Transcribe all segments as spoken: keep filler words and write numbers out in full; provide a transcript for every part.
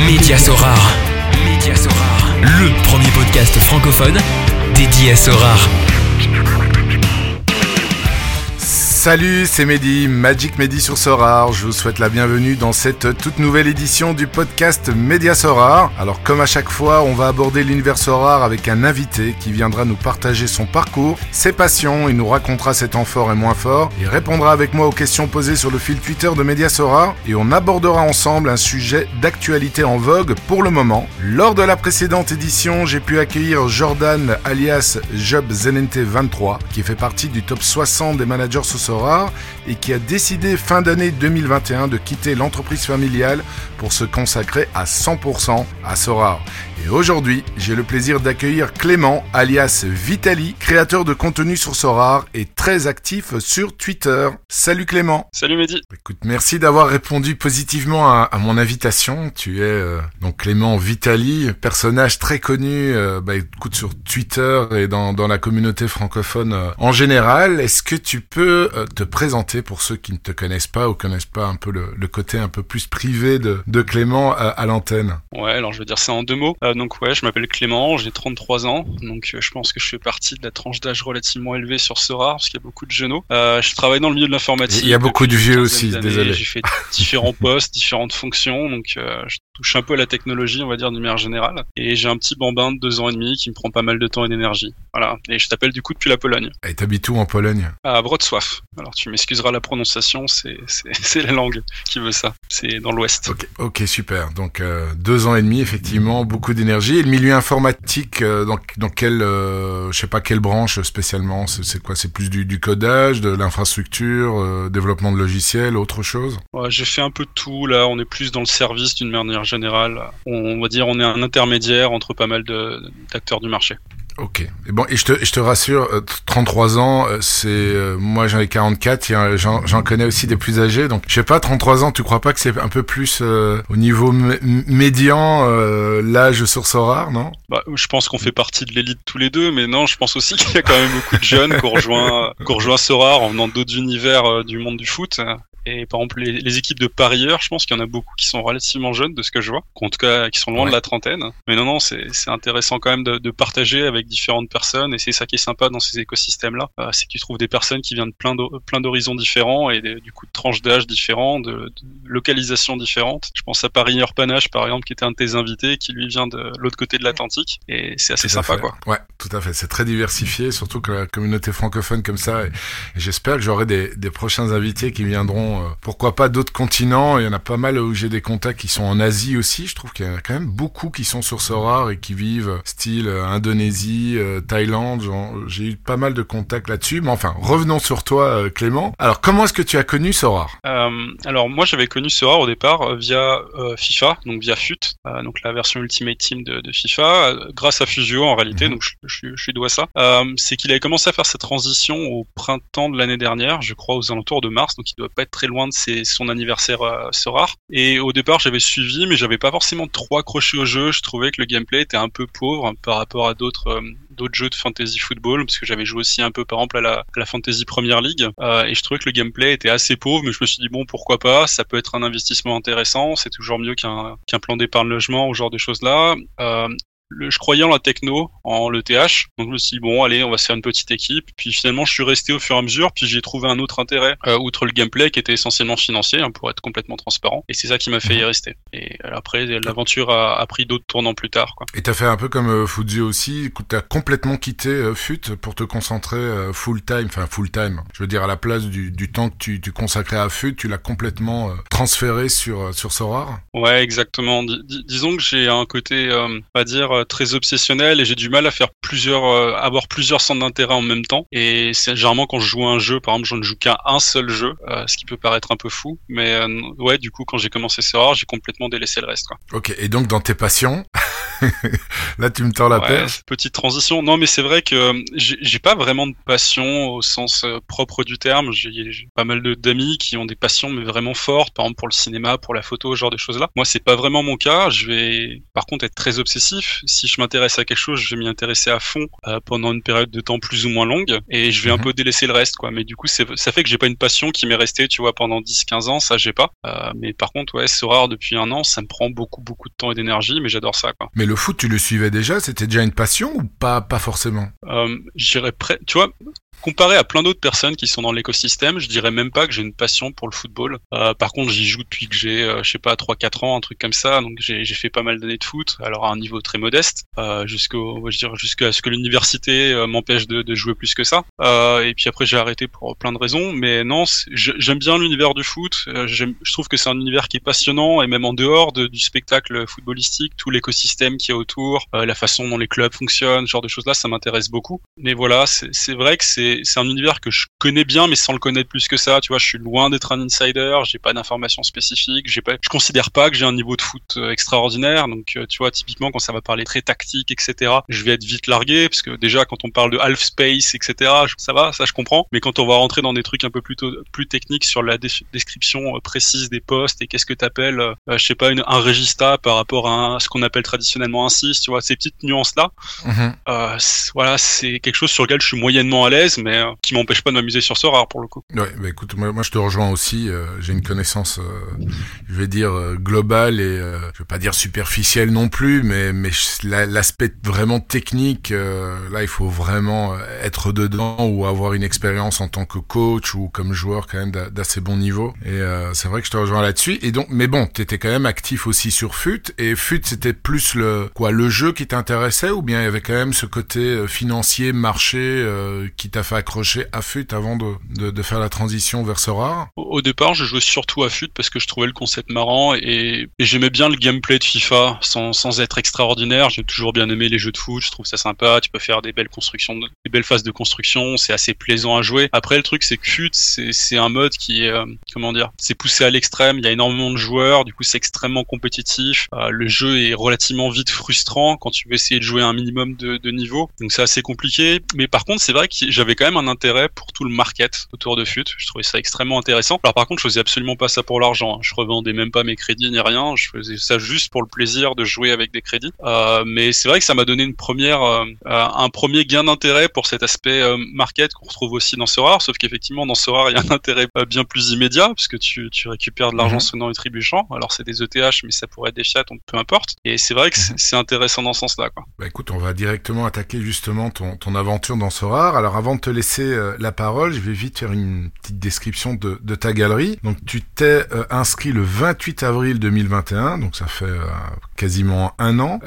Média Sorare. Média Sorare. Le premier podcast francophone dédié à Sorare. Salut, c'est Mehdi, Magic Mehdi sur Sorare. Je vous souhaite la bienvenue dans cette toute nouvelle édition du podcast Média Sorare. Alors comme à chaque fois, on va aborder l'univers Sorare avec un invité qui viendra nous partager son parcours, ses passions, il nous racontera ses temps forts et moins forts, et répondra avec moi aux questions posées sur le fil Twitter de Média Sorare, et on abordera ensemble un sujet d'actualité en vogue pour le moment. Lors de la précédente édition, j'ai pu accueillir Jordan alias Job Zenente vingt-trois, qui fait partie du top soixante des managers sur Sorare et qui a décidé fin d'année deux mille vingt et un de quitter l'entreprise familiale pour se consacrer à cent pour cent à Sorare. Et aujourd'hui, j'ai le plaisir d'accueillir Clément, alias Vitali, créateur de contenu sur Sorare et très actif sur Twitter. Salut Clément. Salut Mehdi. Écoute, merci d'avoir répondu positivement à, à mon invitation. Tu es euh, donc Clément Vitali, personnage très connu euh, bah, écoute, sur Twitter et dans, dans la communauté francophone euh, en général. Est-ce que tu peux euh, te présenter pour ceux qui ne te connaissent pas ou connaissent pas un peu le, le côté un peu plus privé de, de Clément à, à l'antenne? Ouais, alors je vais dire ça en deux mots. Euh, donc ouais, je m'appelle Clément, j'ai trente-trois ans, donc euh, je pense que je fais partie de la tranche d'âge relativement élevée sur Sorare, parce qu'il y a beaucoup de jeunes. Euh, je travaille dans le milieu de l'informatique. Il y a beaucoup de vieux aussi, années. Désolé. J'ai fait différents postes, différentes fonctions, donc euh, je touche un peu à la technologie, on va dire, d'une manière générale. Et j'ai un petit bambin de deux ans et demi qui me prend pas mal de temps et d'énergie. Voilà. Et je t'appelle du coup depuis la Pologne. Et t'habites où en Pologne? À Wrocław. Alors tu m'excuseras la prononciation, c'est, c'est, c'est la langue qui veut ça. C'est dans l'ouest. Ok, ok, super. Donc euh, deux ans et demi, effectivement, beaucoup d'énergie. Et le milieu informatique, euh, dans, dans quelle, euh, je sais pas quelle branche spécialement, c'est, c'est quoi? C'est plus du, du codage, de l'infrastructure, euh, développement de logiciels, autre chose? Ouais, j'ai fait un peu de tout. Là, on est plus dans le service d'une manière générale. On, on va dire, on est un intermédiaire entre pas mal de, d'acteurs du marché. Ok. Et bon, et je te, je te rassure, trente-trois ans, c'est, euh, moi j'en ai quarante-quatre, et j'en, j'en connais aussi des plus âgés, donc je sais pas, trente-trois ans, tu crois pas que c'est un peu plus euh, au niveau m- médian, euh, l'âge sur Sorare, non? Bah, je pense qu'on fait partie de l'élite tous les deux, mais non, je pense aussi qu'il y a quand même beaucoup de jeunes qui ont rejoint, qui ont rejoint Sorare en venant d'autres univers euh, du monde du foot. Et par exemple, les, les équipes de parieurs, je pense qu'il y en a beaucoup qui sont relativement jeunes de ce que je vois, en tout cas qui sont loin ouais. de la trentaine. Mais non, non, c'est, c'est intéressant quand même de, de partager avec différentes personnes, et c'est ça qui est sympa dans ces écosystèmes-là, euh, c'est que tu trouves des personnes qui viennent de plein, plein d'horizons différents et des, du coup de tranches d'âge différents, de, de localisations différentes. Je pense à Parieur Panache, par exemple, qui était un de tes invités, qui lui vient de l'autre côté de l'Atlantique, et c'est assez tout sympa, quoi. Ouais, tout à fait. C'est très diversifié, surtout que la communauté francophone comme ça. Et, et j'espère que j'aurai des, des prochains invités qui viendront. Euh, pourquoi pas d'autres continents? Il y en a pas mal où j'ai des contacts qui sont en Asie aussi. Je trouve qu'il y en a quand même beaucoup qui sont sur Sorare et qui vivent style euh, Indonésie, euh, Thaïlande. Genre, j'ai eu pas mal de contacts là-dessus. Mais enfin, revenons sur toi, euh, Clément. Alors, comment est-ce que tu as connu Sorare? euh, Alors, moi, j'avais connu Sorare au départ euh, via euh, FIFA, donc via F U T, euh, donc la version Ultimate Team de, de FIFA, euh, grâce à Fusio en réalité. Mm-hmm. Donc, je, je, je lui dois ça. Euh, c'est qu'il avait commencé à faire sa transition au printemps de l'année dernière, je crois aux alentours de mars. Donc, il doit pas être très loin de c'est son anniversaire euh, Sorare. Et au départ, j'avais suivi, mais j'avais pas forcément trop accroché au jeu. Je trouvais que le gameplay était un peu pauvre hein, par rapport à d'autres euh, d'autres jeux de fantasy football, parce que j'avais joué aussi un peu, par exemple, à la, à la Fantasy Premier League, euh, et je trouvais que le gameplay était assez pauvre, mais je me suis dit, bon, pourquoi pas, ça peut être un investissement intéressant, c'est toujours mieux qu'un, qu'un plan d'épargne logement, ou ce genre de choses-là. Euh, Le, je croyais en la techno, en l'E T H, donc je me suis dit bon allez on va se faire une petite équipe, puis finalement je suis resté au fur et à mesure, puis j'ai trouvé un autre intérêt, euh, outre le gameplay qui était essentiellement financier, hein, pour être complètement transparent, et c'est ça qui m'a fait y rester. Et après l'aventure a, a pris d'autres tournants plus tard, quoi. Et t'as fait un peu comme euh, Fuzio aussi, t'as complètement quitté euh, F U T pour te concentrer euh, full time, enfin full time, je veux dire à la place du, du temps que tu, tu consacrais à F U T, tu l'as complètement euh, transféré sur, euh, sur Sorare? Ouais, exactement. Dis, dis, disons que j'ai un côté, euh, on va dire, très obsessionnel, et j'ai du mal à faire plusieurs, euh, avoir plusieurs centres d'intérêt en même temps. Et c'est généralement quand je joue à un jeu, par exemple, je ne joue qu'à un seul jeu, euh, ce qui peut paraître un peu fou. Mais euh, ouais, du coup, quand j'ai commencé Sorare, j'ai complètement délaissé le reste, quoi. Ok. Et donc dans tes passions, Là, tu me tends la Ouais, perche. petite transition. Non, mais c'est vrai que j'ai, j'ai pas vraiment de passion au sens euh, propre du terme. J'ai, j'ai pas mal de, d'amis qui ont des passions mais vraiment fortes, par exemple pour le cinéma, pour la photo, ce genre de choses-là. Moi, c'est pas vraiment mon cas. Je vais, par contre, être très obsessif. Si je m'intéresse à quelque chose, je vais m'y intéresser à fond euh, pendant une période de temps plus ou moins longue, et je vais Mhm. un peu délaisser le reste, quoi. Mais du coup, c'est, ça fait que j'ai pas une passion qui m'est restée, tu vois, pendant dix quinze ans. Ça, j'ai pas. Euh, mais par contre, ouais, c'est rare depuis un an. Ça me prend beaucoup, beaucoup de temps et d'énergie, mais j'adore ça, quoi. Mais le foot, tu le suivais déjà? C'était déjà une passion ou pas, pas forcément? Euh, j'irais près, tu vois, comparé à plein d'autres personnes qui sont dans l'écosystème, je dirais même pas que j'ai une passion pour le football. Euh, par contre, j'y joue depuis que j'ai, euh, je sais pas, trois quatre ans, un truc comme ça. Donc j'ai, j'ai fait pas mal d'années de foot, alors à un niveau très modeste, euh, jusqu'au, je veux dire, jusqu'à ce que l'université euh, m'empêche de, de jouer plus que ça. Euh, et puis après, j'ai arrêté pour plein de raisons. Mais non, c'est- je- j'aime bien l'univers du foot. Euh, j'aime, je trouve que c'est un univers qui est passionnant, et même en dehors de, du spectacle footballistique, tout l'écosystème qui est autour, euh, la façon dont les clubs fonctionnent, ce genre de choses-là, ça m'intéresse beaucoup. Mais voilà, c'est, c'est vrai que c'est c'est un univers que je connais bien, mais sans le connaître plus que ça. Tu vois, je suis loin d'être un insider, j'ai pas d'informations spécifiques, j'ai pas, je considère pas que j'ai un niveau de foot euh, extraordinaire. Donc, euh, tu vois, typiquement quand ça va parler très tactique, et cetera, je vais être vite largué, parce que déjà quand on parle de half space, et cetera, je- ça va, ça je comprends. Mais quand on va rentrer dans des trucs un peu plus tôt- plus techniques sur la dé- description euh, précise des postes et qu'est-ce que t'appelles, euh, je sais pas, une, un regista par rapport à un- ce qu'on appelle traditionnellement un six, tu vois, ces petites nuances là. Mhm. Euh, c'est- voilà, c'est quelque chose sur lequel je suis moyennement à l'aise, mais euh, qui m'empêche pas de m'amuser sur ce rare pour le coup. Ouais, bah écoute, moi, moi je te rejoins aussi. euh, j'ai une connaissance, euh, je vais dire euh, globale et euh, je veux pas dire superficielle non plus, mais mais je- la- l'aspect vraiment technique, euh, là il faut vraiment euh, être dedans ou avoir une expérience en tant que coach ou comme joueur quand même d'a- d'assez bon niveau. Et euh, c'est vrai que je te rejoins là-dessus. Et donc, mais bon, t'étais quand même actif aussi sur F U T. Et F U T, c'était plus le quoi, le jeu qui t'intéressait, ou bien il y avait quand même ce côté euh, financier, marché, euh, qui t'a fait accrocher à F U T avant de, de, de faire la transition vers ce rare? Au, au départ, je jouais surtout à F U T parce que je trouvais le concept marrant, et, et j'aimais bien le gameplay de FIFA sans, sans être extraordinaire. J'ai toujours bien aimé les jeux de foot, je trouve ça sympa. Tu peux faire des belles constructions, de- des belles phases de construction, c'est assez plaisant à jouer. Après, le truc, c'est que F U T, c'est, c'est un mode qui est, euh, comment dire, c'est poussé à l'extrême. Il y a énormément de joueurs, du coup, c'est extrêmement compétitif. Euh, le jeu est relativement vite frustrant quand tu veux essayer de jouer un minimum de, de niveau. Donc c'est assez compliqué. Mais par contre, c'est vrai que j'avais quand même un intérêt pour tout le market autour de F U T. Je trouvais ça extrêmement intéressant. Alors par contre, je faisais absolument pas ça pour l'argent, hein. Je revendais même pas mes crédits ni rien. Je faisais ça juste pour le plaisir de jouer avec des crédits. Euh, mais c'est vrai que ça m'a donné une première, euh, un premier gain d'intérêt pour cet aspect euh, market qu'on retrouve aussi dans ce rare. Sauf qu'effectivement, dans ce rare, il y a un intérêt euh, bien plus immédiat, puisque tu, tu récupères de l'argent Mhm. sonnant et trébuchant. Alors c'est des E T H, mais ça pourrait être des fiat, donc peu importe. Et c'est vrai que c'est, c'est intéressant dans ce sens-là, quoi. Bah écoute, on va directement attaquer justement ton, ton aventure dans ce rare. Alors avant de te laisser euh, la parole, je vais vite faire une petite description de, de ta galerie. Donc tu t'es euh, inscrit le vingt-huit avril deux mille vingt et un, donc ça fait euh, quasiment un an.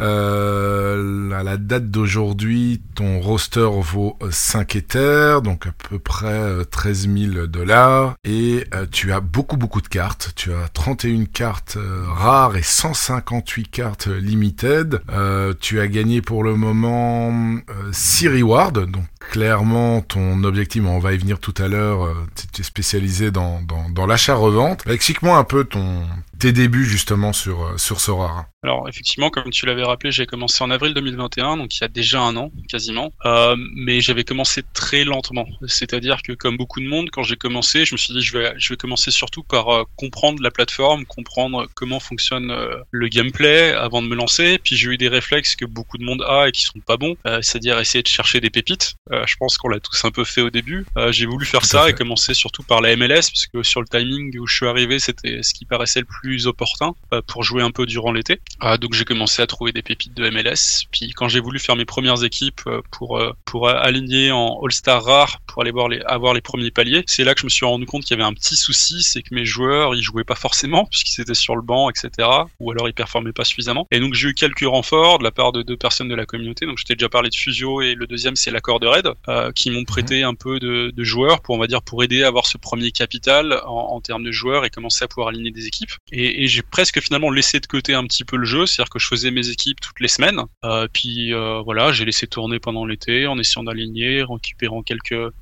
Euh, à la date d'aujourd'hui, ton roster vaut euh, cinq éthers, donc à peu près euh, treize mille dollars. Et euh, tu as beaucoup beaucoup de cartes. Tu as trente et une cartes euh, rares et cent cinquante-huit cartes euh, limited. Euh, tu as gagné pour le moment euh, six rewards, donc clairement ton objectif, on va y venir tout à l'heure, euh, tu es spécialisé dans, dans, dans l'achat-revente. Explique-moi un peu ton, tes débuts justement sur, euh, sur ce rare. Alors effectivement, comme tu l'avais rappelé, j'ai commencé en avril deux mille vingt et un, donc il y a déjà un an quasiment. Euh, mais j'avais commencé très lentement. C'est-à-dire que comme beaucoup de monde, quand j'ai commencé, je me suis dit je vais, je vais commencer surtout par euh, comprendre la plateforme, comprendre comment fonctionne euh, le gameplay avant de me lancer. Puis j'ai eu des réflexes que beaucoup de monde a et qui sont pas bons, euh, c'est-à-dire essayer de chercher des pépites. Euh, je pense qu'on l'a tous un peu fait au début. Euh, j'ai voulu faire Tout à ça fait. et commencer surtout par la M L S, parce que sur le timing où je suis arrivé, c'était ce qui paraissait le plus opportun euh, pour jouer un peu durant l'été. Euh, donc j'ai commencé à trouver des pépites de M L S. Puis quand j'ai voulu faire mes premières équipes euh, pour euh, pour aligner en All-Star rare pour aller voir les avoir les premiers paliers, c'est là que je me suis rendu compte qu'il y avait un petit souci, c'est que mes joueurs ils jouaient pas forcément puisqu'ils étaient sur le banc, et cetera. Ou alors ils performaient pas suffisamment. Et donc j'ai eu quelques renforts de la part de deux personnes de la communauté. Donc je t'ai déjà parlé de Fusio et le deuxième c'est l'accord de Raid euh, qui m'ont prêté un peu de, de joueurs pour on va dire pour aider à avoir ce premier capital en, en termes de joueurs et commencer à pouvoir aligner des équipes. Et, et j'ai presque finalement laissé de côté un petit peu le jeu, c'est-à-dire que je faisais mes équipes toutes les semaines. Euh, puis euh, voilà, j'ai laissé tourner pendant l'été en essayant d'aligner, en récupérant quelques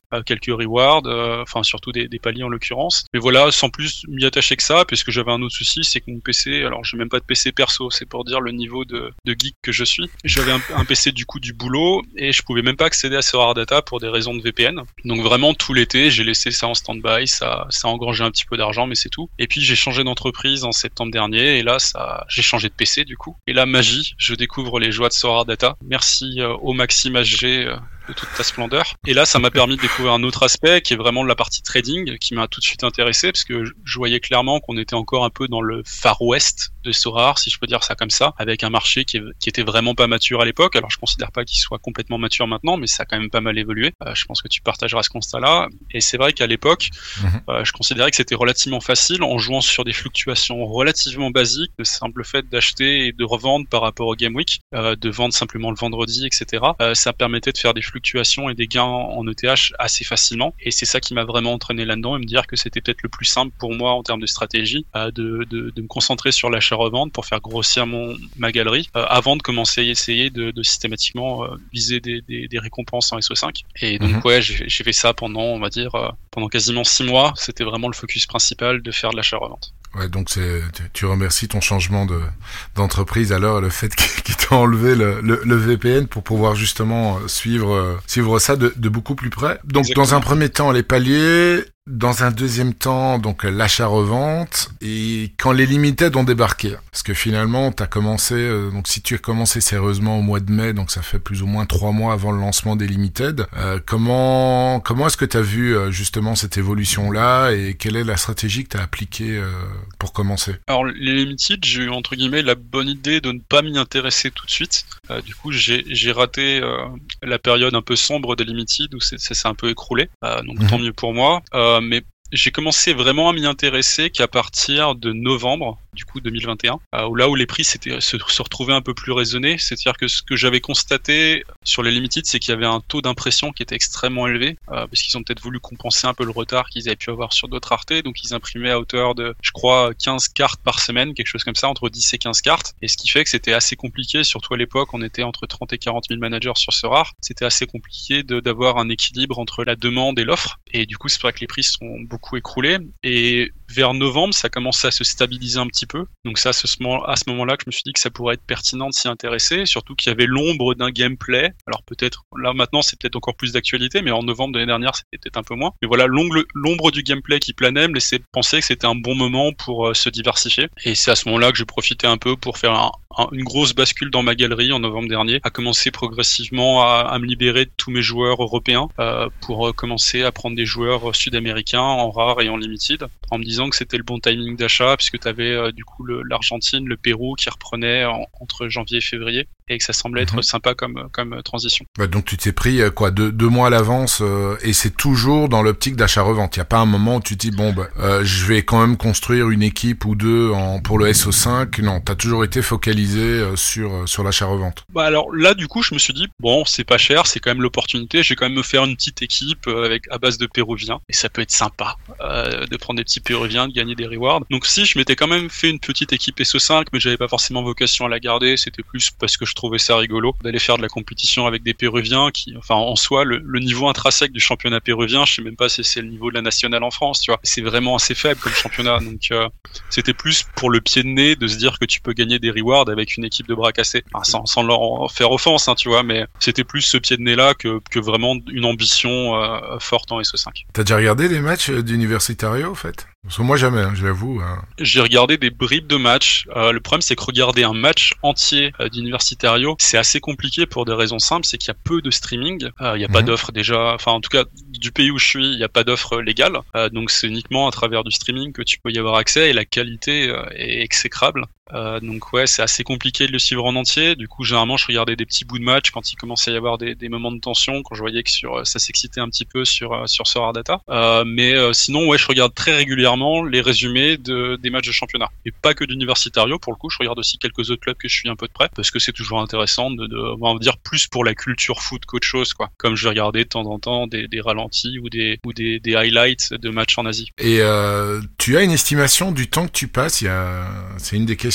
euh, quelques rewards, euh, enfin surtout des, des paliers en l'occurrence. Mais voilà, sans plus m'y attacher que ça, puisque j'avais un autre souci, c'est que mon P C, alors j'ai même pas de P C perso, c'est pour dire le niveau de, de geek que je suis. J'avais un, un P C du coup du boulot et je pouvais même pas accéder à ce rare data pour des raisons de V P N. Donc vraiment tout l'été, j'ai laissé ça en stand-by, ça, ça a engrangé un petit peu d'argent, mais c'est tout. Et puis j'ai changé d'entreprise en septembre dernier et là ça, j'ai changé de P C du coup. Et là magie, je découvre les joies de ce rare data. Merci euh, au Maxime H G euh, de toute ta splendeur. Et là, ça m'a permis de découvrir un autre aspect qui est vraiment la partie trading qui m'a tout de suite intéressé parce que je voyais clairement qu'on était encore un peu dans le Far West de Sorare, si je peux dire ça comme ça, avec un marché qui, est, qui était vraiment pas mature à l'époque. Alors, je considère pas qu'il soit complètement mature maintenant, mais ça a quand même pas mal évolué. Euh, je pense que tu partageras ce constat-là. Et c'est vrai qu'à l'époque, mmh. euh, je considérais que c'était relativement facile en jouant sur des fluctuations relativement basiques, le simple fait d'acheter et de revendre par rapport au Game Week, euh, de vendre simplement le vendredi, et cetera. Euh, ça permettait de faire des fluctuations et des gains en E T H assez facilement. Et c'est ça qui m'a vraiment entraîné là-dedans et me dire que c'était peut-être le plus simple pour moi en termes de stratégie, euh, de, de, de me concentrer sur l'achat-revente pour faire grossir mon, ma galerie euh, avant de commencer à essayer de, de systématiquement euh, viser des, des, des récompenses en S O cinq. Et donc, mmh. ouais, j'ai, j'ai fait ça pendant, on va dire, euh, pendant quasiment six mois. C'était vraiment le focus principal de faire de l'achat-revente. Ouais, donc c'est, tu, tu remercies ton changement de, d'entreprise alors et le fait qu'il t'a enlevé le, le, le V P N pour pouvoir justement suivre, suivre ça de, de beaucoup plus près. Donc, exactement. Dans un premier temps, les paliers. Dans un deuxième temps, donc l'achat-revente et quand les limited ont débarqué. Parce que finalement, t'as commencé, euh, donc si tu as commencé sérieusement au mois de mai, donc ça fait plus ou moins trois mois avant le lancement des limited. Euh, comment comment est-ce que t'as vu euh, justement cette évolution-là et quelle est la stratégie que t'as appliquée euh, pour commencer? Alors les limited, j'ai eu entre guillemets la bonne idée de ne pas m'y intéresser tout de suite. Euh, du coup, j'ai j'ai raté euh, la période un peu sombre des limited où c'est, ça s'est un peu écroulé. Euh, donc mmh. tant mieux pour moi. Euh, mais j'ai commencé vraiment à m'y intéresser qu'à partir de novembre, du coup deux mille vingt et un, euh, là où les prix s'étaient, se, se retrouvaient un peu plus raisonnés. C'est-à-dire que ce que j'avais constaté sur les limited, c'est qu'il y avait un taux d'impression qui était extrêmement élevé, euh, parce qu'ils ont peut-être voulu compenser un peu le retard qu'ils avaient pu avoir sur d'autres raretés. Donc ils imprimaient à hauteur de, je crois, quinze cartes par semaine, quelque chose comme ça, entre dix et quinze cartes. Et ce qui fait que c'était assez compliqué, surtout à l'époque, on était entre trente et quarante mille managers sur ce rare. C'était assez compliqué de, d'avoir un équilibre entre la demande et l'offre. Et du coup, c'est vrai que les prix sont beaucoup écroulés. Et vers novembre, ça commençait à se stabiliser un petit peu. Donc ça, c'est à ce moment-là que je me suis dit que ça pourrait être pertinent de s'y intéresser, surtout qu'il y avait l'ombre d'un gameplay. Alors peut-être, là maintenant, c'est peut-être encore plus d'actualité, mais en novembre de l'année dernière, c'était peut-être un peu moins. Mais voilà, l'ombre, l'ombre du gameplay qui planait me laissait penser que c'était un bon moment pour euh, se diversifier. Et c'est à ce moment-là que j'ai profité un peu pour faire un, un, une grosse bascule dans ma galerie en novembre dernier, à commencer progressivement à, à me libérer de tous mes joueurs européens euh, pour euh, commencer à prendre des joueurs sud-américains en rare et en limited, en me disant que c'était le bon timing d'achat, puisque tu avais euh, du coup le, l'Argentine, le Pérou qui reprenait en, entre janvier et février, et que ça semblait être mmh. sympa comme, comme transition. Bah donc tu t'es pris quoi deux, deux mois à l'avance, euh, et c'est toujours dans l'optique d'achat-revente. Il n'y a pas un moment où tu te dis bon bah, euh, je vais quand même construire une équipe ou deux en, pour le S O cinq. Non, tu as toujours été focalisé euh, sur, euh, sur l'achat-revente. Bah alors là du coup je me suis dit bon c'est pas cher, c'est quand même l'opportunité, je vais quand même me faire une petite équipe euh, avec à base de péruviens, et ça peut être sympa euh, de prendre des petits péruviens, de gagner des rewards. Donc si je m'étais quand même fait une petite équipe S O cinq, mais j'avais pas forcément vocation à la garder, c'était plus parce que je trouvais ça rigolo d'aller faire de la compétition avec des péruviens qui, enfin en soi, le, le niveau intrinsèque du championnat péruvien, je sais même pas si c'est le niveau de la nationale en France, tu vois, c'est vraiment assez faible comme championnat, donc euh, c'était plus pour le pied de nez de se dire que tu peux gagner des rewards avec une équipe de bras cassés, enfin, sans, sans leur faire offense, hein, tu vois, mais c'était plus ce pied de nez là que, que vraiment une ambition euh, forte en S O cinq. T'as déjà regardé des matchs d'Universitario, en fait? Parce que moi jamais, hein, je l'avoue. Hein. J'ai regardé des bribes de matchs. Euh, le problème, c'est que regarder un match entier euh, d'Universitario, c'est assez compliqué pour des raisons simples. C'est qu'il y a peu de streaming. Il euh, n'y a mmh. pas d'offre déjà. Enfin, en tout cas, du pays où je suis, il n'y a pas d'offre légale. Euh, donc, c'est uniquement à travers du streaming que tu peux y avoir accès. Et la qualité euh, est exécrable. Euh, donc ouais, c'est assez compliqué de le suivre en entier. Du coup, généralement, je regardais des petits bouts de match quand il commençait à y avoir des, des moments de tension, quand je voyais que sur ça s'excitait un petit peu sur sur ce rare data. Euh, mais euh, sinon, ouais, je regarde très régulièrement les résumés de des matchs de championnat, et pas que d'Universitario. Pour le coup, je regarde aussi quelques autres clubs que je suis un peu de près, parce que c'est toujours intéressant de, de on va dire plus pour la culture foot qu'autre chose, quoi. Comme je vais regarder de temps en temps des, des ralentis ou des ou des, des highlights de matchs en Asie. Et euh, tu as une estimation du temps que tu passes? Il y a, c'est une des questions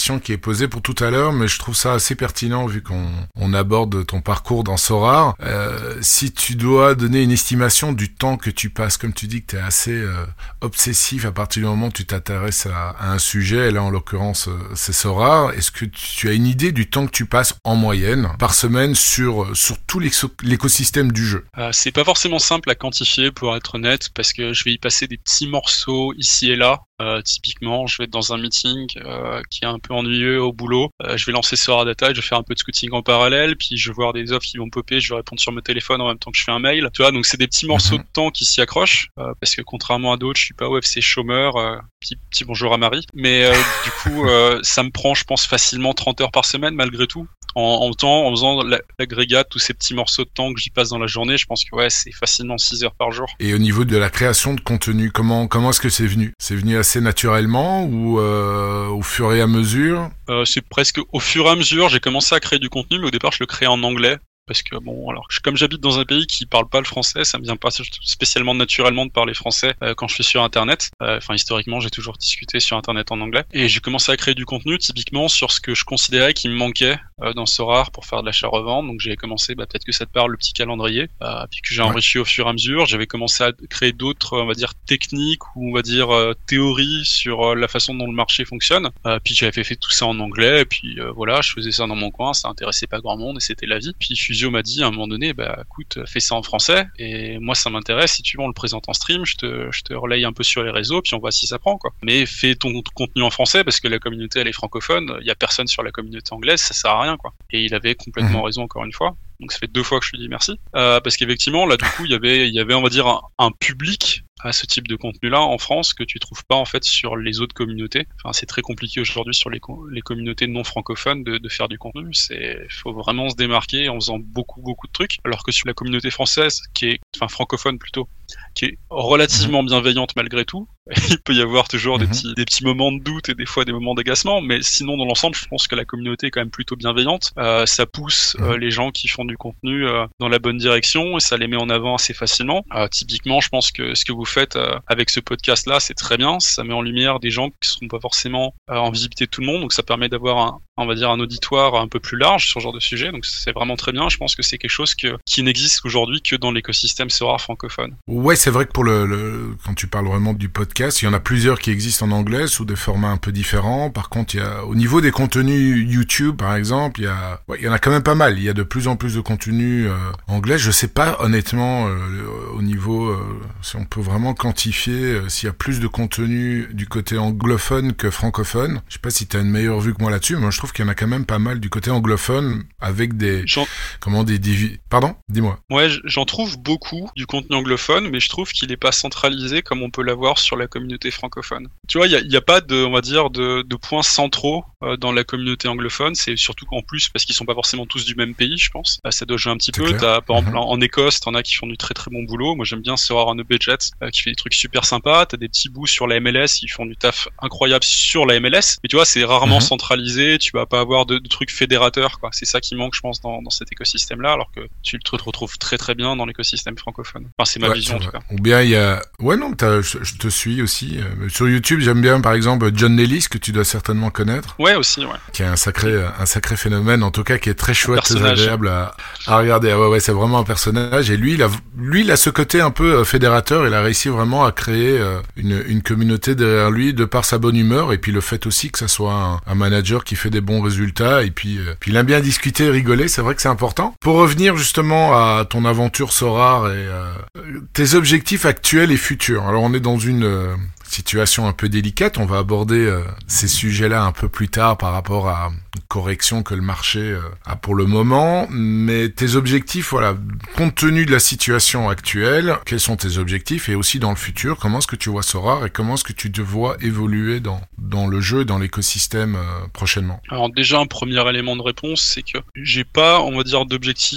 question qui est posée pour tout à l'heure, mais je trouve ça assez pertinent vu qu'on on aborde ton parcours dans Sorare. Euh, si tu dois donner une estimation du temps que tu passes, comme tu dis que tu es assez euh, obsessif à partir du moment où tu t'intéresses à, à un sujet, et là en l'occurrence euh, c'est Sorare, est-ce que tu as une idée du temps que tu passes en moyenne par semaine sur, sur tout l'écosystème du jeu? euh, C'est pas forcément simple à quantifier pour être honnête, parce que je vais y passer des petits morceaux ici et là. Euh, typiquement, je vais être dans un meeting euh, qui est un peu ennuyeux au boulot. Euh, je vais lancer Sorare Data et je vais faire un peu de scouting en parallèle, puis je vais voir des offres qui vont popper, je vais répondre sur mon téléphone en même temps que je fais un mail. Tu vois, donc c'est des petits morceaux de temps qui s'y accrochent, euh, parce que contrairement à d'autres, je suis pas O F C chômeur. Euh, petit, petit bonjour à Marie. Mais euh, du coup, euh, ça me prend, je pense, facilement trente heures par semaine malgré tout. En, en temps, en faisant l'agrégate, tous ces petits morceaux de temps que j'y passe dans la journée, je pense que ouais, c'est facilement six heures par jour. Et au niveau de la création de contenu, comment comment est-ce que c'est venu? C'est venu assez naturellement ou euh, au fur et à mesure? euh, C'est presque au fur et à mesure. J'ai commencé à créer du contenu, mais au départ, je le créais en anglais. Parce que bon, alors comme j'habite dans un pays qui parle pas le français, ça me vient pas spécialement naturellement de parler français euh, quand je suis sur Internet. Euh, enfin, historiquement, j'ai toujours discuté sur Internet en anglais. Et j'ai commencé à créer du contenu typiquement sur ce que je considérais qui me manquait euh, dans Sorare pour faire de l'achat-revente. Donc j'ai commencé, bah, peut-être que ça te parle, le petit calendrier, euh, puis que j'ai enrichi ouais. au fur et à mesure. J'avais commencé à créer d'autres, on va dire, techniques ou on va dire euh, théories sur euh, la façon dont le marché fonctionne. Euh, puis j'avais fait tout ça en anglais. Et puis euh, voilà, je faisais ça dans mon coin. Ça intéressait pas grand monde et c'était la vie. Puis Fusio m'a dit à un moment donné, bah écoute, fais ça en français et moi ça m'intéresse, si tu veux on le présente en stream, je te, je te relaye un peu sur les réseaux puis on voit si ça prend quoi. Mais fais ton contenu en français parce que la communauté elle est francophone, il y a personne sur la communauté anglaise, ça sert à rien quoi. Et il avait complètement mmh. raison encore une fois. Donc ça fait deux fois que je lui dis merci. Euh, parce qu'effectivement là du coup il y avait, il y avait on va dire un, un public à ce type de contenu-là en France que tu trouves pas en fait sur les autres communautés. Enfin, c'est très compliqué aujourd'hui sur les, co- les communautés non francophones de, de faire du contenu. C'est, faut vraiment se démarquer en faisant beaucoup beaucoup de trucs. Alors que sur la communauté française, qui est, enfin francophone plutôt, qui est relativement bienveillante malgré tout, il peut y avoir toujours mm-hmm. des petits des petits moments de doute et des fois des moments d'agacement. Mais sinon dans l'ensemble, je pense que la communauté est quand même plutôt bienveillante. Euh, ça pousse euh, les gens qui font du contenu euh, dans la bonne direction et ça les met en avant assez facilement. Euh, typiquement, je pense que ce que vous faites euh, avec ce podcast là c'est très bien, ça met en lumière des gens qui seront pas forcément euh, en visibilité de tout le monde, donc ça permet d'avoir un, on va dire un auditoire un peu plus large sur ce genre de sujet, donc c'est vraiment très bien. Je pense que c'est quelque chose que, qui n'existe aujourd'hui que dans l'écosystème Sorare francophone. Ouais, c'est vrai que pour le, le quand tu parles vraiment du podcast, il y en a plusieurs qui existent en anglais sous des formats un peu différents. Par contre, il y a au niveau des contenus YouTube par exemple, il y a ouais, il y en a quand même pas mal, il y a de plus en plus de contenus euh, anglais. Je sais pas honnêtement euh, au niveau euh, si on peut vraiment quantifier euh, s'il y a plus de contenu du côté anglophone que francophone. Je sais pas si tu as une meilleure vue que moi là-dessus, mais moi je trouve qu'il y en a quand même pas mal du côté anglophone avec des j'en... comment des divi... Pardon, dis-moi. Ouais, j'en trouve beaucoup du contenu anglophone, mais je trouve qu'il est pas centralisé comme on peut l'avoir sur la communauté francophone. Tu vois, il y a, y a pas de, on va dire, de, de points centraux euh, dans la communauté anglophone. C'est surtout qu'en plus parce qu'ils sont pas forcément tous du même pays, je pense. Là, ça doit jouer un petit c'est peu. Clair. T'as par exemple mm-hmm. en Écosse, t'en as qui font du très très bon boulot. Moi, j'aime bien Sorare on a Budget euh, qui fait des trucs super sympas. T'as des petits bouts sur la M L S, ils font du taf incroyable sur la M L S. Mais tu vois, c'est rarement mm-hmm. centralisé. Tu vas pas avoir de, de trucs fédérateurs, quoi. C'est ça qui manque, je pense, dans, dans cet écosystème-là, alors que tu te retrouves très très bien dans l'écosystème francophone. Enfin, c'est ma ouais, vision c'est en tout cas. Ou bien il y a, ouais non, t'as, je, je te suis aussi. Euh, sur YouTube, j'aime bien par exemple John Nellis que tu dois certainement connaître. Ouais aussi, ouais. Qui est un sacré, un sacré phénomène, en tout cas, qui est très chouette, très agréable à, à regarder. Ouais, ouais, c'est vraiment un personnage. Et lui, il a, lui, il a ce côté un peu euh, fédérateur. Il a réussi vraiment à créer euh, une, une communauté derrière lui de par sa bonne humeur et puis le fait aussi que ça soit un, un manager qui fait des bons résultats et puis, euh, puis il aime bien discuter, rigoler. C'est vrai que c'est important. Pour revenir justement à ton aventure Sorare et euh, tes objectifs actuels et futurs. Alors, on est dans une euh, situation un peu délicate. On va aborder euh, ces sujets-là un peu plus tard par rapport à une correction que le marché euh, a pour le moment. Mais tes objectifs, voilà, compte tenu de la situation actuelle, quels sont tes objectifs et aussi dans le futur, comment est-ce que tu vois Sorare et comment est-ce que tu te vois évoluer dans, dans le jeu et dans l'écosystème euh, prochainement? Alors déjà, un premier élément de réponse, c'est que j'ai pas, on va dire, d'objectif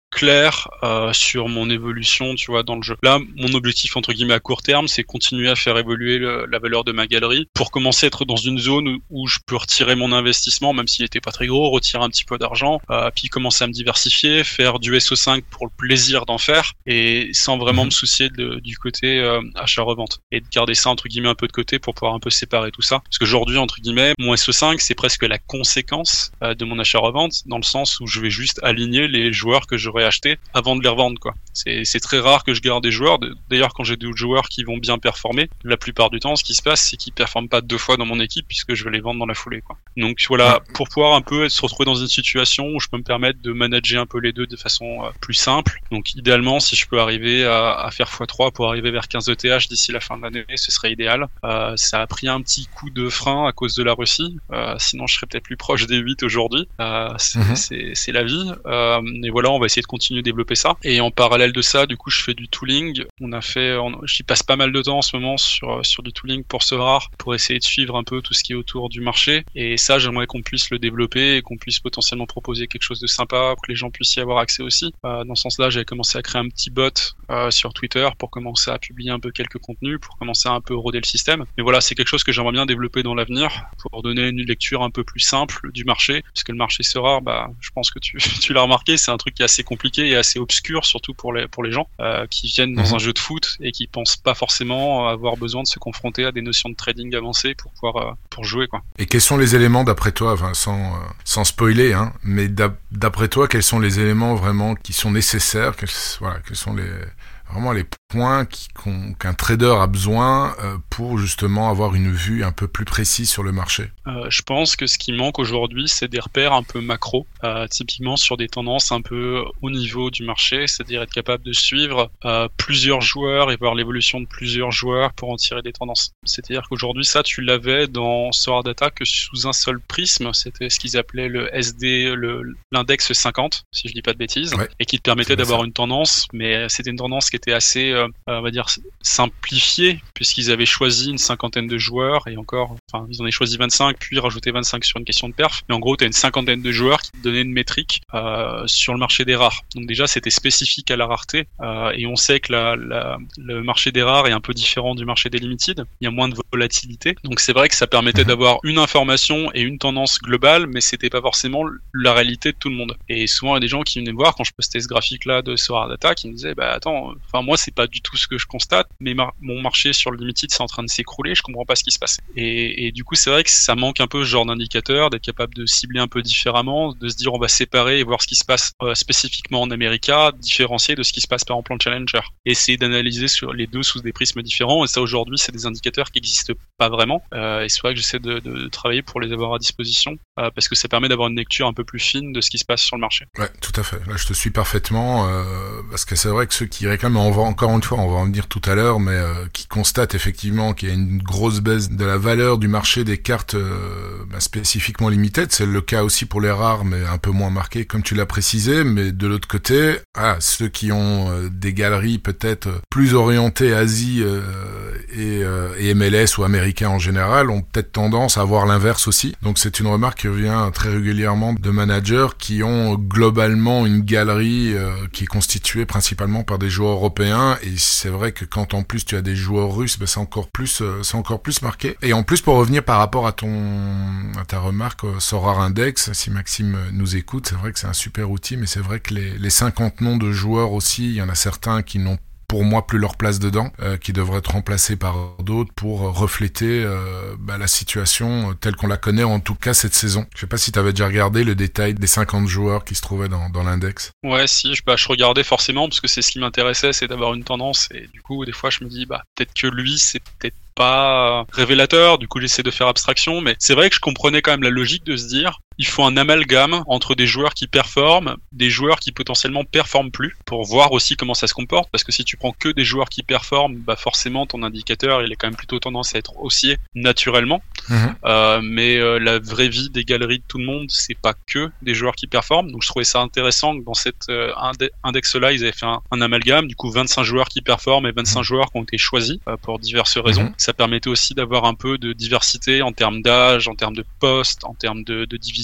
clair euh, sur mon évolution, tu vois, dans le jeu. Là, mon objectif entre guillemets à court terme, c'est continuer à faire évoluer le, la valeur de ma galerie pour commencer à être dans une zone où, où je peux retirer mon investissement, même s'il était pas très gros, retirer un petit peu d'argent, euh, puis commencer à me diversifier, faire du S O cinq pour le plaisir d'en faire et sans vraiment me soucier de, du côté euh, achat-revente et de garder ça entre guillemets un peu de côté pour pouvoir un peu séparer tout ça. Parce qu'aujourd'hui, entre guillemets, mon S O cinq, c'est presque la conséquence euh, de mon achat-revente dans le sens où je vais juste aligner les joueurs que j'aurais achetés avant de les revendre, quoi. C'est, c'est très rare que je garde des joueurs. D'ailleurs, quand j'ai des joueurs qui vont bien performer, la plupart du temps, ce qui se passe, c'est qu'ils performent pas deux fois dans mon équipe puisque je vais les vendre dans la foulée, quoi. Donc voilà, pour pouvoir un peu se retrouver dans une situation où je peux me permettre de manager un peu les deux de façon euh, plus simple. Donc idéalement, si je peux arriver à, à faire fois trois pour arriver vers quinze E T H d'ici la fin de l'année, ce serait idéal. Euh, ça a pris un petit coup de frein à cause de la Russie. Euh, sinon, je serais peut-être plus proche des huit aujourd'hui. Euh, c'est, mm-hmm. c'est, c'est la vie. Euh, et voilà, on va essayer de continuer de développer ça. Et en parallèle de ça, du coup, je fais du tooling. On a fait, on, j'y passe pas mal de temps en ce moment sur sur du tooling pour ce rare, pour essayer de suivre un peu tout ce qui est autour du marché. Et ça, j'aimerais qu'on puisse le développer et qu'on puisse potentiellement proposer quelque chose de sympa pour que les gens puissent y avoir accès aussi. Euh, dans ce sens-là, j'avais commencé à créer un petit bot euh, sur Twitter pour commencer à publier un peu quelques contenus, pour commencer à un peu roder le système. Mais voilà, c'est quelque chose que j'aimerais bien développer dans l'avenir pour donner une lecture un peu plus simple du marché, parce que le marché ce rare, bah, je pense que tu tu l'as remarqué, c'est un truc qui est assez compliqué et assez obscur, surtout pour les pour les gens euh, qui viennent dans mmh. un jeu de foot et qui pensent pas forcément avoir besoin de se confronter à des notions de trading avancées pour pouvoir euh, pour jouer, quoi. Et quels sont les éléments d'après toi, enfin, sans euh, sans spoiler, hein, mais d'après toi, quels sont les éléments vraiment qui sont nécessaires, quels, voilà, quels sont les vraiment les points qui, qu'on, qu'un trader a besoin euh, pour justement avoir une vue un peu plus précise sur le marché? Euh, je pense que ce qui manque aujourd'hui, c'est des repères un peu macro, euh, typiquement sur des tendances un peu au niveau du marché, c'est-à-dire être capable de suivre euh, plusieurs joueurs et voir l'évolution de plusieurs joueurs pour en tirer des tendances. C'est-à-dire qu'aujourd'hui, ça, tu l'avais dans Sorare Data que sous un seul prisme, c'était ce qu'ils appelaient le S D, le, l'index cinquante, si je dis pas de bêtises, ouais, et qui te permettait d'avoir ça. Une tendance, mais c'était une tendance qui était assez euh, on va dire simplifiée, puisqu'ils avaient choisi une cinquantaine de joueurs et encore, enfin ils en avaient choisi vingt-cinq puis rajouté vingt-cinq sur une question de perf, mais en gros t'as une cinquantaine de joueurs qui te donnaient une métrique euh, sur le marché des rares. Donc déjà c'était spécifique à la rareté euh, et on sait que la, la, le marché des rares est un peu différent du marché des limited, il y a moins de volatilité, donc c'est vrai que ça permettait d'avoir une information et une tendance globale, mais c'était pas forcément la réalité de tout le monde. Et souvent il y a des gens qui venaient me voir quand je postais ce graphique là de Sorare Data qui me disaient bah attends, enfin moi c'est pas du tout ce que je constate, mais mar- mon marché sur le limited c'est en train de s'écrouler, je comprends pas ce qui se passe. Et, et du coup c'est vrai que ça manque un peu ce genre d'indicateur, d'être capable de cibler un peu différemment, de se dire on va séparer et voir ce qui se passe euh, spécifiquement en America, différencier de ce qui se passe par exemple en Challenger. Et essayer d'analyser sur les deux sous des prismes différents, et ça aujourd'hui c'est des indicateurs qui n'existent pas vraiment. Euh, et c'est vrai que j'essaie de, de, de travailler pour les avoir à disposition, euh, parce que ça permet d'avoir une lecture un peu plus fine de ce qui se passe sur le marché. Ouais, tout à fait. Là je te suis parfaitement, euh, parce que c'est vrai que ceux qui réclament, on va encore une fois, on va en venir tout à l'heure, mais euh, qui constatent effectivement qu'il y a une grosse baisse de la valeur du marché des cartes euh, bah, spécifiquement limited. C'est le cas aussi pour les rares, mais un peu moins marqué, comme tu l'as précisé. Mais de l'autre côté, ah, ceux qui ont euh, des galeries peut-être plus orientées Asie euh, et, euh, et M L S ou américains en général ont peut-être tendance à voir l'inverse aussi. Donc c'est une remarque qui revient très régulièrement de managers qui ont globalement une galerie euh, qui est constituée principalement par des joueurs européens. Et c'est vrai que quand en plus tu as des joueurs russes, ben c'est encore plus, euh, c'est encore plus marqué. Et en plus, pour revenir par rapport à ton, à ta remarque euh, Sorare Index, si Maxime nous écoute, c'est vrai que c'est un super outil, mais c'est vrai que les, les cinquante noms de joueurs aussi, il y en a certains qui n'ont pour moi plus leur place dedans, euh, qui devraient être remplacés par d'autres pour refléter euh, bah, la situation telle qu'on la connaît, en tout cas cette saison. Je sais pas si tu avais déjà regardé le détail des cinquante joueurs qui se trouvaient dans, dans l'index. Ouais, si, je, bah, je regardais forcément parce que c'est ce qui m'intéressait, c'est d'avoir une tendance, et du coup des fois je me dis bah peut-être que lui c'est peut-être pas révélateur, du coup j'essaie de faire abstraction, mais c'est vrai que je comprenais quand même la logique de se dire il faut un amalgame entre des joueurs qui performent, des joueurs qui potentiellement performent plus, pour voir aussi comment ça se comporte, parce que si tu prends que des joueurs qui performent, bah forcément ton indicateur il a quand même plutôt tendance à être haussier naturellement, mmh. euh, mais euh, la vraie vie des galeries de tout le monde c'est pas que des joueurs qui performent, donc je trouvais ça intéressant que dans cet euh, index là ils avaient fait un, un amalgame, du coup vingt-cinq joueurs qui performent et vingt-cinq mmh. joueurs qui ont été choisis euh, pour diverses raisons. Mmh. Ça permettait aussi d'avoir un peu de diversité en termes d'âge, en termes de poste, en termes de, de division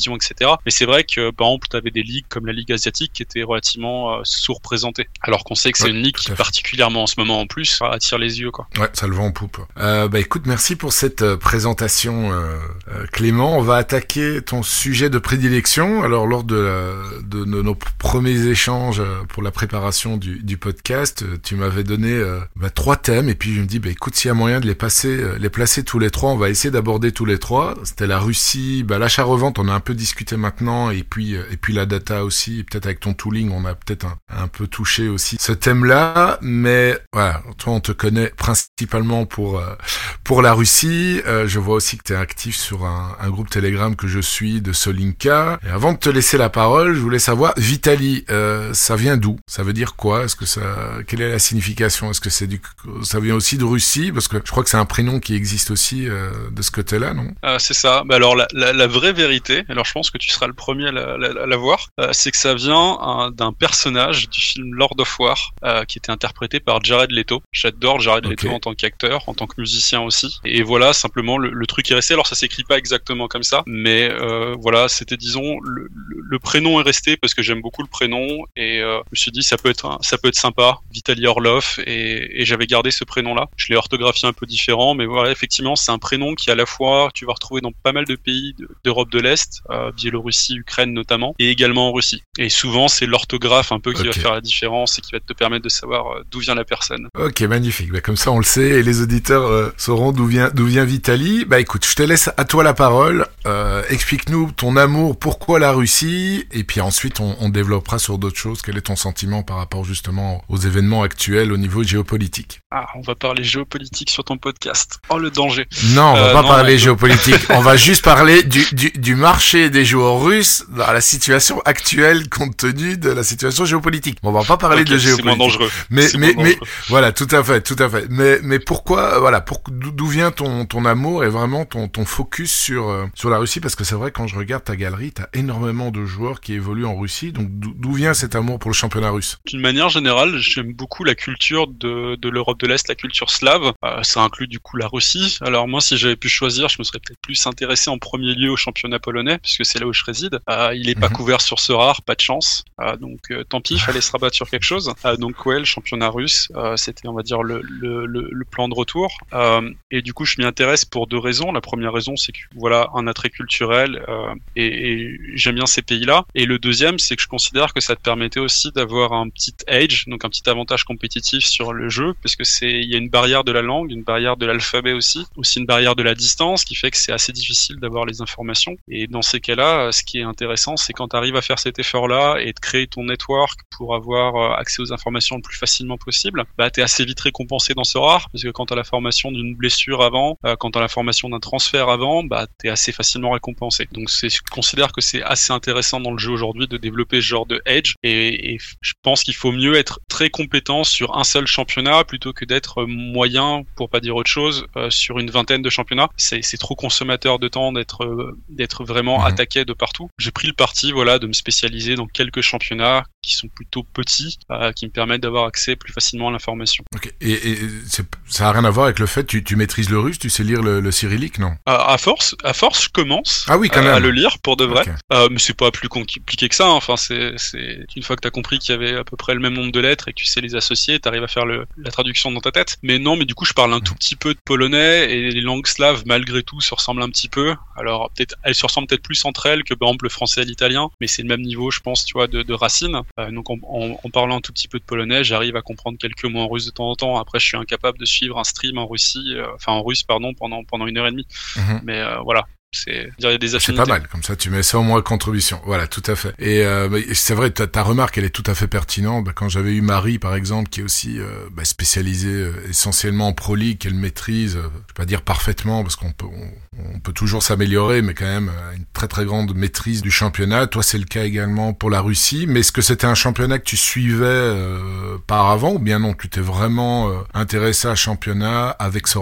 télévision, et cetera. Mais c'est vrai que, par exemple, tu avais des ligues comme la Ligue asiatique qui étaient relativement euh, sous-représentées. Alors qu'on sait que c'est ouais, une ligue qui, particulièrement en ce moment en plus, attire les yeux, quoi. Ouais, ça le vend en poupe. Euh, bah écoute, merci pour cette euh, présentation, euh, euh, Clément. On va attaquer ton sujet de prédilection. Alors, lors de, euh, de, de nos premiers échanges euh, pour la préparation du, du podcast, euh, tu m'avais donné euh, bah, trois thèmes, et puis je me dis, bah écoute, s'il y a moyen de les passer, euh, les placer tous les trois, on va essayer d'aborder tous les trois. C'était la Russie, bah l'achat-revente, on a un peu discuté maintenant, et puis euh, et puis la data aussi, et peut-être avec ton tooling, on a peut-être un, un peu touché aussi ce thème-là. Mais voilà, toi, on te connaît principalement pour euh, pour la Russie. Euh, je vois aussi que tu es actif sur un, un groupe Telegram que je suis de Solinka. Et avant de te laisser la parole, je voulais savoir, Vitali, euh, ça vient d'où? Ça veut dire quoi? Est-ce que ça, quelle est la signification? Est-ce que c'est du, ça vient aussi de Russie? Parce que je crois que c'est un prénom qui existe aussi euh, de ce côté-là, non? Euh, c'est ça. Bah alors la, la, la vraie vérité, alors je pense que tu seras le premier à la, la, à la voir, euh, c'est que ça vient hein, d'un personnage du film Lord of War euh, qui était interprété par Jared Leto. J'adore Jared okay. Leto en tant qu'acteur, en tant que musicien aussi. Et voilà, simplement le, le truc est resté. Alors ça s'écrit pas exactement comme ça, mais euh, voilà, c'était disons le, le, le prénom est resté parce que j'aime beaucoup le prénom et euh, je me suis dit ça peut être un, ça peut être sympa, Vitaly Orlov, et, et j'avais gardé ce prénom-là. Je l'ai orthographié un peu différent, mais voilà, effectivement, c'est un prénom qui à la fois tu vas retrouver dans pas mal de pays de, d'Europe de l'Est, euh, Biélorussie, Ukraine notamment, et également en Russie. Et souvent c'est l'orthographe un peu qui okay. va faire la différence et qui va te permettre de savoir euh, d'où vient la personne. Ok, magnifique. Bah, comme ça on le sait et les auditeurs euh, sauront d'où vient d'où vient Vitali. Bah écoute, je te laisse à toi la parole. Euh, explique-nous ton amour, pourquoi la Russie, et puis ensuite on, on développera sur d'autres choses. Quel est ton sentiment par rapport justement aux événements actuels au niveau géopolitique? Ah, on va parler géopolitique sur ton podcast. Oh le danger. Non, on va euh, pas non, parler mais... géopolitique. On va juste parler du, du, du marché des joueurs russes dans la situation actuelle compte tenu de la situation géopolitique. On va pas parler okay, de géopolitique. C'est moins dangereux. Mais c'est mais moins mais dangereux. Voilà, tout à fait, tout à fait. Mais mais pourquoi voilà, pour, d'où vient ton ton amour et vraiment ton ton focus sur euh, sur la Russie, parce que c'est vrai quand je regarde ta galerie, t'as énormément de joueurs qui évoluent en Russie. Donc d'où vient cet amour pour le championnat russe? D'une manière générale, j'aime beaucoup la culture de de l'Europe de l'Est, la culture slave. Euh, ça inclut du coup la Russie. Alors moi, si j'avais pu choisir, je me serais peut-être plus intéressé en premier lieu au championnat polonais, puisque c'est là où je réside. Euh, il est pas mmh. couvert sur ce rare, pas de chance. Euh, donc euh, tant pis, il fallait se rabattre sur quelque chose. Euh, donc ouais, le championnat russe, euh, c'était on va dire le le le, le plan de retour. Euh, et du coup, je m'y intéresse pour deux raisons. La première raison, c'est que voilà un attrait culturel euh, et, et j'aime bien ces pays-là. Et le deuxième, c'est que je considère que ça te permettait aussi d'avoir un petit edge, donc un petit avantage compétitif sur le jeu, parce que c'est il y a une barrière de la langue, une barrière de l'alphabet aussi, aussi une barrière de la distance, qui fait que c'est assez difficile d'avoir les informations. Et dans ces cas-là, ce qui est intéressant, c'est quand tu arrives à faire cet effort-là et de créer ton network pour avoir accès aux informations le plus facilement possible, bah t'es assez vite récompensé dans ce rare, parce que quand t'as la formation d'une blessure avant, euh, quand t'as la formation d'un transfert avant, bah t'es assez facilement récompensé. Donc c'est, je considère que c'est assez intéressant dans le jeu aujourd'hui de développer ce genre de edge, et, et je pense qu'il faut mieux être très compétent sur un seul championnat plutôt que d'être moyen, pour pas dire autre chose, euh, sur une vingtaine de championnats. C'est, c'est trop consommateur de temps d'être euh, d'être vraiment mmh. attaqué de partout. J'ai pris le parti, voilà, de me spécialiser dans quelques championnats qui sont plutôt petits, euh, qui me permettent d'avoir accès plus facilement à l'information. Ok. Et, et c'est, ça a rien à voir avec le fait tu tu maîtrises le russe, tu sais lire le, le cyrillique, non? À, à force, à force, je commence ah oui, quand à, même. à le lire pour de vrai. Okay. Euh, mais c'est pas plus compliqué que ça. Hein. Enfin, c'est c'est une fois que t'as compris qu'il y avait à peu près le même nombre de lettres et que tu sais les associer, t'arrives à faire le, la traduction dans ta tête. Mais non, mais du coup, je parle un tout petit peu de polonais et les langues slaves, malgré tout, se ressemblent un petit peu. Alors peut-être, elles se ressemblent peut-être plus entre elles que par exemple le français et l'italien, mais c'est le même niveau, je pense, tu vois, de, de racines. Euh, donc en, en, en parlant un tout petit peu de polonais, j'arrive à comprendre quelques mots en russe de temps en temps. Après, je suis incapable de suivre un stream en Russie, euh, enfin en russe, pardon, pendant pendant une heure et demie. Mmh. Mais euh, voilà. C'est, il y a des affinités. C'est pas mal, comme ça tu mets ça au moins à contribution. Voilà, tout à fait. Et euh, bah, c'est vrai, ta, ta remarque, elle est tout à fait pertinente. Bah, quand j'avais eu Marie, par exemple, qui est aussi euh, bah, spécialisée euh, essentiellement en Pro League, qu'elle maîtrise, euh, je vais pas dire parfaitement, parce qu'on peut, on, on peut toujours s'améliorer, mais quand même euh, une très très grande maîtrise du championnat. Toi, c'est le cas également pour la Russie. Mais est-ce que c'était un championnat que tu suivais euh, par avant, ou bien non, tu t'es vraiment euh, intéressé à un championnat avec Sorar?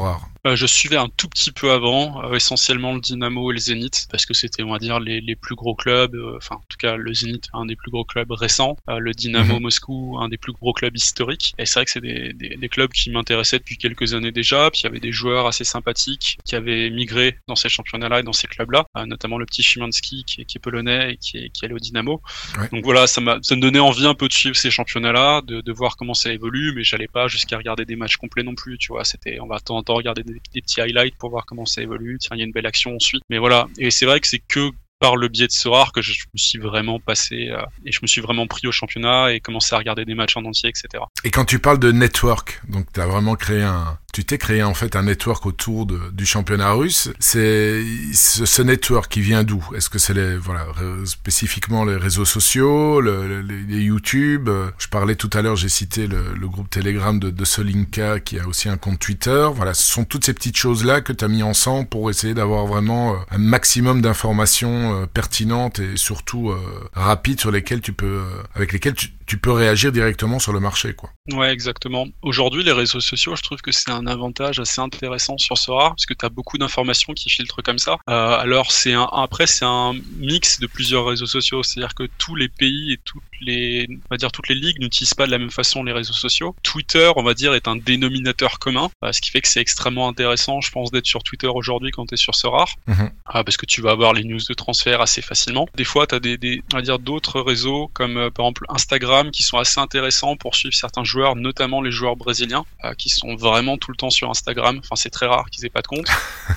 Euh, je suivais un tout petit peu avant, euh, essentiellement le Dynamo et le Zénith, parce que c'était, on va dire, les, les plus gros clubs, euh, enfin, en tout cas, le Zénith, un des plus gros clubs récents, euh, le Dynamo mmh. Moscou, un des plus gros clubs historiques. Et c'est vrai que c'est des, des, des clubs qui m'intéressaient depuis quelques années déjà, puis il y avait des joueurs assez sympathiques qui avaient migré dans ces championnats-là et dans ces clubs-là, euh, notamment le petit Szymanski qui est, qui est polonais et qui est, qui est allé au Dynamo. Ouais. Donc voilà, ça m'a, ça me donnait envie un peu de suivre ces championnats-là, de, de voir comment ça évolue, mais j'allais pas jusqu'à regarder des matchs complets non plus, tu vois. C'était, on va de temps en temps regarder des, des petits highlights pour voir comment ça évolue. Tiens, il y a une belle action, on suit. Mais voilà. Et c'est vrai que c'est que par le biais de Sorare que je me suis vraiment passé euh, et je me suis vraiment pris au championnat et commencé à regarder des matchs en entier, et cetera. Et quand tu parles de network, donc tu as vraiment créé un, tu t'es créé en fait un network autour de, du championnat russe. C'est ce, ce network qui vient d'où? Est-ce que c'est les, voilà, spécifiquement les réseaux sociaux, le, les, les YouTube? Je parlais tout à l'heure, j'ai cité le, le groupe Telegram de, de Solinka qui a aussi un compte Twitter. Voilà, ce sont toutes ces petites choses-là que tu as mis ensemble pour essayer d'avoir vraiment un maximum d'informations pertinentes et surtout euh, rapides sur lesquelles tu peux, euh, avec lesquelles tu, tu peux réagir directement sur le marché, quoi. Ouais, exactement. Aujourd'hui, les réseaux sociaux, je trouve que c'est un avantage assez intéressant sur Sorare parce que tu as beaucoup d'informations qui filtrent comme ça. Euh, alors c'est un, après c'est un mix de plusieurs réseaux sociaux, c'est-à-dire que tous les pays et toutes les, on va dire toutes les ligues n'utilisent pas de la même façon les réseaux sociaux. Twitter, on va dire, est un dénominateur commun, euh, ce qui fait que c'est extrêmement intéressant, je pense, d'être sur Twitter aujourd'hui quand tu es sur Sorare, mmh. euh, parce que tu vas avoir les news de transfert assez facilement. Des fois, tu as des, des, on va dire, d'autres réseaux comme euh, par exemple Instagram qui sont assez intéressants pour suivre certains joueurs, notamment les joueurs brésiliens, euh, qui sont vraiment tout le temps sur Instagram. Enfin, c'est très rare qu'ils aient pas de compte.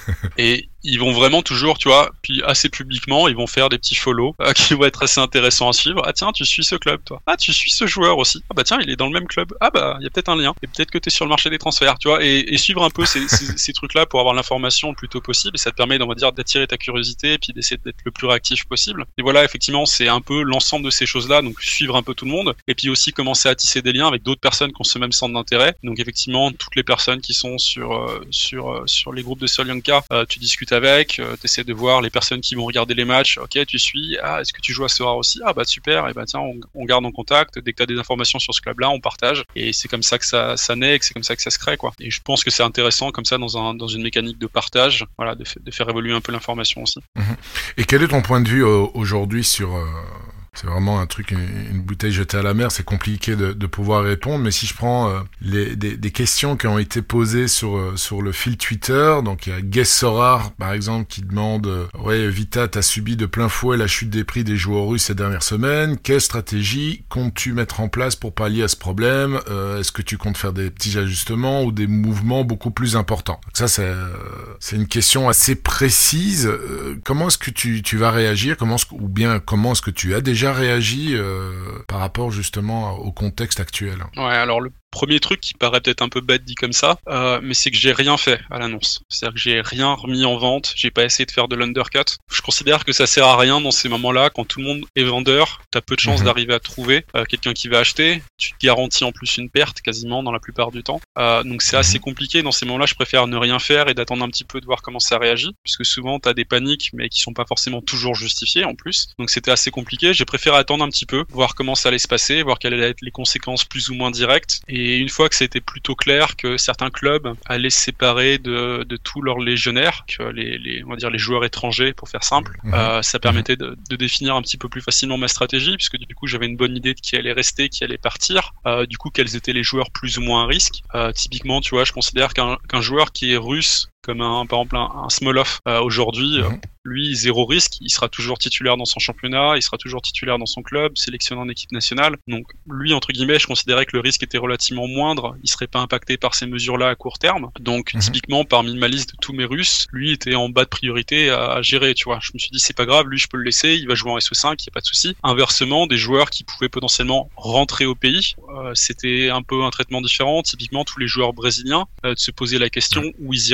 Et ils vont vraiment toujours, tu vois, puis assez publiquement, ils vont faire des petits follow euh, qui vont être assez intéressants à suivre. Ah tiens, tu suis ce club, toi. Ah, tu suis ce joueur aussi. Ah bah tiens, il est dans le même club. Ah bah, il y a peut-être un lien. Et peut-être que tu es sur le marché des transferts, tu vois. Et, et suivre un peu ces, ces, ces trucs-là pour avoir l'information le plus tôt possible. Et ça te permet, on va dire, d'attirer ta curiosité et puis d'essayer d'être le plus réactif possible. Et voilà, effectivement, c'est un peu l'ensemble de ces choses-là. Donc, suivre un peu tout le monde. Et puis aussi commencer à tisser des liens avec d'autres personnes qui ont ce même centre d'intérêt. Donc, effectivement, toutes les personnes qui sont sur, euh, sur, euh, sur les groupes de Solinka, euh, tu discutes avec, euh, t'essaies de voir les personnes qui vont regarder les matchs. Ok, tu suis. Ah, est-ce que tu joues à Sorare aussi? Ah, bah, super. Et bah, tiens, on, on garde en contact. Dès que t'as des informations sur ce club-là, on partage. Et c'est comme ça que ça, ça naît et que c'est comme ça que ça se crée, quoi. Et je pense que c'est intéressant, comme ça, dans un, dans une mécanique de partage, voilà, de, f- de faire évoluer un peu l'information aussi. Mmh. Et quel est ton point de vue euh, aujourd'hui sur, euh... c'est vraiment un truc, une, une bouteille jetée à la mer, c'est compliqué de, de pouvoir répondre, mais si je prends euh, les, des, des questions qui ont été posées sur, euh, sur le fil Twitter, donc il y a Guess Sorare, par exemple, qui demande euh, « Ouais, Vita, t'as subi de plein fouet la chute des prix des joueurs russes ces dernières semaines. Quelle stratégie comptes-tu mettre en place pour pallier à ce problème ? euh, Est-ce que tu comptes faire des petits ajustements ou des mouvements beaucoup plus importants ?» Donc ça, c'est, euh, c'est une question assez précise. Euh, comment est-ce que tu, tu vas réagir ? Comment est-ce, ou bien comment est-ce que tu as déjà réagi euh, par rapport justement au contexte actuel? Ouais, alors le premier truc qui paraît peut-être un peu bête dit comme ça, euh, mais c'est que j'ai rien fait à l'annonce. C'est-à-dire que j'ai rien remis en vente, j'ai pas essayé de faire de l'undercut. Je considère que ça sert à rien dans ces moments-là, quand tout le monde est vendeur, t'as peu de chances mmh. d'arriver à trouver euh, quelqu'un qui va acheter, tu te garantis en plus une perte quasiment dans la plupart du temps. Euh, donc c'est mmh. assez compliqué, dans ces moments-là je préfère ne rien faire et d'attendre un petit peu de voir comment ça réagit, puisque souvent t'as des paniques mais qui sont pas forcément toujours justifiées en plus. Donc c'était assez compliqué, j'ai préféré attendre un petit peu, voir comment ça allait se passer, voir quelles allaient être les conséquences plus ou moins directes. Et une fois que c'était plutôt clair que certains clubs allaient se séparer de, de tous leurs légionnaires, que les, les, on va dire les joueurs étrangers pour faire simple, mmh. euh, ça permettait de, de définir un petit peu plus facilement ma stratégie, puisque du coup j'avais une bonne idée de qui allait rester, qui allait partir, euh, du coup quels étaient les joueurs plus ou moins à risque. Euh, typiquement, tu vois, je considère qu'un, qu'un joueur qui est russe, comme un, par exemple un, un Smolov euh, aujourd'hui, mmh. euh, lui zéro risque, il sera toujours titulaire dans son championnat, il sera toujours titulaire dans son club, sélectionné en équipe nationale. Donc lui, entre guillemets, je considérais que le risque était relativement moindre, il serait pas impacté par ces mesures-là à court terme. Donc mmh. typiquement, parmi ma liste de tous mes Russes, lui était en bas de priorité à, à gérer, tu vois. Je me suis dit c'est pas grave, lui je peux le laisser, il va jouer en S E cinq, il y a pas de souci. Inversement, des joueurs qui pouvaient potentiellement rentrer au pays, euh, c'était un peu un traitement différent. Typiquement, tous les joueurs brésiliens, euh, de se poser la question où ils iraient.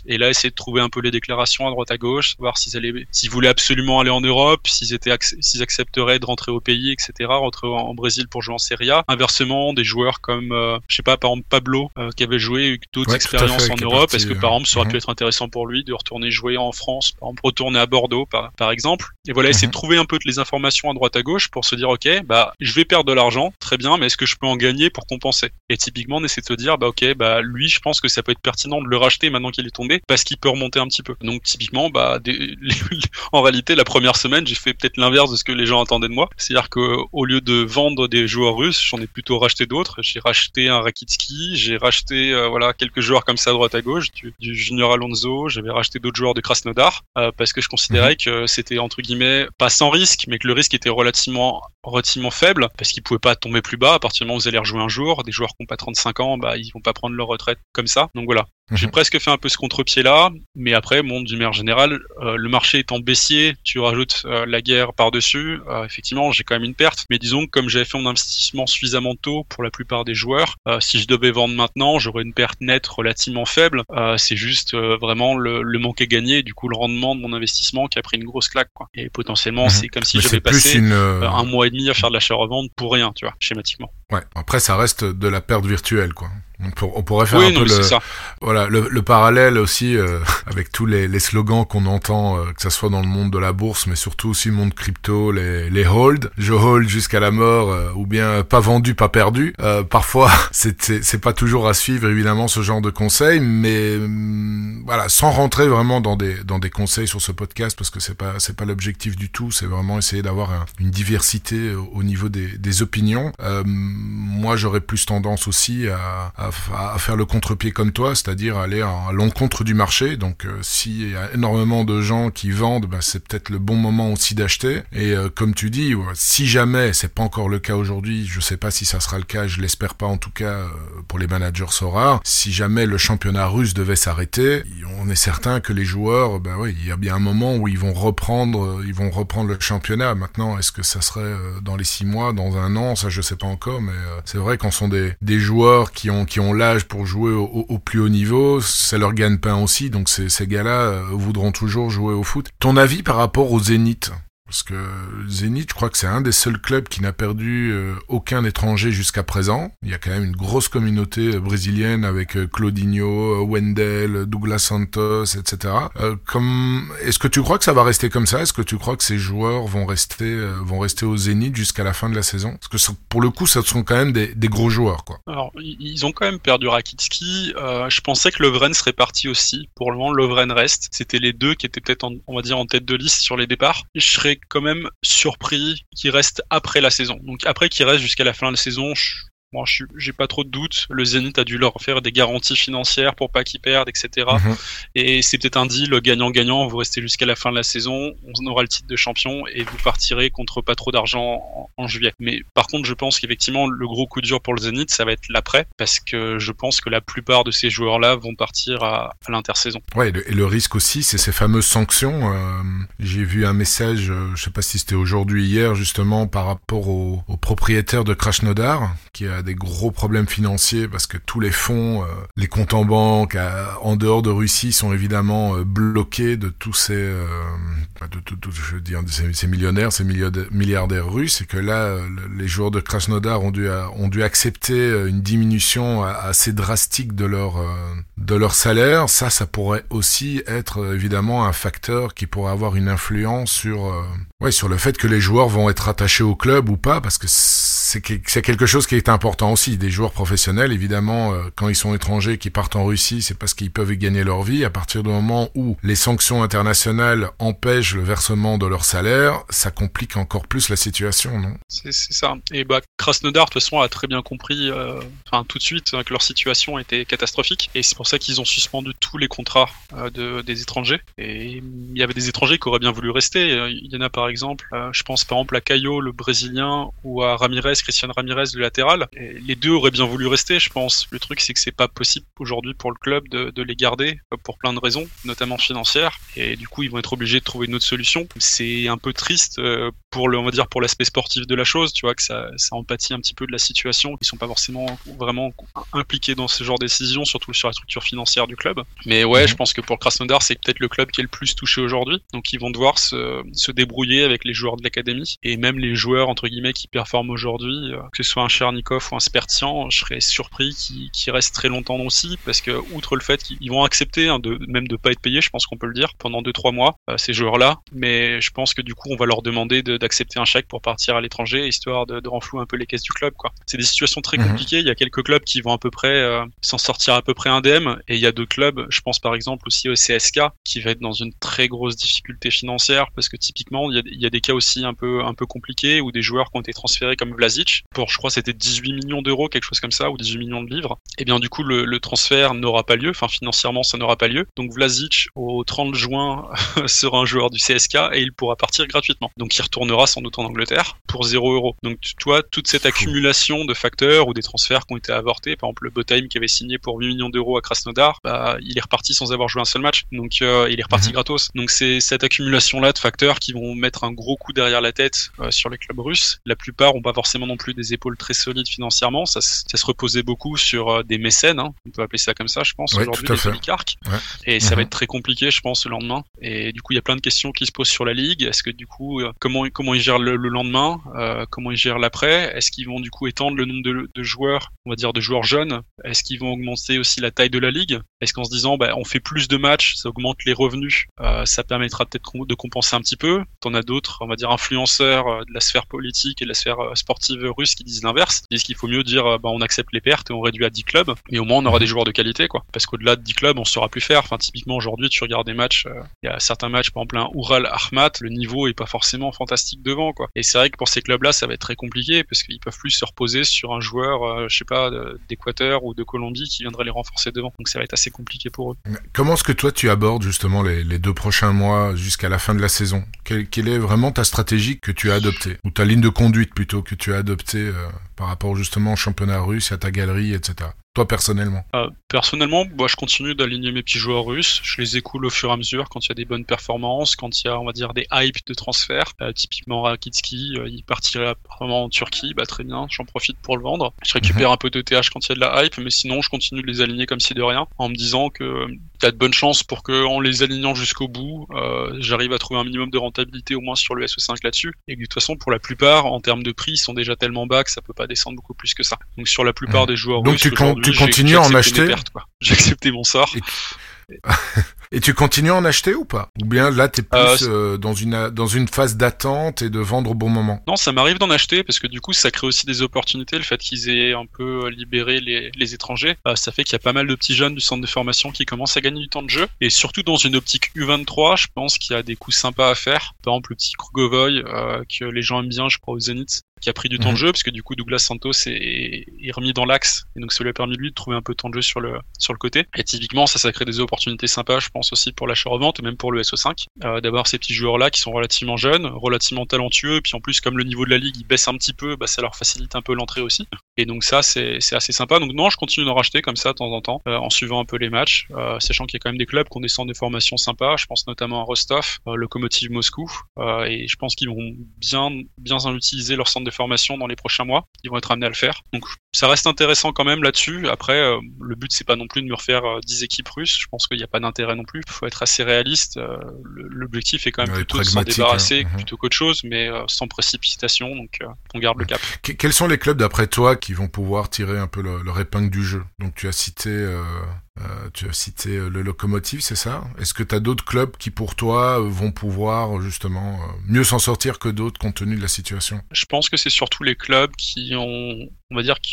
et là essayer de trouver un peu les déclarations à droite à gauche, voir s'ils allaient, s'ils voulaient absolument aller en Europe, s'ils étaient, s'ils accepteraient de rentrer au pays, et cetera. Rentrer en, en Brésil pour jouer en Serie A. Inversement, des joueurs comme, euh, je sais pas, par exemple Pablo, euh, qui avait joué eu d'autres ouais, expériences en Europe, parti, est-ce que par exemple ça aurait euh, pu être intéressant pour lui de retourner jouer en France, par exemple retourner à Bordeaux, par, par exemple. Et voilà, essayer uh-huh. de trouver un peu les informations à droite à gauche pour se dire, ok, bah je vais perdre de l'argent, très bien, mais est-ce que je peux en gagner pour compenser? Et typiquement, on essaie de se dire, bah ok, bah lui, je pense que ça peut être pertinent de le racheter maintenant qu'il est tombé, parce qu'il peut remonter un petit peu. Donc typiquement, bah des, les, en réalité, la première semaine, j'ai fait peut-être l'inverse de ce que les gens attendaient de moi, c'est-à-dire que au lieu de vendre des joueurs russes, j'en ai plutôt racheté d'autres. J'ai racheté un Rakitski, j'ai racheté euh, voilà quelques joueurs comme ça à droite à gauche, du, du Junior Alonso, j'avais racheté d'autres joueurs de Krasnodar euh, parce que je considérais mmh. que c'était entre guillemets pas sans risque, mais que le risque était relativement relativement faible parce qu'ils pouvaient pas tomber plus bas. À partir du moment où vous allez rejouer un jour, des joueurs qui ont pas trente-cinq ans, bah ils vont pas prendre leur retraite comme ça. Donc voilà. Mmh. J'ai presque fait un peu ce contre-pied-là, mais après, bon, d'une manière générale, euh, le marché étant baissier, tu rajoutes euh, la guerre par-dessus, euh, effectivement, j'ai quand même une perte. Mais disons que comme j'avais fait mon investissement suffisamment tôt pour la plupart des joueurs, euh, si je devais vendre maintenant, j'aurais une perte nette relativement faible. Euh, c'est juste euh, vraiment le, le manque à gagner, du coup le rendement de mon investissement qui a pris une grosse claque, quoi. Et potentiellement, mmh. c'est comme si mais j'avais passé une... euh, un mois et demi à faire de l'achat-revente pour rien, tu vois, schématiquement. Ouais. Après, ça reste de la perte virtuelle, quoi. On, pour, on pourrait faire oui, un non, peu le, ça. voilà, le, le parallèle aussi euh, avec tous les, les slogans qu'on entend, euh, que ça soit dans le monde de la bourse, mais surtout aussi le monde crypto, les, les hold, je hold jusqu'à la mort, euh, ou bien pas vendu, pas perdu. Euh, parfois, c'est, c'est, c'est pas toujours à suivre évidemment ce genre de conseils, mais hum, voilà, sans rentrer vraiment dans des dans des conseils sur ce podcast, parce que c'est pas c'est pas l'objectif du tout, c'est vraiment essayer d'avoir un, une diversité au, au niveau des, des opinions. Euh, moi, j'aurais plus tendance aussi à, à à faire le contre-pied comme toi, c'est-à-dire aller à l'encontre du marché. Donc euh, s'il y a énormément de gens qui vendent, bah, c'est peut-être le bon moment aussi d'acheter. Et euh, comme tu dis, ouais, si jamais, c'est pas encore le cas aujourd'hui, je sais pas si ça sera le cas, je l'espère pas en tout cas euh, pour les managers Sorare, si jamais le championnat russe devait s'arrêter, on est certain que les joueurs, bah oui, il y a bien un moment où ils vont reprendre, ils vont reprendre le championnat. Maintenant, est-ce que ça serait euh, dans les six mois, dans un an, ça je sais pas encore, mais euh, c'est vrai qu'on sont des des joueurs qui ont qui ont l'âge pour jouer au, au, au plus haut niveau, c'est leur gagne-pain aussi, donc ces, ces gars-là euh, voudront toujours jouer au foot. Ton avis par rapport au Zénith ? Parce que Zénith, je crois que c'est un des seuls clubs qui n'a perdu euh, aucun étranger jusqu'à présent. Il y a quand même une grosse communauté euh, brésilienne avec euh, Claudinho, euh, Wendel, Douglas Santos, et cetera. Euh, comme... Est-ce que tu crois que ça va rester comme ça ? Est-ce que tu crois que ces joueurs vont rester euh, vont rester au Zénith jusqu'à la fin de la saison ? Parce que ça, pour le coup, ça sont quand même des, des gros joueurs, quoi. Alors, ils ont quand même perdu Rakitski. Euh, je pensais que Lovren serait parti aussi. Pour le moment, Lovren reste. C'était les deux qui étaient peut-être, en, on va dire, en tête de liste sur les départs. Je serais quand même surpris qu'il reste après la saison. Donc après qu'il reste jusqu'à la fin de la saison, je... Moi, je suis, j'ai pas trop de doutes. Le Zénith a dû leur faire des garanties financières pour pas qu'ils perdent, et cetera. Mmh. Et c'est peut-être un deal gagnant-gagnant. Vous restez jusqu'à la fin de la saison, on aura le titre de champion et vous partirez contre pas trop d'argent en, en juillet. Mais par contre, je pense qu'effectivement, le gros coup dur pour le Zénith, ça va être l'après, parce que je pense que la plupart de ces joueurs-là vont partir à, à l'intersaison. Ouais, et le, et le risque aussi, c'est ces fameuses sanctions. Euh, j'ai vu un message, euh, je sais pas si c'était aujourd'hui, hier, justement, par rapport au, au propriétaire de Krasnodar, qui a des gros problèmes financiers parce que tous les fonds, euh, les comptes en banque à, en dehors de Russie sont évidemment euh, bloqués de tous ces, euh, de, de, de, je veux dire, ces, ces millionnaires, ces milliardaires russes, et que là, euh, les joueurs de Krasnodar ont dû, ont dû accepter une diminution assez drastique de leur, euh, de leur salaire. Ça, ça pourrait aussi être évidemment un facteur qui pourrait avoir une influence sur, euh, ouais, sur le fait que les joueurs vont être attachés au club ou pas, parce que c'est, c'est quelque chose qui est important aussi. Des joueurs professionnels, évidemment, euh, quand ils sont étrangers, qui partent en Russie, c'est parce qu'ils peuvent y gagner leur vie. À partir du moment où les sanctions internationales empêchent le versement de leur salaire, ça complique encore plus la situation, non ? C'est, c'est ça. Et bah, Krasnodar, de toute façon, a très bien compris, euh, enfin tout de suite, hein, que leur situation était catastrophique. Et c'est pour ça qu'ils ont suspendu tous les contrats euh, de, des étrangers. Et il y avait des étrangers qui auraient bien voulu rester. Il y en a par exemple, euh, je pense par exemple à Caio, le Brésilien, ou à Ramirez, Christian Ramirez le latéral. Et les deux auraient bien voulu rester, je pense. Le truc, c'est que c'est pas possible aujourd'hui pour le club de, de les garder pour plein de raisons, notamment financières. Et du coup, ils vont être obligés de trouver une autre solution. C'est un peu triste pour le, on va dire, pour l'aspect sportif de la chose. Tu vois que ça, ça empathie un petit peu de la situation. Ils sont pas forcément vraiment impliqués dans ce genre de décisions, surtout sur la structure financière du club. Mais ouais, mmh. je pense que pour le Krasnodar, c'est peut-être le club qui est le plus touché aujourd'hui. Donc ils vont devoir se, se débrouiller avec les joueurs de l'académie et même les joueurs entre guillemets qui performent aujourd'hui, que ce soit un Chernikov ou un Spertian, je serais surpris qu'ils, qu'ils restent très longtemps aussi, parce que outre le fait qu'ils vont accepter hein, de même de pas être payés, je pense qu'on peut le dire, pendant deux trois mois euh, ces joueurs-là, mais je pense que du coup on va leur demander de, d'accepter un chèque pour partir à l'étranger, histoire de, de renflouer un peu les caisses du club, quoi. C'est des situations très mmh. compliquées. Il y a quelques clubs qui vont à peu près euh, s'en sortir à peu près indemnes, et il y a d'autres clubs, je pense par exemple aussi au C S K, qui va être dans une très grosse difficulté financière, parce que typiquement il y a, il y a des cas aussi un peu un peu compliqués où des joueurs qui ont été transférés comme Vlasic pour, je crois c'était dix-huit millions d'euros, quelque chose comme ça, ou dix-huit millions de livres, et bien du coup le, le transfert n'aura pas lieu, enfin financièrement ça n'aura pas lieu, donc Vlasic au trente juin sera un joueur du C S K et il pourra partir gratuitement, donc il retournera sans doute en Angleterre pour zéro euro. Donc tu vois, toute cette accumulation de facteurs ou des transferts qui ont été avortés, par exemple le Botheim qui avait signé pour huit millions d'euros à Krasnodar, bah, il est reparti sans avoir joué un seul match, donc euh, il est reparti mmh. gratos. Donc c'est cette accumulation là de facteurs qui vont mettre un gros coup derrière la tête euh, sur les clubs russes. La plupart ont pas forcément non plus des épaules très solides financièrement, ça, ça se reposait beaucoup sur euh, des mécènes, hein. On peut appeler ça comme ça je pense, ouais, aujourd'hui des oligarques, ouais. et mmh. ça va être très compliqué je pense le lendemain, et du coup il y a plein de questions qui se posent sur la ligue. Est-ce que du coup euh, comment, comment ils gèrent le, le lendemain, euh, comment ils gèrent l'après, est-ce qu'ils vont du coup étendre le nombre de, de joueurs, on va dire de joueurs jeunes, est-ce qu'ils vont augmenter aussi la taille de la ligue, est-ce qu'en se disant bah, on fait plus de matchs, ça augmente les revenus, euh, ça permettra peut-être de compenser un petit peu. T'en as d'autres, on va dire influenceurs euh, de la sphère politique et de la sphère euh, sportive russe qui disent l'inverse, ils disent qu'il faut mieux dire euh, bah, on accepte les pertes et on réduit à dix clubs, mais au moins on aura des joueurs de qualité, quoi, parce qu'au-delà de dix clubs on saura plus faire. Enfin typiquement aujourd'hui tu regardes des matchs, il euh, y a certains matchs par exemple un Ural Akhmat, le niveau est pas forcément fantastique devant, quoi, et c'est vrai que pour ces clubs là ça va être très compliqué parce qu'ils peuvent plus se reposer sur un joueur euh, je sais pas d'Équateur ou de Colombie qui viendrait les renforcer devant, donc ça va être assez compliqué pour eux. Comment est-ce que toi tu abordes justement les, les deux prochains mois jusqu'à la fin de la saison? Quelle, quelle est vraiment ta stratégie que tu as adoptée, ou ta ligne de conduite plutôt que tu as adoptée euh, par rapport justement au championnat russe, à ta galerie, et cetera. Toi personnellement euh, Personnellement, bah, je continue d'aligner mes petits joueurs russes. Je les écoule au fur et à mesure quand il y a des bonnes performances, quand il y a, on va dire, des hypes de transfert. Euh, typiquement Rakitski, euh, il partirait apparemment en Turquie, bah très bien, j'en profite pour le vendre. Je récupère mmh. un peu de T H quand il y a de la hype, mais sinon je continue de les aligner comme si de rien, en me disant que il y a de bonnes chances pour que, en les alignant jusqu'au bout, euh, j'arrive à trouver un minimum de rentabilité au moins sur le S E cinq là-dessus. Et que de toute façon, pour la plupart, en termes de prix, ils sont déjà tellement bas que ça peut pas descendre beaucoup plus que ça. Donc sur la plupart mmh. des joueurs Donc russes, tu, con- tu continues à en acheter. Pertes, quoi. J'ai accepté mon sort. Et... Et tu continues à en acheter ou pas? Ou bien là t'es plus euh, euh, dans une dans une phase d'attente et de vendre au bon moment? Non, ça m'arrive d'en acheter parce que du coup ça crée aussi des opportunités, le fait qu'ils aient un peu libéré les, les étrangers. Euh, ça fait qu'il y a pas mal de petits jeunes du centre de formation qui commencent à gagner du temps de jeu, et surtout dans une optique U vingt-trois, je pense qu'il y a des coups sympas à faire. Par exemple le petit Krugovoy euh, que les gens aiment bien, je crois, au Zénith, qui a pris du mmh. temps de jeu parce que du coup Douglas Santos est, est remis dans l'axe, et donc ça lui a permis lui de trouver un peu de temps de jeu sur le sur le côté. Et typiquement ça, ça crée des opportunités sympas, je pense aussi pour l'achat-revente, même pour le S E cinq, euh, d'avoir ces petits joueurs là qui sont relativement jeunes, relativement talentueux, et puis en plus comme le niveau de la ligue il baisse un petit peu, bah ça leur facilite un peu l'entrée aussi, et donc ça c'est c'est assez sympa. Donc non, je continue d'en racheter comme ça de temps en temps, euh, en suivant un peu les matchs, euh, sachant qu'il y a quand même des clubs qui ont des centres de formation sympas. Je pense notamment à Rostov, euh, Lokomotiv Moscou, euh, et je pense qu'ils vont bien bien utiliser leur centre de formation dans les prochains mois, ils vont être amenés à le faire, donc ça reste intéressant quand même là-dessus. Après euh, le but c'est pas non plus de me refaire euh, dix équipes russes, je pense qu'il n'y a pas d'intérêt non plus, il faut être assez réaliste. Euh, l'objectif est quand même ouais, plutôt de s'en débarrasser hein. plutôt qu'autre chose, mais euh, sans précipitation, donc euh, on garde ouais. le cap. Qu- quels sont les clubs d'après toi qui vont pouvoir tirer un peu le, leur épingle du jeu? Donc tu as cité euh, euh, tu as cité euh, le Lokomotiv, c'est ça? Est-ce que tu as d'autres clubs qui pour toi euh, vont pouvoir justement euh, mieux s'en sortir que d'autres compte tenu de la situation? Je pense que c'est surtout les clubs qui ont, on va dire, qui,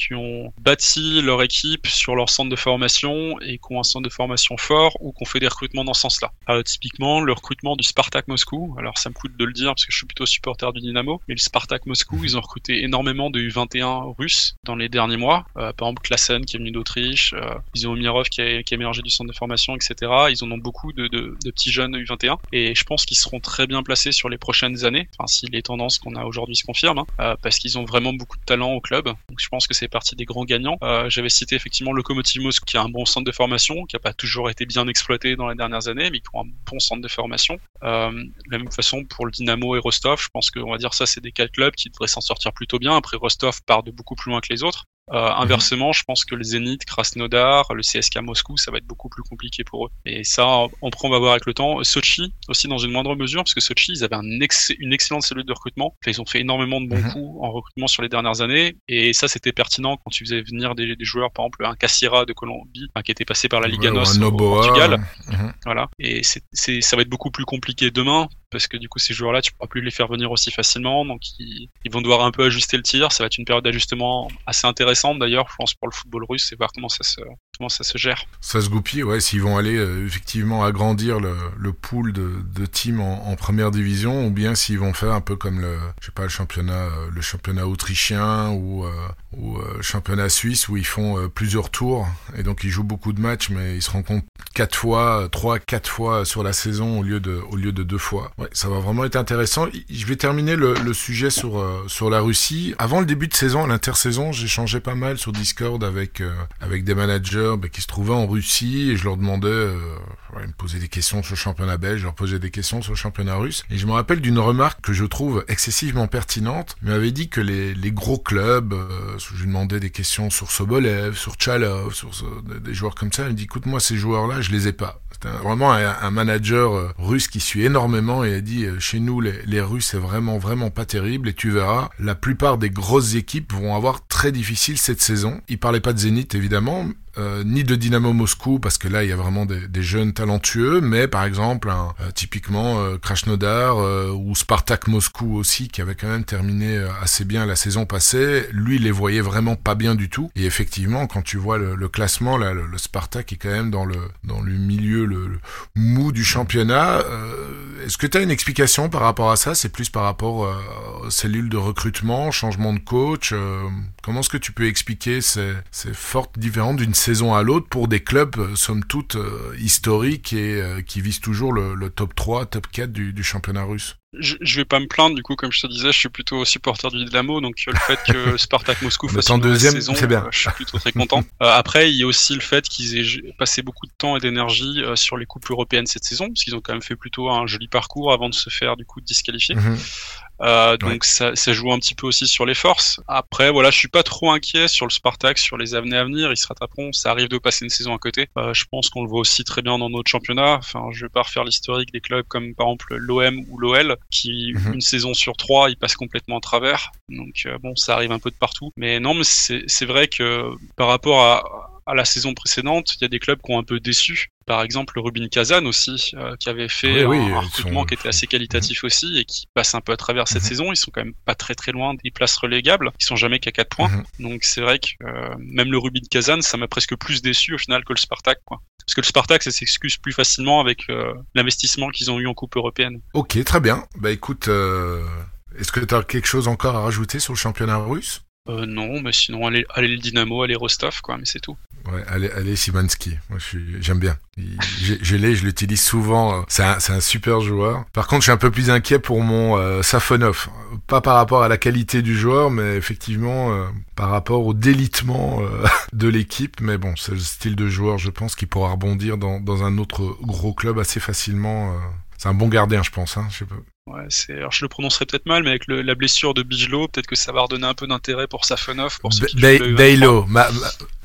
qui ont bâti leur équipe sur leur centre de formation et qui ont un centre de formation fort ou qui ont fait des recrutements dans ce sens-là. Alors, typiquement, le recrutement du Spartak Moscou, alors ça me coûte de le dire parce que je suis plutôt supporter du Dynamo, mais le Spartak Moscou, ils ont recruté énormément de U vingt et un russes dans les derniers mois. Euh, par exemple, Klassen qui est venu d'Autriche, euh, ils ont Omirov qui a, qui a émergé du centre de formation, et cetera. Ils en ont beaucoup de, de, de petits jeunes U vingt et un et je pense qu'ils seront très bien placés sur les prochaines années, enfin si les tendances qu'on a aujourd'hui se confirment, hein, euh, parce qu'ils ont vraiment beaucoup de talent au club. Donc je pense que c'est partie des grands gagnants. Euh, j'avais cité effectivement Lokomotiv Moscou qui a un bon centre de formation, qui a pas toujours été bien exploité dans les dernières années, mais qui ont un bon centre de formation. Euh, de la même façon pour le Dynamo et Rostov, je pense qu'on va dire ça c'est des quatre clubs qui devraient s'en sortir plutôt bien. Après Rostov part de beaucoup plus loin que les autres. Euh, inversement, je pense que le Zénith, Krasnodar, le C S K Moscou, ça va être beaucoup plus compliqué pour eux. Et ça, après, on va voir avec le temps. Sochi, aussi dans une moindre mesure, parce que Sochi, ils avaient un ex- une excellente cellule de recrutement. Enfin, ils ont fait énormément de bons mmh. coups en recrutement sur les dernières années. Et ça, c'était pertinent quand tu faisais venir des, des joueurs, par exemple, un Cassira de Colombie, hein, qui était passé par la Liga N O S ouais, au, au Portugal. Mmh. Voilà. Et c'est, c'est, ça va être beaucoup plus compliqué demain, parce que du coup, ces joueurs-là, tu pourras plus les faire venir aussi facilement. Donc, ils, ils vont devoir un peu ajuster le tir. Ça va être une période d'ajustement assez intéressante, d'ailleurs, je pense, pour le football russe et voir comment ça se, comment ça se gère. Ça se goupille, ouais, s'ils vont aller euh, effectivement agrandir le, le pool de, de teams en, en première division, ou bien s'ils vont faire un peu comme le, je sais pas, le championnat, euh, le championnat autrichien ou, euh, ou euh, le championnat suisse où ils font euh, plusieurs tours et donc ils jouent beaucoup de matchs, mais ils se rencontrent quatre fois, trois, quatre fois sur la saison au lieu de, au lieu de deux fois. Ouais, ça va vraiment être intéressant. Je vais terminer le, le sujet sur, euh, sur la Russie. Avant le début de saison, à l'intersaison, j'échangeais pas mal sur Discord avec euh, avec des managers bah, qui se trouvaient en Russie et je leur demandais, euh, ouais, ils me posaient des questions sur le championnat belge, je leur posais des questions sur le championnat russe et je me rappelle d'une remarque que je trouve excessivement pertinente. Ils m'avaient dit que les les gros clubs, euh, je lui demandais des questions sur Sobolev, sur Tchalov, sur ce, des, des joueurs comme ça, il me dit écoute moi ces joueurs là je les ai pas. C'était un, vraiment un, un manager euh, russe qui suit énormément et a dit euh, chez nous les, les Russes c'est vraiment vraiment pas terrible et tu verras la plupart des grosses équipes vont avoir très difficile cette saison. Il parlait pas de Zénith évidemment, euh, ni de Dynamo Moscou parce que là il y a vraiment des, des jeunes talentueux, mais par exemple un, euh, typiquement euh, Krasnodar euh, ou Spartak Moscou aussi qui avait quand même terminé euh, assez bien la saison passée. Lui il les voyait vraiment pas bien du tout et effectivement quand tu vois le, le classement là, le, le Spartak est quand même dans le dans le milieu le, le mou du championnat. Euh, est-ce que tu as une explication par rapport à ça? C'est plus par rapport euh, aux cellules de recrutement, changement de coach. Euh, comment est-ce que tu peux expliquer ces, ces fortes différences d'une saison à l'autre pour des clubs, euh, somme toute, euh, historiques et euh, qui visent toujours le, le top trois, top quatre du, du championnat russe? Je, je vais pas me plaindre, du coup, comme je te disais, je suis plutôt supporter du Dynamo, donc le fait que Spartak Moscou fasse une deuxième, saison, c'est bien. Euh, je suis plutôt très content. Euh, après, il y a aussi le fait qu'ils aient passé beaucoup de temps et d'énergie euh, sur les coupes européennes cette saison, parce qu'ils ont quand même fait plutôt un joli parcours avant de se faire, du coup, disqualifier. Mm-hmm. Euh, donc ouais. ça, ça joue un petit peu aussi sur les forces. Après, voilà, je suis pas trop inquiet sur le Spartak, sur les années à venir. Ils se rattraperont. Ça arrive de passer une saison à côté. Euh, je pense qu'on le voit aussi très bien dans notre championnat. Enfin, je vais pas refaire l'historique des clubs comme par exemple l'O M ou l'O L, qui mm-hmm. une saison sur trois, ils passent complètement à travers. Donc euh, bon, ça arrive un peu de partout. Mais non, mais c'est, c'est vrai que par rapport à à la saison précédente, il y a des clubs qui ont un peu déçu. Par exemple, le Rubin Kazan aussi, euh, qui avait fait oui, un, oui, un recrutement sont... qui était assez qualitatif mmh. aussi et qui passe un peu à travers cette mmh. saison. Ils sont quand même pas très très loin des places relégables. Ils sont jamais qu'à quatre points. Mmh. Donc c'est vrai que euh, même le Rubin Kazan, ça m'a presque plus déçu au final que le Spartak, quoi. Parce que le Spartak, ça s'excuse plus facilement avec euh, l'investissement qu'ils ont eu en Coupe européenne. Ok, très bien. Bah écoute, euh... est-ce que tu as quelque chose encore à rajouter sur le championnat russe? Euh, non, mais sinon, allez, allez le Dynamo, allez Rostov, quoi, mais c'est tout. Ouais, allez, allez Simansky. Moi, je suis, j'aime bien. Il, j'ai, je l'ai, je l'utilise souvent. C'est un, c'est un super joueur. Par contre, je suis un peu plus inquiet pour mon euh, Safonov. Pas par rapport à la qualité du joueur, mais effectivement, euh, par rapport au délitement euh, de l'équipe. Mais bon, c'est le style de joueur, je pense, qui pourra rebondir dans, dans un autre gros club assez facilement. Euh. C'est un bon gardien, je pense. Hein, je sais pas. Ouais, c'est... Alors, je le prononcerai peut-être mal, mais avec le, la blessure de Bijlo, peut-être que ça va redonner un peu d'intérêt pour Safonov. Pour ceux qui Be- Be- Beilo, ma, ma,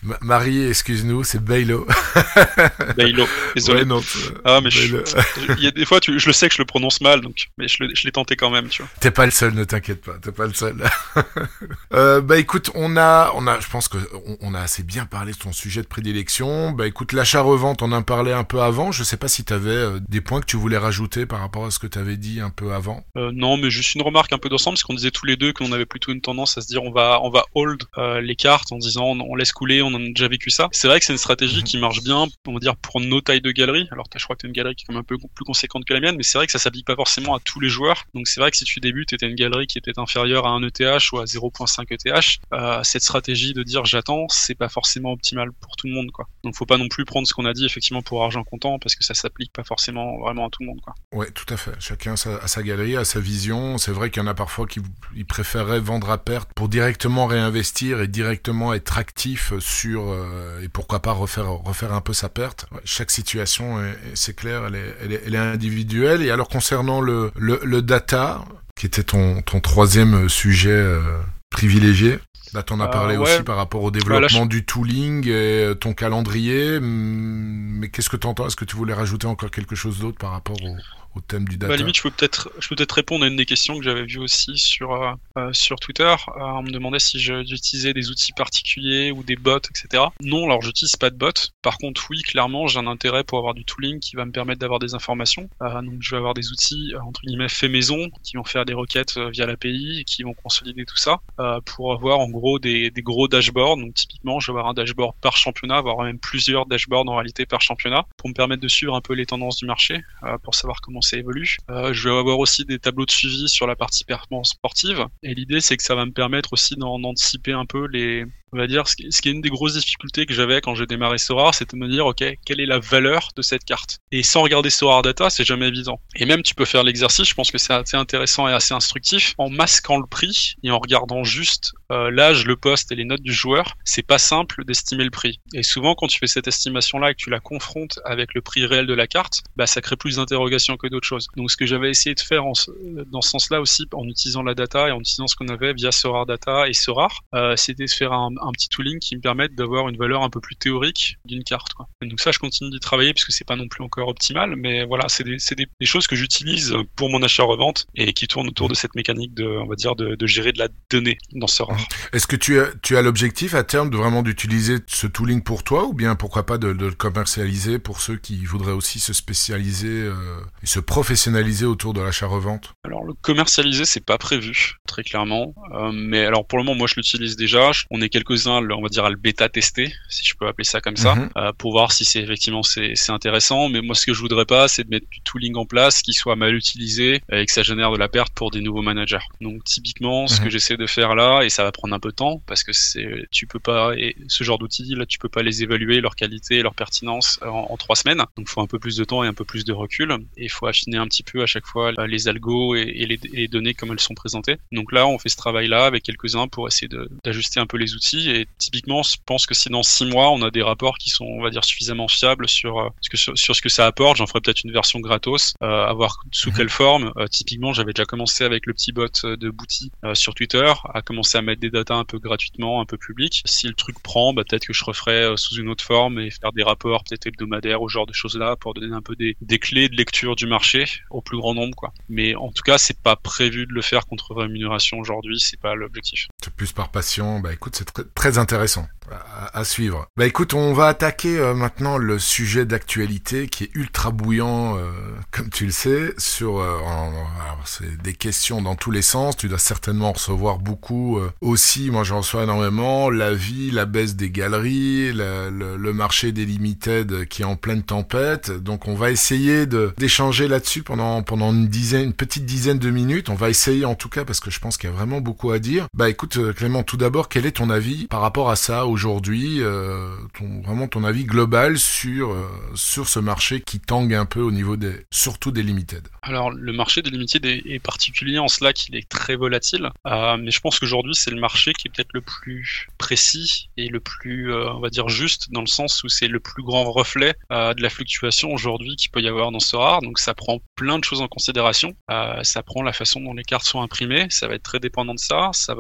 Ma- Marie, excuse-nous, c'est Baylo. Baylo, désolé. Ouais, non, ah, mais Baylo. je, il y a des fois, tu, je le sais que je le prononce mal, donc, mais je, le, je l'ai tenté quand même, tu vois. T'es pas le seul, ne t'inquiète pas, t'es pas le seul. euh, bah écoute, on a, on a, je pense que on, on a assez bien parlé de ton sujet de prédilection. Bah écoute, l'achat-revente, on en parlait un peu avant. Je sais pas si t'avais euh, des points que tu voulais rajouter par rapport à ce que t'avais dit un peu avant. Euh, non, mais juste une remarque un peu d'ensemble, parce qu'on disait tous les deux qu'on avait plutôt une tendance à se dire on va, on va hold euh, les cartes en disant on, on laisse couler, on en a déjà vécu ça. C'est vrai que c'est une stratégie mm-hmm. qui marche bien, on va dire pour nos tailles de galerie. Alors je crois que t'as une galerie qui est quand même un peu plus conséquente que la mienne, mais c'est vrai que ça s'applique pas forcément à tous les joueurs. Donc c'est vrai que si tu débutes et t'as une galerie qui est peut-être inférieure à un E T H ou à zéro virgule cinq E T H, euh, cette stratégie de dire j'attends, c'est pas forcément optimal pour tout le monde, quoi. Donc faut pas non plus prendre ce qu'on a dit effectivement pour argent comptant, parce que ça s'applique pas forcément vraiment à tout le monde, quoi. Ouais, tout à fait. Chacun a sa, a sa galerie, a sa vision. C'est vrai qu'il y en a parfois qui ils préféreraient vendre à perte pour directement réinvestir et directement être actif sur euh, et pourquoi pas refaire refaire un peu sa perte. Ouais, chaque situation, est, c'est clair, elle est, elle est, elle est individuelle. Et alors concernant le le, le data, qui était ton ton troisième sujet euh, privilégié. Là, t'en as parlé euh, ouais. aussi par rapport au développement voilà, je... du tooling et ton calendrier. Mais qu'est-ce que t'entends ? Est-ce que tu voulais rajouter encore quelque chose d'autre par rapport au, au thème du data ? Bah, limite, je peux peut-être, je peux peut-être répondre à une des questions que j'avais vues aussi sur euh, sur Twitter. Euh, on me demandait si je, j'utilisais des outils particuliers ou des bots, et cetera. Non, alors j'utilise pas de bots. Par contre, oui, clairement, j'ai un intérêt pour avoir du tooling qui va me permettre d'avoir des informations. Euh, donc, je vais avoir des outils euh, entre guillemets faits maison qui vont faire des requêtes euh, via l'A P I et qui vont consolider tout ça euh, pour avoir en gros des, des gros dashboards. Donc, typiquement, je vais avoir un dashboard par championnat, voire même plusieurs dashboards en réalité par championnat pour me permettre de suivre un peu les tendances du marché, euh, pour savoir comment ça évolue. Euh, je vais avoir aussi des tableaux de suivi sur la partie performance sportive. Et l'idée, c'est que ça va me permettre aussi d'en, d'anticiper un peu les, on va dire, ce qui, ce qui est une des grosses difficultés que j'avais quand j'ai démarré Sorare, c'était de me dire, ok, quelle est la valeur de cette carte ? Et sans regarder Sorare Data, c'est jamais évident. Et même, tu peux faire l'exercice, je pense que c'est assez intéressant et assez instructif, en masquant le prix et en regardant juste euh, l'âge, le poste et les notes du joueur, c'est pas simple d'estimer le prix. Et souvent, quand tu fais cette estimation-là et que tu la confrontes avec le prix réel de la carte, bah, ça crée plus d'interrogations que d'autres choses. Donc, ce que j'avais essayé de faire en, dans ce sens-là aussi, en utilisant la data et en utilisant ce qu'on avait via Sorare Data et Sorare, euh, c'était de faire un, un petit tooling qui me permette d'avoir une valeur un peu plus théorique d'une carte, quoi. Et donc ça, je continue d'y travailler puisque c'est pas non plus encore optimal, mais voilà, c'est des, c'est des, des choses que j'utilise pour mon achat-revente et qui tournent autour de cette mécanique de, on va dire, de, de gérer de la donnée dans Sorare. Est-ce que tu as, tu as l'objectif à terme de vraiment d'utiliser ce tooling pour toi, ou bien pourquoi pas de, de le commercialiser pour ceux qui voudraient aussi se spécialiser euh, et se professionnaliser autour de l'achat-revente ? Alors le commercialiser, c'est pas prévu, très clairement, euh, mais alors pour le moment, moi je l'utilise déjà. On est quelques-uns, on va dire, à le bêta-tester, si je peux appeler ça comme ça, mm-hmm. euh, pour voir si c'est effectivement c'est, c'est intéressant. Mais moi, ce que je voudrais pas, c'est de mettre du tooling en place qui soit mal utilisé et que ça génère de la perte pour des nouveaux managers. Donc typiquement, ce mm-hmm. que j'essaie de faire là, et ça va prendre un peu de temps parce que c'est, tu peux pas, et ce genre d'outils là, tu peux pas les évaluer, leur qualité, leur pertinence en, en trois semaines. Donc, il faut un peu plus de temps et un peu plus de recul, et il faut affiner un petit peu à chaque fois les algos et, et, les, et les données comme elles sont présentées. Donc là, on fait ce travail-là avec quelques-uns pour essayer de, d'ajuster un peu les outils. Et typiquement, je pense que si dans six mois, on a des rapports qui sont, on va dire, suffisamment fiables sur euh, ce que sur, sur ce que ça apporte, j'en ferai peut-être une version gratos, euh, à voir sous quelle forme. Euh, typiquement, j'avais déjà commencé avec le petit bot de Booty euh, sur Twitter, à commencer à mettre des datas un peu gratuitement, un peu publiques. Si le truc prend, bah, peut-être que je referai euh, sous une autre forme et faire des rapports peut-être hebdomadaires ou genre de choses-là pour donner un peu des, des clés de lecture du marché au plus grand nombre, quoi. Mais en tout cas, c'est pas prévu de le faire contre rémunération aujourd'hui, c'est pas l'objectif. C'est plus par passion. Bah écoute, c'est très, très intéressant à, à suivre. Bah écoute, on va attaquer euh, maintenant le sujet d'actualité qui est ultra bouillant, euh, comme tu le sais, sur euh, en, alors, c'est des questions dans tous les sens. Tu dois certainement en recevoir beaucoup euh, aussi. Moi, j'en reçois énormément. La vie, la baisse des galeries, la, le, le marché des limited qui est en pleine tempête. Donc, on va essayer de d'échanger là-dessus pendant pendant une dizaine, une petite dizaine de minutes. On va essayer en tout cas parce que je pense qu'il y a vraiment beaucoup à dire. Bah écoute, Clément, tout d'abord, quel est ton avis par rapport à ça aujourd'hui, euh, ton, vraiment ton avis global sur euh, sur ce marché qui tangue un peu au niveau des, surtout des limited. Alors le marché des limited est, est particulier en cela qu'il est très volatile, euh, mais je pense qu'aujourd'hui c'est le marché qui est peut-être le plus précis et le plus, euh, on va dire, juste dans le sens où c'est le plus grand reflet euh, de la fluctuation aujourd'hui qu'il peut y avoir dans Sorare. Donc ça prend plein de choses en considération. Euh, ça prend la façon dont les cartes sont imprimées, ça va être très dépendant de ça. Ça va prendre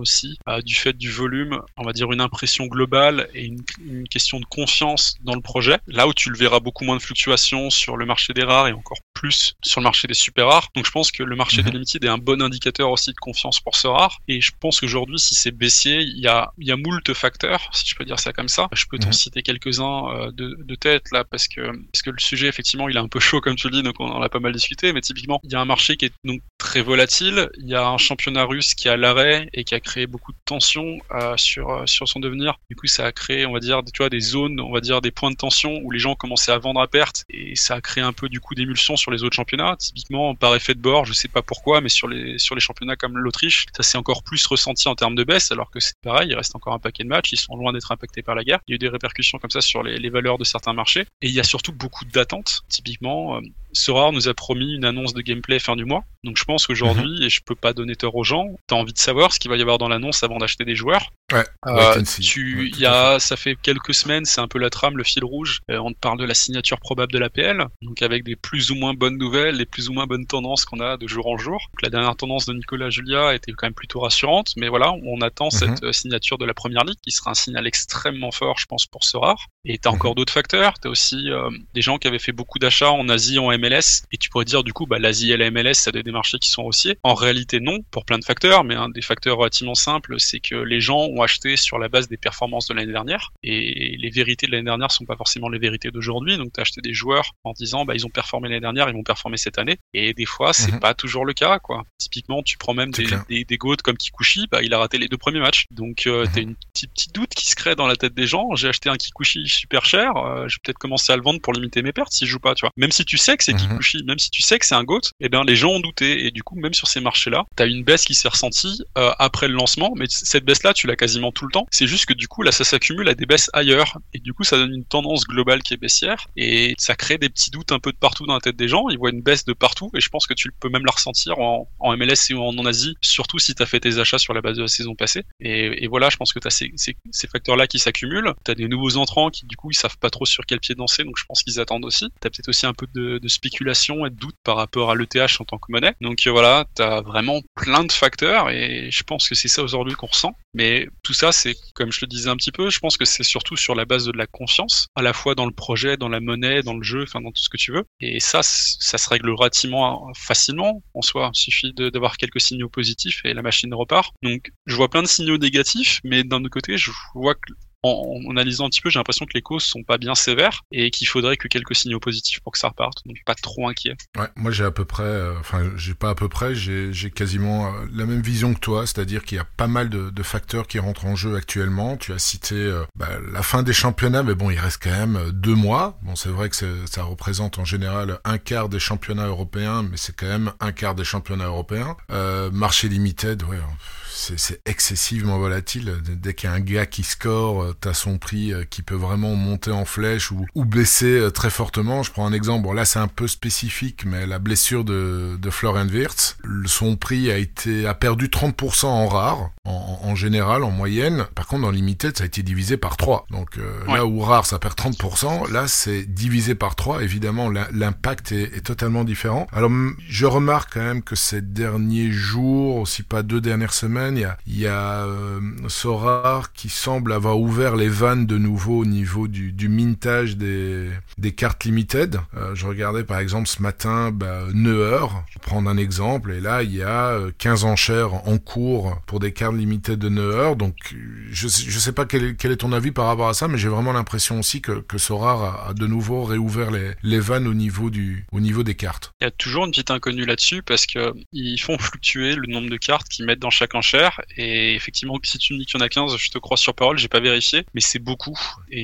aussi euh, du fait du volume, on va dire une impression globale et une, une question de confiance dans le projet. Là où tu le verras beaucoup moins de fluctuations sur le marché des rares et encore plus sur le marché des super rares. Donc je pense que le marché mmh. des limited est un bon indicateur aussi de confiance pour ce rare. Et je pense qu'aujourd'hui, si c'est baissier, il y a, il y a moult facteurs, si je peux dire ça comme ça. Je peux t'en mmh. citer quelques-uns euh, de, de tête là, parce que, parce que le sujet, effectivement, il est un peu chaud, comme tu le dis, donc on en a pas mal discuté. Mais typiquement, il y a un marché qui est donc très volatile. Il y a un championnat russe qui est à l'arrêt et qui a créé beaucoup de tensions euh, sur, euh, sur son devenir. Du coup, ça a créé, on va dire, tu vois, des zones, on va dire, des points de tension où les gens commençaient à vendre à perte et ça a créé un peu du coup d'émulsion sur les autres championnats. Typiquement, par effet de bord, je sais pas pourquoi, mais sur les sur les championnats comme l'Autriche, ça s'est encore plus ressenti en termes de baisse, alors que c'est pareil, il reste encore un paquet de matchs, ils sont loin d'être impactés par la guerre. Il y a eu des répercussions comme ça sur les, les valeurs de certains marchés, et il y a surtout beaucoup d'attentes. Typiquement, euh, Sorare nous a promis une annonce de gameplay fin du mois, donc je pense qu'aujourd'hui, mmh. et je peux pas donner tort aux gens, t'as envie de savoir ce qu'il va y avoir dans l'annonce avant d'acheter des joueurs. Ouais, euh, tu, il y a, ça fait quelques semaines, c'est un peu la trame, le fil rouge. Euh, on te parle de la signature probable de l'A P L, donc avec des plus ou moins bonnes nouvelles, des plus ou moins bonnes tendances qu'on a de jour en jour. Donc, la dernière tendance de Nicolas Julia était quand même plutôt rassurante, mais voilà, on attend mm-hmm. cette euh, signature de la première ligue qui sera un signal extrêmement fort, je pense, pour ce rare. Et t'as mm-hmm. encore d'autres facteurs. T'as aussi euh, des gens qui avaient fait beaucoup d'achats en Asie, en M L S, et tu pourrais dire du coup, bah l'Asie et la M L S, ça a des marchés qui sont haussiers. En réalité, non, pour plein de facteurs, mais un des facteurs relativement simples, c'est que les gens ont acheté sur la base des performances de l'année dernière, et les vérités de l'année dernière sont pas forcément les vérités d'aujourd'hui. Donc t'as acheté des joueurs en disant bah ils ont performé l'année dernière, ils vont performer cette année, et des fois c'est mm-hmm. pas toujours le cas, quoi. Typiquement, tu prends même des, des, des goats comme Kikuchi, bah il a raté les deux premiers matchs, donc euh, mm-hmm. t'as une petite petite doute qui se crée dans la tête des gens. J'ai acheté un Kikuchi super cher, euh, je vais peut-être commencer à le vendre pour limiter mes pertes si je joue pas, tu vois. Même si tu sais que c'est mm-hmm. Kikuchi, même si tu sais que c'est un goat, et ben les gens ont douté, et du coup même sur ces marchés-là, t'as une baisse qui s'est ressentie euh, après le lancement, mais cette baisse-là tu l'as quasiment tout le temps. C'est juste que du coup là ça s'accumule à des baisses ailleurs, et du coup ça donne une tendance globale qui est baissière, et ça crée des petits doutes un peu de partout dans la tête des gens. Ils voient une baisse de partout, et je pense que tu peux même la ressentir en, en M L S ou en, en Asie, surtout si t'as fait tes achats sur la base de la saison passée. Et, et voilà, je pense que t'as ces, ces, ces facteurs-là qui s'accumulent. T'as des nouveaux entrants qui du coup ils savent pas trop sur quel pied danser, donc je pense qu'ils attendent aussi. T'as peut-être aussi un peu de, de spéculation et de doute par rapport à l'E T H en tant que monnaie. Donc euh, voilà, t'as vraiment plein de facteurs, et je pense que c'est ça aujourd'hui qu'on ressent. Mais tout ça, c'est comme je le disais un petit peu, je pense que c'est surtout sur la base de la confiance, à la fois dans le projet, dans la monnaie, dans le jeu, enfin dans tout ce que tu veux. Et ça, ça se règle relativement facilement en soi. Il suffit de, d'avoir quelques signaux positifs et la machine repart. Donc je vois plein de signaux négatifs, mais d'un autre côté, je vois que en, en analysant un petit peu, j'ai l'impression que les causes sont pas bien sévères et qu'il faudrait que quelques signaux positifs pour que ça reparte. Donc pas trop inquiet. Ouais, moi j'ai à peu près, euh, enfin j'ai pas à peu près, j'ai, j'ai quasiment euh, la même vision que toi, c'est-à-dire qu'il y a pas mal de, de facteurs qui rentrent en jeu actuellement. Tu as cité euh, bah, la fin des championnats, mais bon, il reste quand même deux mois. Bon, c'est vrai que c'est, ça représente en général un quart des championnats européens, mais c'est quand même un quart des championnats européens. Euh, marché limited, ouais. C'est, c'est excessivement volatile. Dès qu'il y a un gars qui score, t'as son prix qui peut vraiment monter en flèche ou, ou baisser très fortement. Je prends un exemple. Bon, là, c'est un peu spécifique, mais la blessure de, de Florian Wirtz, son prix a été, a perdu trente pour cent en rare, en, en général, en moyenne. Par contre, dans Limited, ça a été divisé par trois. Donc, euh, ouais. Là où rare, ça perd trente pour cent, là, c'est divisé par trois. Évidemment, la, l'impact est, est totalement différent. Alors, je remarque quand même que ces derniers jours, aussi pas deux dernières semaines, il y a, il y a euh, Sorare qui semble avoir ouvert les vannes de nouveau au niveau du, du mintage des, des cartes limited. Euh, je regardais par exemple ce matin bah, Neuer, pour prendre un exemple, et là il y a quinze enchères en cours pour des cartes limited de Neuer. Donc je, je sais pas quel est, quel est ton avis par rapport à ça, mais j'ai vraiment l'impression aussi que, que Sorare a, a de nouveau réouvert les, les vannes au niveau, du, au niveau des cartes. Il y a toujours une petite inconnue là-dessus parce que ils font fluctuer le nombre de cartes qu'ils mettent dans chaque enchère. Et effectivement, si tu me dis qu'il y en a quinze, je te crois sur parole, j'ai pas vérifié, mais c'est beaucoup.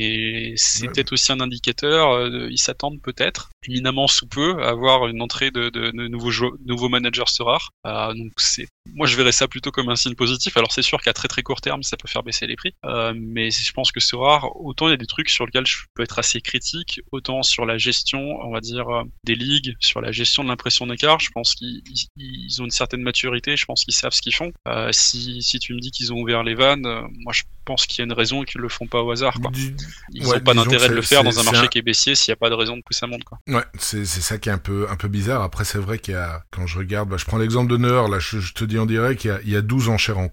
Et c'est ouais. peut-être aussi un indicateur, euh, ils s'attendent peut-être, éminemment sous peu, à avoir une entrée de, de, de nouveaux, jou- nouveaux managers Sorare. Euh, donc c'est, moi je verrais ça plutôt comme un signe positif. Alors c'est sûr qu'à très très court terme, ça peut faire baisser les prix, euh, mais je pense que Sorare, autant il y a des trucs sur lesquels je peux être assez critique, autant sur la gestion, on va dire, euh, des ligues, sur la gestion de l'impression d'écart, je pense qu'ils ils, ils ont une certaine maturité, je pense qu'ils savent ce qu'ils font. Euh, si, si tu me dis qu'ils ont ouvert les vannes, euh, moi je pense qu'il y a une raison et qu'ils le font pas au hasard, quoi. Du... Ils ouais, ont pas d'intérêt de le faire dans un marché un... qui est baissier s'il y a pas de raison de que ça monte, quoi. Ouais, c'est, c'est ça qui est un peu, un peu bizarre. Après, c'est vrai qu'il y a, quand je regarde, bah, je prends l'exemple de Neuer, là, je, je te dis en direct qu'il y a, il y a douze enchères en cours. Donc,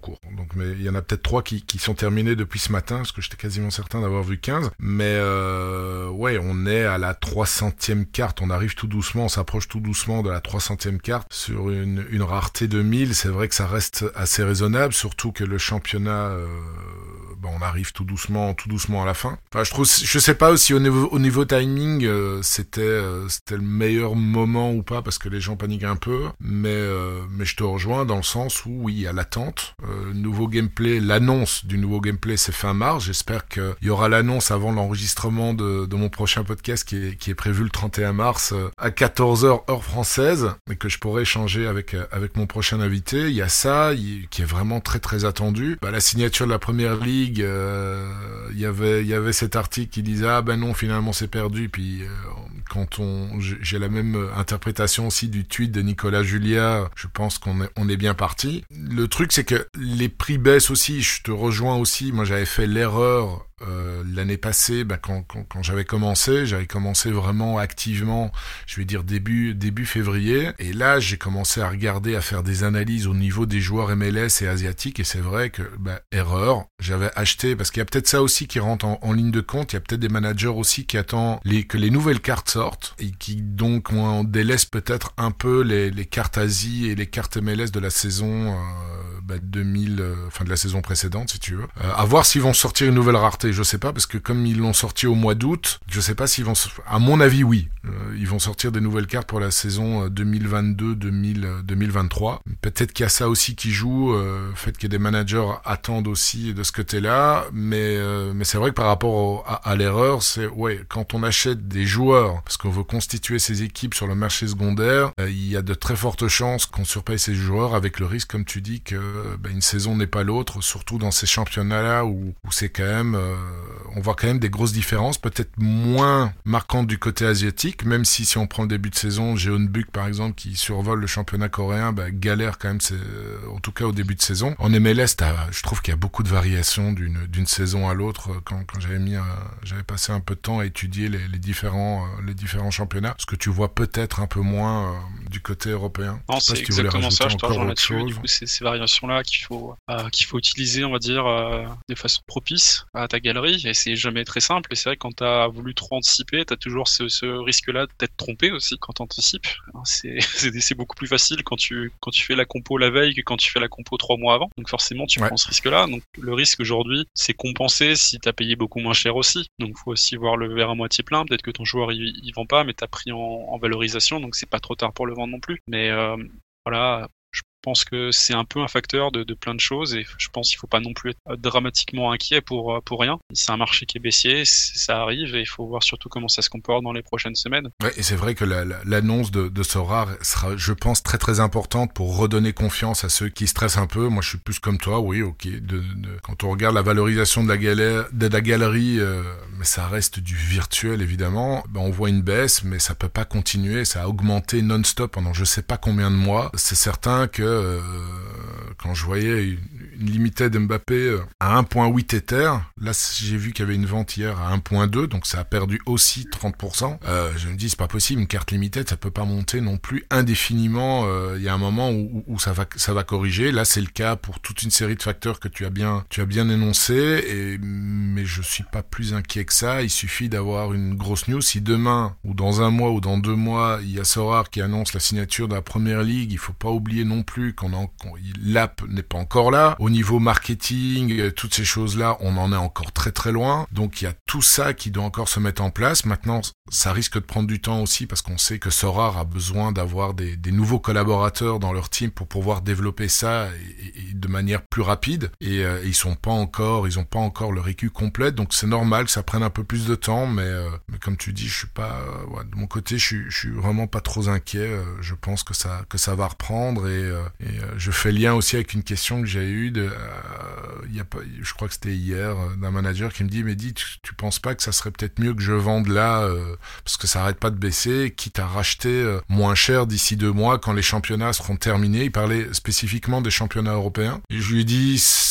Donc, mais il y en a peut-être trois qui, qui sont terminés depuis ce matin, parce que j'étais quasiment certain d'avoir vu quinze. Mais euh, ouais, on est à la trois centième carte. On arrive tout doucement, on s'approche tout doucement de la trois centième carte sur une, une rareté de mille. C'est vrai que ça reste assez raisonnable, surtout que le championnat... Euh, ben on arrive tout doucement, tout doucement à la fin. Enfin, je trouve, je sais pas aussi au niveau, au niveau timing, euh, c'était, euh, c'était le meilleur moment ou pas, parce que les gens paniquent un peu. Mais, euh, mais je te rejoins dans le sens où oui, il y a l'attente. Euh, nouveau gameplay, l'annonce du nouveau gameplay, c'est fin mars. J'espère qu'il y aura l'annonce avant l'enregistrement de, de mon prochain podcast qui est, qui est prévu le trente et un mars euh, à quatorze heures heure française, et que je pourrai échanger avec, euh, avec mon prochain invité. Il y a ça, il, qui est vraiment très très attendu. Bah, la signature de la première ligue. Il euh, y avait il y avait cet article qui disait ah ben non finalement c'est perdu, puis euh, quand on j'ai la même interprétation aussi du tweet de Nicolas Julia, je pense qu'on est on est bien parti. Le truc c'est que les prix baissent aussi, je te rejoins aussi, moi j'avais fait l'erreur Euh, l'année passée, bah, quand, quand, quand j'avais commencé, j'avais commencé vraiment activement, je vais dire début début février, et là j'ai commencé à regarder, à faire des analyses au niveau des joueurs M L S et asiatiques, et c'est vrai que bah, erreur, j'avais acheté, parce qu'il y a peut-être ça aussi qui rentre en, en ligne de compte, il y a peut-être des managers aussi qui attendent les, que les nouvelles cartes sortent, et qui donc on délaisse peut-être un peu les, les cartes Asie et les cartes M L S de la saison euh, bah, deux mille, euh, enfin de la saison précédente si tu veux, euh, à voir s'ils vont sortir une nouvelle rareté. Je sais pas, parce que comme ils l'ont sorti au mois d'août, je sais pas s'ils vont... À mon avis, oui. Euh, ils vont sortir des nouvelles cartes pour la saison deux mille vingt-deux deux mille vingt-trois. Peut-être qu'il y a ça aussi qui joue, euh, le fait que des managers attendent aussi de ce côté-là, mais, euh, mais c'est vrai que par rapport au, à, à l'erreur, c'est... Ouais, quand on achète des joueurs, parce qu'on veut constituer ses équipes sur le marché secondaire, euh, il y a de très fortes chances qu'on surpaye ces joueurs, avec le risque, comme tu dis, que bah, une saison n'est pas l'autre, surtout dans ces championnats-là où, où c'est quand même... Euh, on voit quand même des grosses différences, peut-être moins marquantes du côté asiatique, même si si on prend le début de saison, Jeonbuk par exemple qui survole le championnat coréen, bah, galère quand même, c'est, en tout cas au début de saison. En M L S, je trouve qu'il y a beaucoup de variations d'une, d'une saison à l'autre. Quand, quand j'avais mis, euh, j'avais passé un peu de temps à étudier les, les différents, euh, les différents championnats, ce que tu vois peut-être un peu moins euh, du côté européen. Non, c'est si exactement ça. Je te rejoins là-dessus. Du coup, c'est ces variations-là qu'il faut, euh, qu'il faut utiliser, on va dire, euh, de façon propice à ta galerie, et c'est jamais très simple, et c'est vrai que quand t'as voulu trop anticiper, t'as toujours ce, ce risque-là d'être trompé aussi quand t'anticipes. C'est, c'est, c'est beaucoup plus facile quand tu, quand tu fais la compo la veille que quand tu fais la compo trois mois avant, donc forcément tu ouais. prends ce risque-là. Donc le risque aujourd'hui, c'est compensé si t'as payé beaucoup moins cher aussi, donc faut aussi voir le verre à moitié plein. Peut-être que ton joueur il, il vend pas, mais t'as pris en, en valorisation, donc c'est pas trop tard pour le vendre non plus. Mais euh, voilà, je pense que c'est un peu un facteur de, de plein de choses, et je pense qu'il faut pas non plus être dramatiquement inquiet pour pour rien. C'est un marché qui est baissier, ça arrive, et il faut voir surtout comment ça se comporte dans les prochaines semaines. Ouais, et c'est vrai que la, la, l'annonce de, de Sora sera, je pense, très très importante pour redonner confiance à ceux qui stressent un peu. Moi, je suis plus comme toi, oui, ok. De, de, quand on regarde la valorisation de la, galère, de la galerie, euh, mais ça reste du virtuel évidemment. Ben, on voit une baisse, mais ça peut pas continuer. Ça a augmenté non-stop pendant je sais pas combien de mois. C'est certain que Euh, quand je voyais une, une limited Mbappé à un virgule huit Ether, là j'ai vu qu'il y avait une vente hier à un virgule deux, donc ça a perdu aussi trente pour cent. Euh, je me dis c'est pas possible, une carte limited ça peut pas monter non plus indéfiniment. Il euh, y a un moment où, où ça va ça va corriger. Là c'est le cas pour toute une série de facteurs que tu as bien tu as bien énoncé, et mais je suis pas plus inquiet que ça. Il suffit d'avoir une grosse news. Si demain ou dans un mois ou dans deux mois il y a Sorare qui annonce la signature de la première ligue, il faut pas oublier non plus qu'on en, qu'on, l'app n'est pas encore là. Au niveau marketing, toutes ces choses-là, on en est encore très très loin. Donc il y a tout ça qui doit encore se mettre en place. Maintenant, ça risque de prendre du temps aussi, parce qu'on sait que Sorare a besoin d'avoir des, des nouveaux collaborateurs dans leur team pour pouvoir développer ça et, et de manière plus rapide. Et, euh, ils sont pas encore, ils ont pas encore leur équipe complète. Donc c'est normal que ça prenne un peu plus de temps. Mais, euh, mais comme tu dis, je suis pas, euh, ouais, de mon côté, je suis, je suis vraiment pas trop inquiet. Euh, je pense que ça, que ça va reprendre, et euh, Et euh, je fais lien aussi avec une question que j'ai eue, de, euh, y a pas, je crois que c'était hier, euh, d'un manager qui me dit « Mais dis, tu, tu penses pas que ça serait peut-être mieux que je vende là, euh, parce que ça arrête pas de baisser, quitte à racheter euh, moins cher d'ici deux mois quand les championnats seront terminés ?» Il parlait spécifiquement des championnats européens. Et je lui ai dit «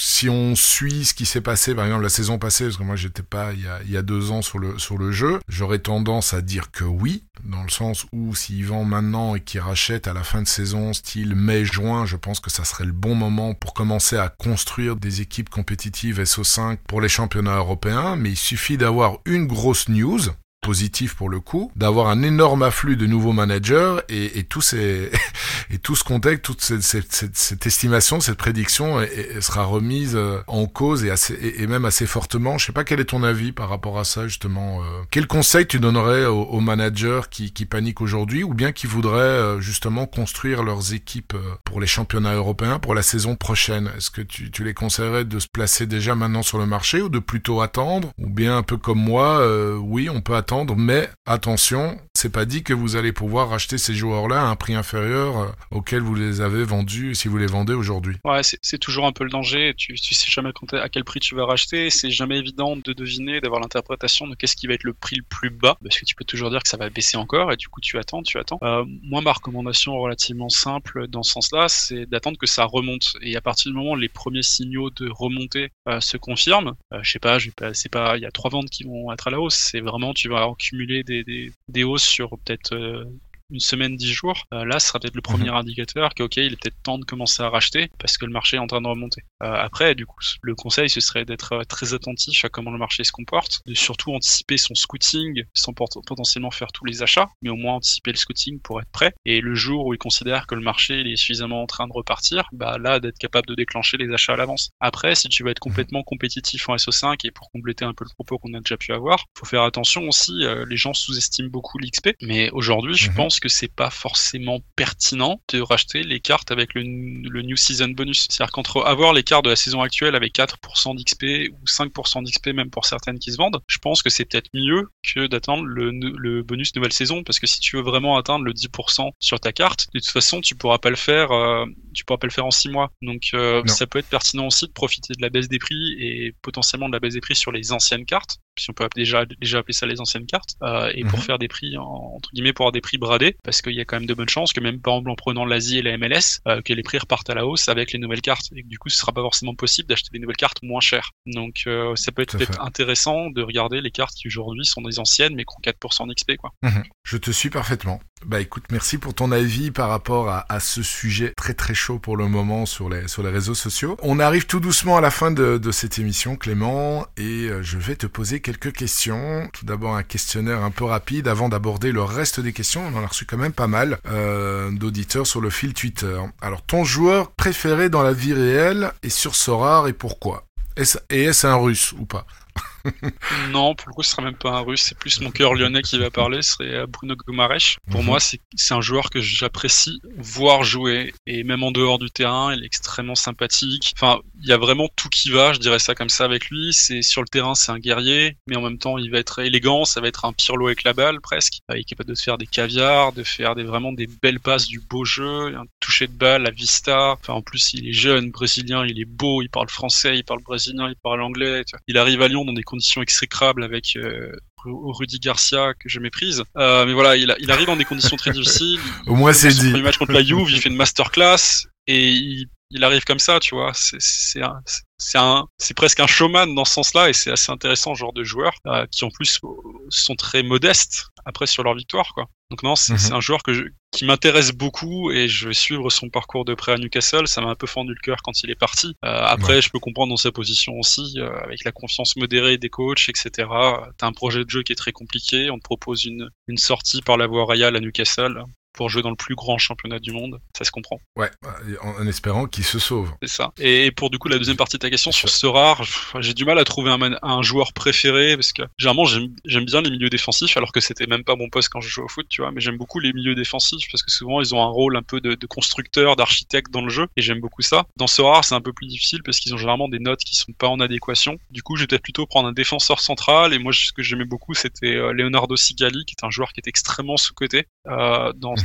si on suit ce qui s'est passé, par exemple la saison passée, parce que moi j'étais pas il y a, il y a deux ans sur le sur le jeu, j'aurais tendance à dire que oui, dans le sens où s'ils vendent maintenant et qu'ils rachètent à la fin de saison, style mai-juin, je pense que ça serait le bon moment pour commencer à construire des équipes compétitives S O cinq pour les championnats européens, mais il suffit d'avoir une grosse news, positif pour le coup, d'avoir un énorme afflux de nouveaux managers et, et tout ces et tout ce contexte, toute cette, cette, cette, cette estimation, cette prédiction est, est, sera remise en cause et, assez, et, et même assez fortement. Je sais pas quel est ton avis par rapport à ça justement. Euh, quel conseil tu donnerais aux, aux managers qui, qui paniquent aujourd'hui ou bien qui voudraient euh, justement construire leurs équipes pour les championnats européens pour la saison prochaine? Est-ce que tu, tu les conseillerais de se placer déjà maintenant sur le marché ou de plutôt attendre? Ou bien un peu comme moi, euh, oui, on peut attendre, mais attention, c'est pas dit que vous allez pouvoir racheter ces joueurs-là à un prix inférieur euh, auquel vous les avez vendus si vous les vendez aujourd'hui. Ouais, c'est, c'est toujours un peu le danger. Tu, tu sais jamais quand à quel prix tu vas racheter. C'est jamais évident de deviner, d'avoir l'interprétation de qu'est-ce qui va être le prix le plus bas, parce que tu peux toujours dire que ça va baisser encore et du coup tu attends, tu attends. Euh, moi, ma recommandation relativement simple dans ce sens-là, c'est d'attendre que ça remonte. Et à partir du moment où les premiers signaux de remontée euh, se confirment, euh, je sais pas, je vais pas, c'est pas, il y a trois ventes qui vont être à la hausse. C'est vraiment, tu vas accumuler des des, des hausses sur peut-être euh, une semaine, dix jours, euh, là, ce sera peut-être le premier mmh. indicateur que, ok, il est peut-être temps de commencer à racheter parce que le marché est en train de remonter. Euh, après, du coup, le conseil, ce serait d'être euh, très attentif à comment le marché se comporte, de surtout anticiper son scouting sans potentiellement faire tous les achats, mais au moins anticiper le scouting pour être prêt. Et le jour où il considère que le marché il est suffisamment en train de repartir, bah là, d'être capable de déclencher les achats à l'avance. Après, si tu veux être complètement compétitif en S O cinq et pour compléter un peu le propos qu'on a déjà pu avoir, faut faire attention aussi, euh, les gens sous-estiment beaucoup l'X P, mais aujourd'hui, je mmh. pense que c'est pas forcément pertinent de racheter les cartes avec le, le New Season Bonus. C'est-à-dire qu'entre avoir les cartes de la saison actuelle avec quatre pour cent d'X P ou cinq pour cent d'X P même pour certaines qui se vendent, je pense que c'est peut-être mieux que d'attendre le, le bonus nouvelle saison, parce que si tu veux vraiment atteindre le dix pour cent sur ta carte, de toute façon tu pourras pas le faire euh, tu pourras pas le faire en six mois. Donc euh, ça peut être pertinent aussi de profiter de la baisse des prix et potentiellement de la baisse des prix sur les anciennes cartes, si on peut déjà déjà appeler ça les anciennes cartes, euh, et mmh. pour faire des prix en, entre guillemets pour avoir des prix bradés, parce qu'il y a quand même de bonnes chances que même par exemple en prenant l'Asie et la M L S, euh, que les prix repartent à la hausse avec les nouvelles cartes, et que du coup ce sera pas forcément possible d'acheter des nouvelles cartes moins chères. Donc euh, ça peut être peut-être intéressant de regarder les cartes qui aujourd'hui sont des anciennes mais qui ont quatre pour cent d'X P quoi. Mmh. Je te suis parfaitement. Bah écoute, merci pour ton avis par rapport à, à ce sujet très très chaud pour le moment sur les sur les réseaux sociaux. On arrive tout doucement à la fin de, de cette émission, Clément, et euh, je vais te poser quelques questions. Tout d'abord un questionnaire un peu rapide avant d'aborder le reste des questions. On en a reçu quand même pas mal euh, d'auditeurs sur le fil Twitter. Alors, ton joueur préféré dans la vie réelle est sur Sorare et pourquoi? Est-ce, et est-ce un russe ou pas? Non, pour le coup, ce sera même pas un russe, c'est plus mon cœur lyonnais qui va parler, ce serait Bruno Guimaraes. Pour mm-hmm. moi, c'est, c'est un joueur que j'apprécie voir jouer, et même en dehors du terrain, il est extrêmement sympathique. Enfin, il y a vraiment tout qui va, je dirais ça comme ça avec lui. C'est sur le terrain, c'est un guerrier, mais en même temps, il va être élégant, ça va être un Pirlo avec la balle presque. Il est capable de se faire des caviars, de faire des vraiment des belles passes, du beau jeu, un toucher de balle, la vista. Enfin, en plus, il est jeune, brésilien, il est beau, il parle français, il parle brésilien, il parle anglais. Tu vois. Il arrive à Lyon dans des conditions exécrables avec euh, Rudy Garcia que je méprise. Euh, mais voilà, il, a, il arrive dans des conditions très difficiles. Au moins c'est dit. Son premier match contre la Juve, il fait une masterclass et il, il arrive comme ça, tu vois. C'est, c'est, un, c'est, un, c'est presque un showman dans ce sens-là et c'est assez intéressant, ce genre de joueurs euh, qui en plus sont très modestes après sur leur victoire, quoi. Donc non, c'est, mm-hmm. c'est un joueur que je, qui m'intéresse beaucoup et je vais suivre son parcours de près à Newcastle. Ça m'a un peu fendu le cœur quand il est parti. Euh, après, ouais. je peux comprendre dans sa position aussi, euh, avec la confiance modérée des coachs, et cetera. T'as un projet de jeu qui est très compliqué. On te propose une, une sortie par la voie royale à Newcastle pour jouer dans le plus grand championnat du monde, ça se comprend. Ouais, en, en espérant qu'il se sauve. C'est ça. Et pour du coup la deuxième partie de ta question sur Sorare, j'ai du mal à trouver un, man, un joueur préféré parce que généralement j'aime, j'aime bien les milieux défensifs alors que c'était même pas mon poste quand je jouais au foot, tu vois. Mais j'aime beaucoup les milieux défensifs parce que souvent ils ont un rôle un peu de, de constructeur, d'architecte dans le jeu et j'aime beaucoup ça. Dans Sorare c'est un peu plus difficile parce qu'ils ont généralement des notes qui sont pas en adéquation. Du coup je vais peut-être plutôt prendre un défenseur central et moi ce que j'aimais beaucoup c'était Leonardo Sigali qui est un joueur qui est extrêmement sous-coté euh, dans, mm-hmm.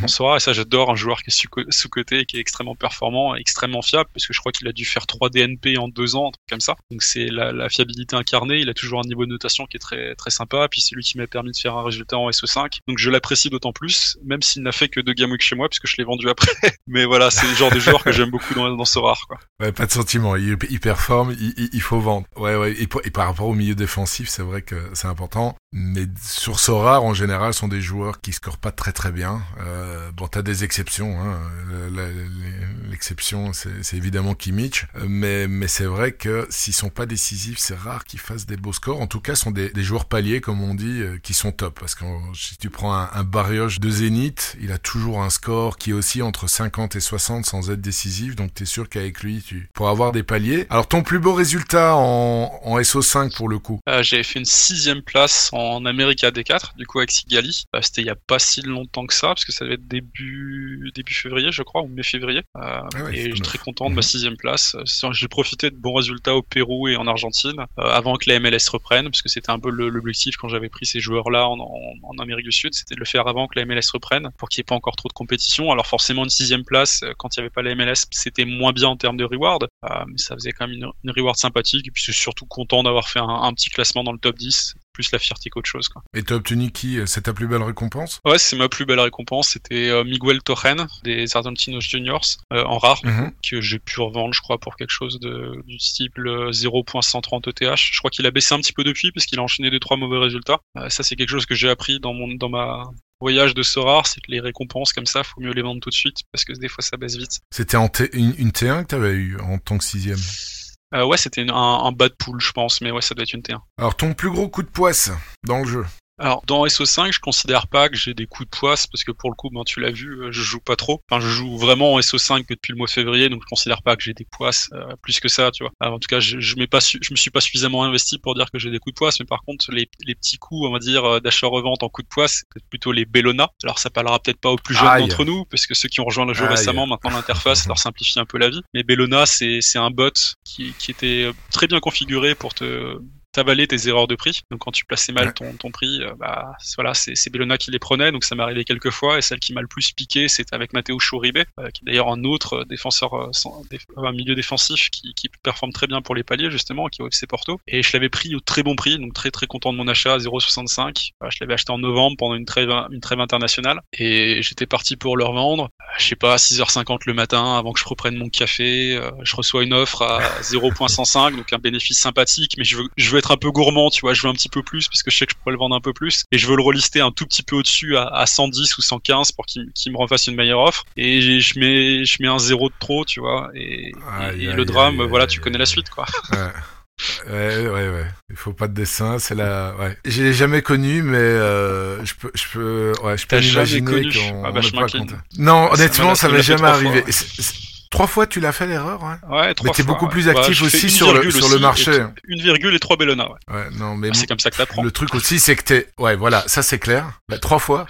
dans Sora, et ça j'adore, un joueur qui est sous-coté et qui est extrêmement performant, extrêmement fiable, parce que je crois qu'il a dû faire trois D N P en deux ans, un truc comme ça. Donc c'est la, la fiabilité incarnée, il a toujours un niveau de notation qui est très très sympa, puis c'est lui qui m'a permis de faire un résultat en S O cinq. Donc je l'apprécie d'autant plus, même s'il n'a fait que deux Game Week chez moi, puisque je l'ai vendu après. Mais voilà, c'est le genre de joueur que j'aime beaucoup dans, dans Sora, quoi. Ouais, pas de sentiment, il, il performe, il, il, il faut vendre. Ouais, ouais, et, et par rapport au milieu défensif, c'est vrai que c'est important. Mais sur Sora, en général, sont des joueurs qui scorent pas très très bien. Euh, bon, t'as des exceptions, hein. La, la, l'exception, c'est, c'est évidemment Kimmich. Mais, mais c'est vrai que s'ils sont pas décisifs, c'est rare qu'ils fassent des beaux scores. En tout cas, ce sont des, des joueurs paliers, comme on dit, euh, qui sont top. Parce que si tu prends un, un Barrios de Zénith, il a toujours un score qui est aussi entre cinquante et soixante sans être décisif. Donc t'es sûr qu'avec lui, tu pourras avoir des paliers. Alors ton plus beau résultat en, en S O cinq pour le coup? euh, J'avais fait une sixième place en en America D quatre, du coup avec Sigali. Euh, c'était il y a pas si longtemps que ça, parce que ça devait être début début février, je crois, ou mai-février. Euh, ah ouais, et je suis très content de ma sixième place. J'ai profité de bons résultats au Pérou et en Argentine, euh, avant que la M L S reprenne, parce que c'était un peu le, l'objectif quand j'avais pris ces joueurs-là en, en, en Amérique du Sud, c'était de le faire avant que la M L S reprenne, pour qu'il n'y ait pas encore trop de compétition. Alors forcément, une sixième place, quand il n'y avait pas la M L S, c'était moins bien en termes de reward, euh, mais ça faisait quand même une, une reward sympathique, et puis je suis surtout content d'avoir fait un, un petit classement dans le top dix, plus la fierté qu'autre chose, quoi. Et t'as obtenu qui? C'est ta plus belle récompense? Ouais, c'est ma plus belle récompense. C'était euh, Miguel Torren des Argentinos Juniors euh, en rare, mm-hmm. que j'ai pu revendre, je crois, pour quelque chose de du type zéro virgule cent trente E T H. Je crois qu'il a baissé un petit peu depuis parce qu'il a enchaîné deux trois mauvais résultats. Euh, ça, c'est quelque chose que j'ai appris dans mon dans ma voyage de Sora, c'est que les récompenses comme ça, faut mieux les vendre tout de suite parce que des fois ça baisse vite. C'était en T- une, une T un que t'avais eu en tant que sixième? Euh, ouais, c'était une, un, un bas de poule, je pense, mais ouais, ça doit être une T un. Alors, ton plus gros coup de poisse dans le jeu? Alors, dans S O cinq, je considère pas que j'ai des coups de poisse, parce que pour le coup, ben, tu l'as vu, je joue pas trop. Enfin, je joue vraiment en S O cinq depuis le mois de février, donc je considère pas que j'ai des poisses euh, plus que ça, tu vois. Alors, en tout cas, je, je, m'ai pas su, je me suis pas suffisamment investi pour dire que j'ai des coups de poisse, mais par contre, les, les petits coups, on va dire, d'achat-revente en coups de poisse, c'est plutôt les Bellona. Alors, ça parlera peut-être pas aux plus jeunes Aïe. d'entre nous, parce que ceux qui ont rejoint le jeu Aïe. récemment, maintenant l'interface leur simplifie un peu la vie. Mais Bellona, c'est, c'est un bot qui, qui était très bien configuré pour te... t'avaler tes erreurs de prix. Donc quand tu plaçais mal ton, ton prix, euh, bah voilà, c'est, c'est Bellona qui les prenait, donc ça m'est arrivé quelques fois, et celle qui m'a le plus piqué, c'était avec Matteo Chouribe, euh, qui est d'ailleurs un autre défenseur, euh, sans, déf, un milieu défensif qui, qui performe très bien pour les paliers, justement, qui est au F C Porto. Et je l'avais pris au très bon prix, donc très très content de mon achat à zéro virgule soixante-cinq. Euh, je l'avais acheté en novembre pendant une trêve, une trêve internationale, et j'étais parti pour le revendre, euh, je sais pas, à six heures cinquante le matin, avant que je reprenne mon café, euh, je reçois une offre à zéro virgule cent cinq, donc un bénéfice sympathique, mais je veux, je veux être un peu gourmand, tu vois, je veux un petit peu plus parce que je sais que je pourrais le vendre un peu plus et je veux le relister un tout petit peu au-dessus à, à cent dix ou cent quinze pour qu'il, qu'il me refasse une meilleure offre, et je mets je mets un zéro de trop, tu vois, et, aïe, et aïe, le drame, aïe, voilà, aïe, tu aïe, connais aïe. la suite, quoi. Ouais. Ouais, ouais, ouais. Il faut pas de dessin, c'est la, ouais. Je l'ai jamais connu, mais, euh, je peux, je peux, ouais, je peux imaginer qu'on, ah bah, on pas compte. Non, honnêtement, ça, ça m'est jamais arrivé. C'est, c'est... Trois fois tu l'as fait l'erreur, hein? Ouais, trois fois. Mais t'es fois, beaucoup ouais. plus actif bah, aussi sur le, sur le marché. Une virgule et trois Bellona, ouais. Ouais, non, mais ah, c'est comme ça que t'apprends. Le truc aussi, c'est que t'es, ouais, voilà, ça c'est clair. Bah, trois fois.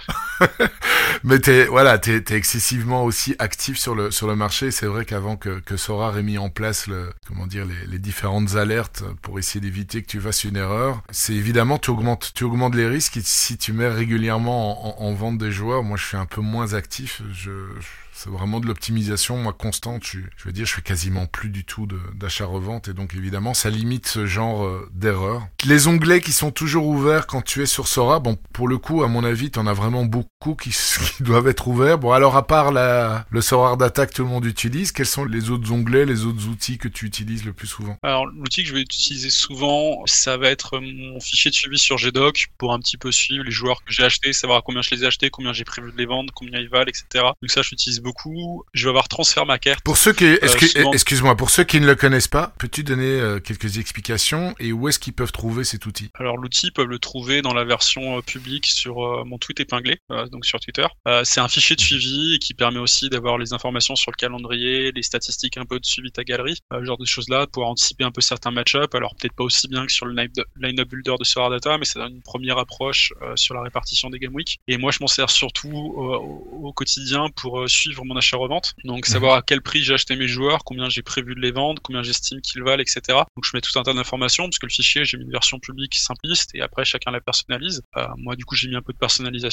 Mais t'es, voilà, t'es, t'es excessivement aussi actif sur le, sur le marché. C'est vrai qu'avant que, que Sora ait mis en place le, comment dire, les, les différentes alertes pour essayer d'éviter que tu fasses une erreur, c'est évidemment, tu augmentes, tu augmentes les risques. Et si tu mets régulièrement en, en, en vente des joueurs, moi je suis un peu moins actif. Je, je c'est vraiment de l'optimisation, moi, constante. Je, je veux dire, je fais quasiment plus du tout de, d'achat-revente, et donc évidemment, ça limite ce genre euh, d'erreur. Les onglets qui sont toujours ouverts quand tu es sur Sora, bon, pour le coup, à mon avis, t'en as vraiment beaucoup qui, qui doivent être ouverts. Bon, alors, à part la, le Sora Data que tout le monde utilise, quels sont les autres onglets, les autres outils que tu utilises le plus souvent? Alors, l'outil que je vais utiliser souvent, ça va être mon fichier de suivi sur G doc pour un petit peu suivre les joueurs que j'ai achetés, savoir à combien je les ai achetés, combien j'ai prévu de les vendre, combien ils valent, et cetera. Donc ça, j'utilise beaucoup. Je vais avoir Transfermarket. Pour ceux qui, excuse, euh, souvent... excuse-moi, pour ceux qui ne le connaissent pas, peux-tu donner euh, quelques explications et où est-ce qu'ils peuvent trouver cet outil? Alors l'outil, ils peuvent le trouver dans la version euh, publique sur euh, mon tweet épinglé, euh, donc sur Twitter. Euh, c'est un fichier de suivi qui permet aussi d'avoir les informations sur le calendrier, les statistiques un peu de suivi de ta galerie, euh, genre de choses là, pouvoir anticiper un peu certains match-up. Alors peut-être pas aussi bien que sur le line-up builder de Sora Data, mais ça donne une première approche euh, sur la répartition des game week. Et moi, je m'en sers surtout euh, au, au quotidien pour euh, suivre mon achat-revente. Donc savoir à quel prix j'ai acheté mes joueurs, combien j'ai prévu de les vendre, combien j'estime qu'ils valent, et cetera. Donc je mets tout un tas d'informations, parce que le fichier, j'ai mis une version publique simpliste, et après chacun la personnalise. Euh, moi du coup j'ai mis un peu de personnalisation pour avoir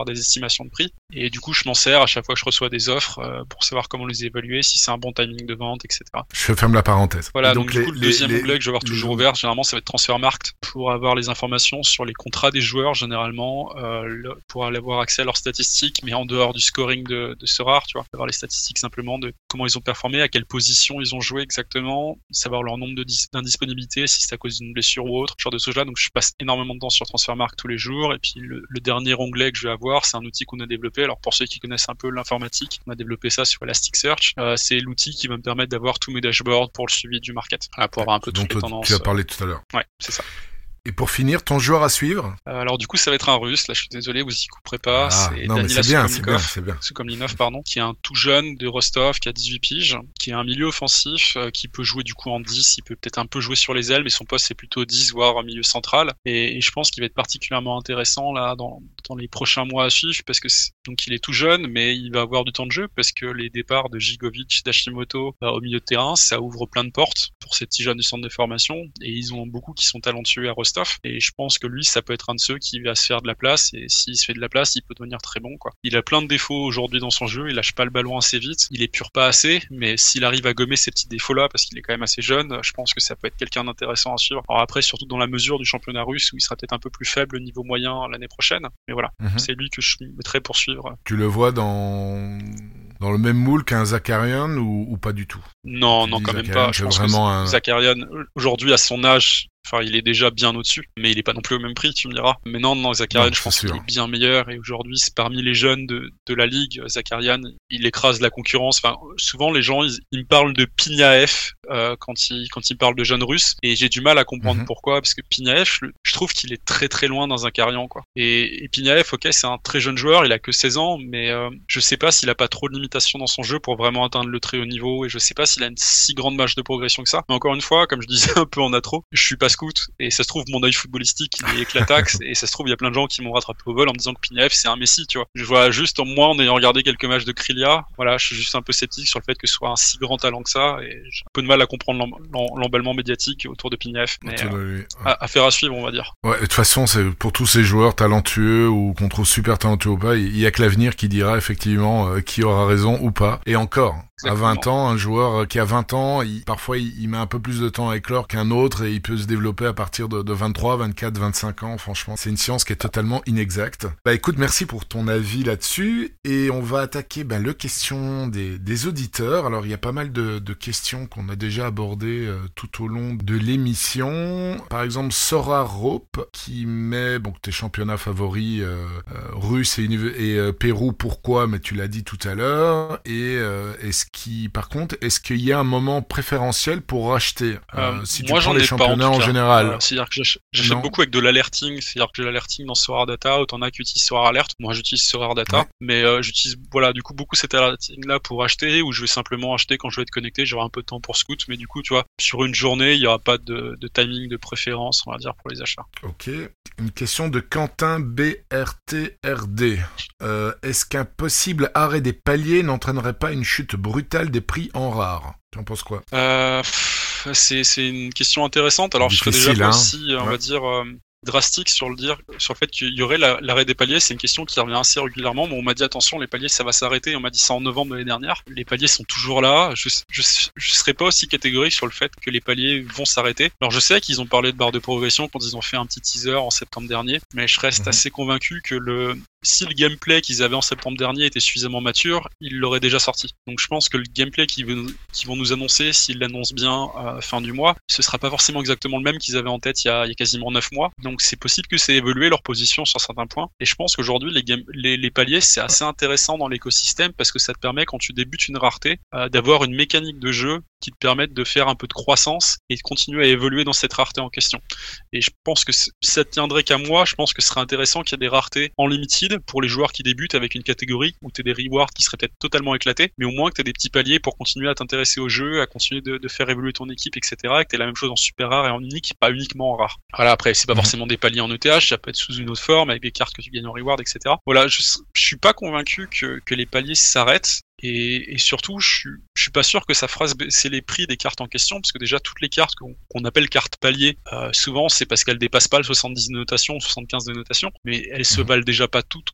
des estimations de prix. Et du coup, je m'en sers à chaque fois que je reçois des offres euh, pour savoir comment les évaluer, si c'est un bon timing de vente, et cetera. Je ferme la parenthèse. Voilà, donc, donc les, du coup, le deuxième les, onglet que je vais avoir toujours les... ouvert, généralement, ça va être Transfermarkt pour avoir les informations sur les contrats des joueurs, généralement, euh, le, pour aller avoir accès à leurs statistiques, mais en dehors du scoring de, de Sorare, tu vois, avoir les statistiques simplement de comment ils ont performé, à quelle position ils ont joué exactement, savoir leur nombre de dis- d'indisponibilité, si c'est à cause d'une blessure ou autre, ce genre de choses-là. Donc, je passe énormément de temps sur Transfermarkt tous les jours. Et puis, le, le dernier onglet que je vais avoir, c'est un outil qu'on a développé. Alors, pour ceux qui connaissent un peu l'informatique, on a développé ça sur Elasticsearch. Euh, c'est l'outil qui va me permettre d'avoir tous mes dashboards pour le suivi du market. Voilà, pour avoir un peu toutes les tendances. Tu as parlé tout à l'heure. Ouais, c'est ça. Et pour finir, ton joueur à suivre? euh, Alors du coup, ça va être un Russe. Là, je suis désolé, vous y couperez pas. Ah, c'est non, mais c'est bien, c'est bien, c'est bien. Sukomlinov, pardon, qui est un tout jeune de Rostov, qui a dix-huit piges, qui est un milieu offensif, euh, qui peut jouer du coup en dix. Il peut peut-être un peu jouer sur les ailes, mais son poste c'est plutôt dix, voire milieu central. Et, et je pense qu'il va être particulièrement intéressant là dans, dans les prochains mois à suivre, parce que c'est, donc il est tout jeune, mais il va avoir du temps de jeu, parce que les départs de Gigovic, d'Hashimoto euh, au milieu de terrain, ça ouvre plein de portes pour ces petits jeunes du centre de formation. Et ils ont beaucoup qui sont talentueux à Rostov. Et je pense que lui, ça peut être un de ceux qui va se faire de la place, et s'il se fait de la place, il peut devenir très bon, quoi. Il a plein de défauts aujourd'hui dans son jeu, il lâche pas le ballon assez vite, il épure pas assez, mais s'il arrive à gommer ces petits défauts-là, parce qu'il est quand même assez jeune, je pense que ça peut être quelqu'un d'intéressant à suivre. Alors après, surtout dans la mesure du championnat russe, où il sera peut-être un peu plus faible au niveau moyen l'année prochaine, mais voilà, mm-hmm. C'est lui que je mettrais pour suivre. Tu le vois dans... dans le même moule qu'un Zakarian ou, ou pas du tout? Non, tu non, quand Zakarian, même pas. Je pense que un... Zakarian, aujourd'hui, à son âge, enfin, il est déjà bien au-dessus, mais il est pas non plus au même prix, tu me diras. Mais non, non, Zakarian, je pense sûr. qu'il est bien meilleur, et aujourd'hui, c'est parmi les jeunes de, de la ligue, Zakarian, il écrase la concurrence. Enfin, souvent, les gens, ils, ils me parlent de Pignaev, euh, quand ils, quand ils parlent de jeunes russes, et j'ai du mal à comprendre mm-hmm. pourquoi, parce que Pignaev, je, je trouve qu'il est très très loin dans Zakarian, quoi. Et, et Pignaev, ok, c'est un très jeune joueur, il a que seize ans, mais euh, je sais pas s'il a pas trop de limitations dans son jeu pour vraiment atteindre le très haut niveau, et je sais pas s'il a une si grande marge de progression que ça. Mais encore une fois, comme je disais un peu en intro, je suis pas scout, et ça se trouve, mon œil footballistique, il est éclataxe, et ça se trouve, il y a plein de gens qui m'ont rattrapé au vol en me disant que Pignaev, c'est un Messi, tu vois. Je vois juste, moi, en ayant regardé quelques matchs de Krylia, voilà, je suis juste un peu sceptique sur le fait que ce soit un si grand talent que ça, et j'ai un peu de mal à comprendre l'emballement médiatique autour de Pignaev, mais euh, ouais. à, à faire à suivre, on va dire. Ouais, de toute façon, c'est pour tous ces joueurs talentueux, ou qu'on trouve super talentueux ou pas, il y a que l'avenir qui dira effectivement euh, qui aura raison ou pas. Et encore, exactement. À vingt ans, un joueur qui a vingt ans, il, parfois il, il met un peu plus de temps à éclore qu'un autre, et il peut se développer à partir de, de vingt-trois, vingt-quatre, vingt-cinq ans. Franchement, c'est une science qui est totalement inexacte. Bah écoute, merci pour ton avis là-dessus, et on va attaquer bah, le question des, des auditeurs. Alors il y a pas mal de, de questions qu'on a déjà abordées euh, tout au long de l'émission. Par exemple, Sora Rope qui met bon tes championnats favoris euh, euh, russes et, et euh, Pérou. Pourquoi? Mais tu l'as dit tout à l'heure. Et euh, est-ce qui, par contre, est-ce qu'il y a un moment préférentiel pour racheter euh, si tu moi, prends j'en les ai championnats pas, en, en général? Euh, c'est-à-dire que j'ach- j'achète non. beaucoup avec de l'alerting, c'est-à-dire que j'ai l'alerting dans Sorare Data, autant a qui utilisent Sorare Alert. Moi, j'utilise Sorare Data, ouais. mais euh, j'utilise voilà du coup beaucoup cet alerting-là pour acheter, ou je vais simplement acheter quand je vais être connecté. J'aurai un peu de temps pour scout, mais du coup, tu vois, sur une journée, il y aura pas de, de timing de préférence, on va dire, pour les achats. Ok. Une question de Quentin B R T R D. Euh, est-ce qu'un possible arrêt des paliers n'entraînerait pas une chute brutale des prix en rare? Tu en penses quoi? euh, c'est, c'est une question intéressante. Alors, difficile, je serais déjà hein. aussi, on ouais. va dire... Euh, drastique sur le dire, sur le fait qu'il y aurait la, l'arrêt des paliers. C'est une question qui revient assez régulièrement. Bon, on m'a dit attention, les paliers ça va s'arrêter. On m'a dit ça en novembre de l'année dernière. Les paliers sont toujours là. Je, je, je serais pas aussi catégorique sur le fait que les paliers vont s'arrêter. Alors je sais qu'ils ont parlé de barre de progression quand ils ont fait un petit teaser en septembre dernier, mais je reste mmh. assez convaincu que le si le gameplay qu'ils avaient en septembre dernier était suffisamment mature, ils l'auraient déjà sorti. Donc je pense que le gameplay qu'ils, veut, qu'ils vont nous annoncer, s'ils l'annoncent bien à fin du mois, ce sera pas forcément exactement le même qu'ils avaient en tête il y a, il y a quasiment neuf mois. Donc c'est possible que c'est évolué leur position sur certains points. Et je pense qu'aujourd'hui les, game, les, les paliers c'est assez intéressant dans l'écosystème parce que ça te permet quand tu débutes une rareté euh, d'avoir une mécanique de jeu qui te permettent de faire un peu de croissance et de continuer à évoluer dans cette rareté en question. Et je pense que si ça tiendrait qu'à moi, je pense que ce serait intéressant qu'il y ait des raretés en limited pour les joueurs qui débutent avec une catégorie où tu as des rewards qui seraient peut-être totalement éclatés, mais au moins que tu as des petits paliers pour continuer à t'intéresser au jeu, à continuer de, de faire évoluer ton équipe, et cetera. Et que tu aies la même chose en super rare et en unique, pas uniquement en rare. Voilà, après, c'est pas mmh. forcément des paliers en E T H, ça peut être sous une autre forme, avec des cartes que tu gagnes en reward, et cetera. Voilà, je, je suis pas convaincu que, que les paliers s'arrêtent. Et, et surtout, je suis, je suis pas sûr que ça fasse baisser les prix des cartes en question, parce que déjà toutes les cartes qu'on, qu'on appelle cartes paliers, euh, souvent c'est parce qu'elles dépassent pas le soixante-dix de notation ou soixante-quinze de notation, mais elles se valent déjà pas toutes, quoi.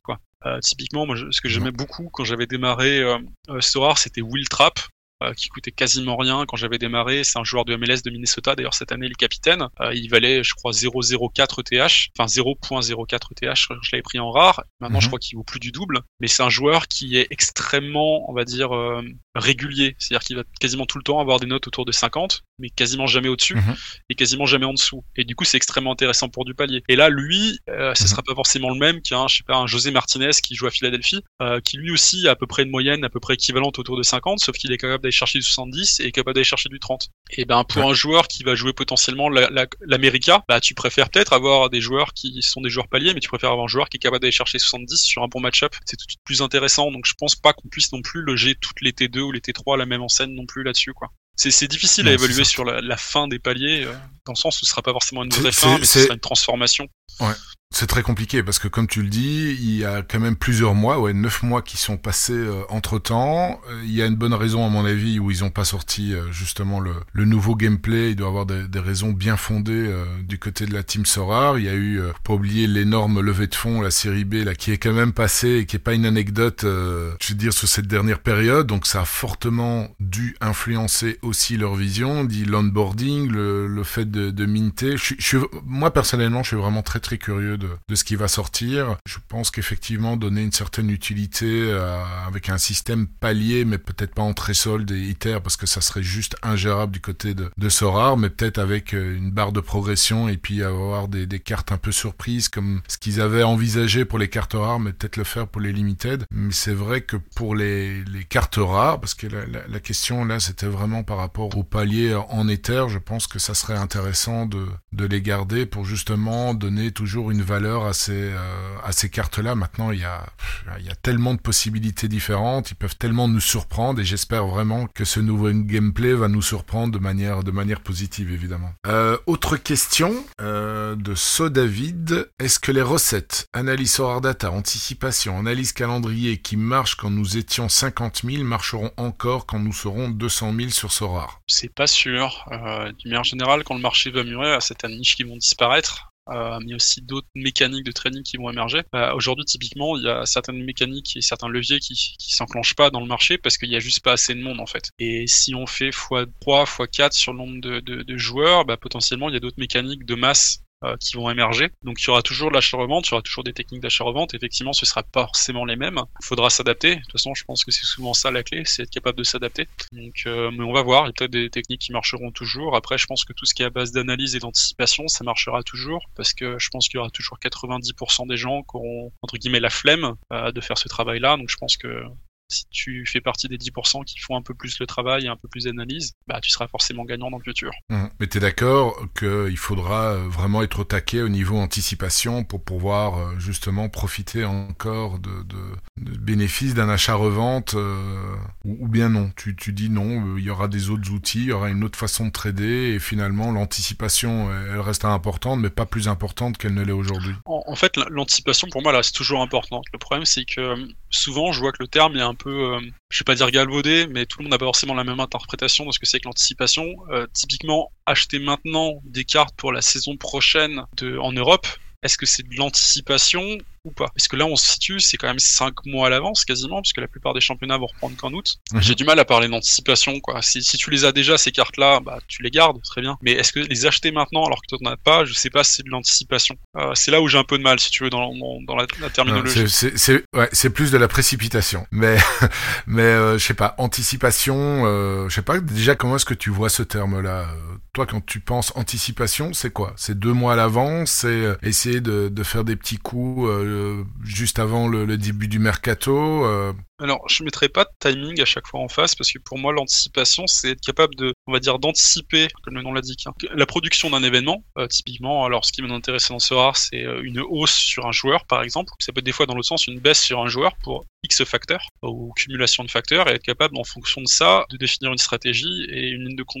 Euh, typiquement, moi, je, ce que j'aimais beaucoup quand j'avais démarré euh, euh, Sorare, c'était Will Trapp, euh, qui coûtait quasiment rien quand j'avais démarré. C'est un joueur de M L S de Minnesota, d'ailleurs cette année il est capitaine. Euh, il valait, je crois, zéro virgule zéro quatre E T H, enfin zéro virgule zéro quatre E T H. Je l'avais pris en rare. Maintenant, mm-hmm. je crois qu'il vaut plus du double. Mais c'est un joueur qui est extrêmement, on va dire, euh, régulier. C'est-à-dire qu'il va quasiment tout le temps avoir des notes autour de cinquante, mais quasiment jamais au-dessus mm-hmm. et quasiment jamais en dessous. Et du coup, c'est extrêmement intéressant pour du palier. Et là, lui, euh, ce mm-hmm. sera pas forcément le même qu'un, je sais pas, un José Martinez qui joue à Philadelphie, euh, qui lui aussi a à peu près une moyenne à peu près équivalente autour de cinquante, sauf qu'il est capable d'aller chercher du soixante-dix et est capable d'aller chercher du trente. Et ben pour ouais. un joueur qui va jouer potentiellement la, la, l'América, bah tu préfères peut-être avoir des joueurs qui sont des joueurs paliers, mais tu préfères avoir un joueur qui est capable d'aller chercher soixante-dix sur un bon match-up. C'est tout de suite plus intéressant. Donc je pense pas qu'on puisse non plus loger toutes les T deux ou les T trois à la même enseigne non plus là-dessus, quoi. C'est, c'est difficile non, à évaluer sur la, la fin des paliers, euh, dans le sens où ce sera pas forcément une vraie c'est, fin, mais c'est... ce sera une transformation. Ouais. C'est très compliqué parce que comme tu le dis, il y a quand même plusieurs mois, ouais, neuf mois qui sont passés euh, entre temps. Euh, il y a une bonne raison à mon avis où ils ont pas sorti euh, justement le, le nouveau gameplay. Il doit y avoir des, des raisons bien fondées euh, du côté de la team Sorare. Il y a eu, euh, pas oublier l'énorme levée de fonds, la série B, là, qui est quand même passée et qui est pas une anecdote, euh, je veux dire, sur cette dernière période. Donc ça a fortement dû influencer aussi leur vision, dit l'onboarding, le, le fait de, de minter. Je, je, moi personnellement, je suis vraiment très très curieux de De, de ce qui va sortir. Je pense qu'effectivement donner une certaine utilité euh, avec un système palier, mais peut-être pas en Threshold et Iter parce que ça serait juste ingérable du côté de, de Sorare, mais peut-être avec euh, une barre de progression et puis avoir des, des cartes un peu surprises comme ce qu'ils avaient envisagé pour les cartes rares, mais peut-être le faire pour les limited. Mais c'est vrai que pour les, les cartes rares, parce que la, la, la question là c'était vraiment par rapport au palier en Ether, je pense que ça serait intéressant de, de les garder pour justement donner toujours une valeur valeur à ces, euh, à ces cartes-là. Maintenant, il y a, il y a tellement de possibilités différentes, ils peuvent tellement nous surprendre et j'espère vraiment que ce nouveau gameplay va nous surprendre de manière, de manière positive, évidemment. Euh, autre question euh, de So David. Est-ce que les recettes, analyse Sorare Data, anticipation, analyse calendrier qui marchent quand nous étions cinquante mille marcheront encore quand nous serons deux cent mille sur Sorare? C'est pas sûr. Euh, d'une manière générale, quand le marché va mûrir, c'est certaines niches qui vont disparaître. Euh, mais il y a aussi d'autres mécaniques de trading qui vont émerger. Euh, aujourd'hui, typiquement, il y a certaines mécaniques et certains leviers qui, qui s'enclenchent pas dans le marché parce qu'il y a juste pas assez de monde, en fait. Et si on fait fois trois, fois quatre sur le nombre de, de, de joueurs, bah, potentiellement, il y a d'autres mécaniques de masse euh, qui vont émerger. Donc, il y aura toujours de l'achat-revente, il y aura toujours des techniques d'achat-revente. Effectivement, ce sera pas forcément les mêmes. Il faudra s'adapter. De toute façon, je pense que c'est souvent ça la clé, c'est être capable de s'adapter. Donc, euh, mais on va voir. Il y a peut-être des techniques qui marcheront toujours. Après, je pense que tout ce qui est à base d'analyse et d'anticipation, ça marchera toujours parce que je pense qu'il y aura toujours quatre-vingt-dix pour cent des gens qui auront, entre guillemets, la flemme euh, de faire ce travail-là. Donc, je pense que si tu fais partie des dix pour cent qui font un peu plus le travail et un peu plus d'analyse, bah tu seras forcément gagnant dans le futur. Mmh. Mais t'es d'accord qu'il faudra vraiment être au taquet au niveau anticipation pour pouvoir justement profiter encore de, de, de bénéfices d'un achat-revente euh, ou, ou bien non, tu, tu dis non, il y aura des autres outils, il y aura une autre façon de trader et finalement l'anticipation elle restera importante mais pas plus importante qu'elle ne l'est aujourd'hui. En, en fait l'anticipation pour moi là c'est toujours importante. Le problème c'est que souvent je vois que le terme est un peu, euh, je vais pas dire galvaudé, mais tout le monde n'a pas forcément la même interprétation de ce que c'est que l'anticipation. Euh, typiquement, acheter maintenant des cartes pour la saison prochaine de, en Europe, est-ce que c'est de l'anticipation ou pas? Parce que là, on se situe, c'est quand même cinq mois à l'avance quasiment, puisque la plupart des championnats vont reprendre qu'en août. Mmh. J'ai du mal à parler d'anticipation, quoi. Si, si tu les as déjà, ces cartes-là, bah, tu les gardes, très bien. Mais est-ce que les acheter maintenant alors que tu n'en as pas, je sais pas si c'est de l'anticipation. Euh, c'est là où j'ai un peu de mal, si tu veux, dans, dans, dans la, la terminologie. Non, c'est, c'est, c'est, ouais, c'est plus de la précipitation. Mais, mais euh, je sais pas, anticipation, euh, je sais pas, déjà, comment est-ce que tu vois ce terme-là? Toi, quand tu penses anticipation, c'est quoi? C'est deux mois à l'avance, c'est euh, essayer de, de faire des petits coups euh, juste avant le, le début du mercato euh... Alors, je mettrai pas de timing à chaque fois en face, parce que pour moi, l'anticipation, c'est être capable de, on va dire, d'anticiper, comme le nom l'indique, hein, la production d'un événement. Euh, typiquement, alors, ce qui m'intéresse dans Sorare, c'est une hausse sur un joueur, par exemple. Ça peut être des fois, dans l'autre sens, une baisse sur un joueur pour X facteurs, ou cumulation de facteurs, et être capable, en fonction de ça, de définir une stratégie et une ligne de conduite.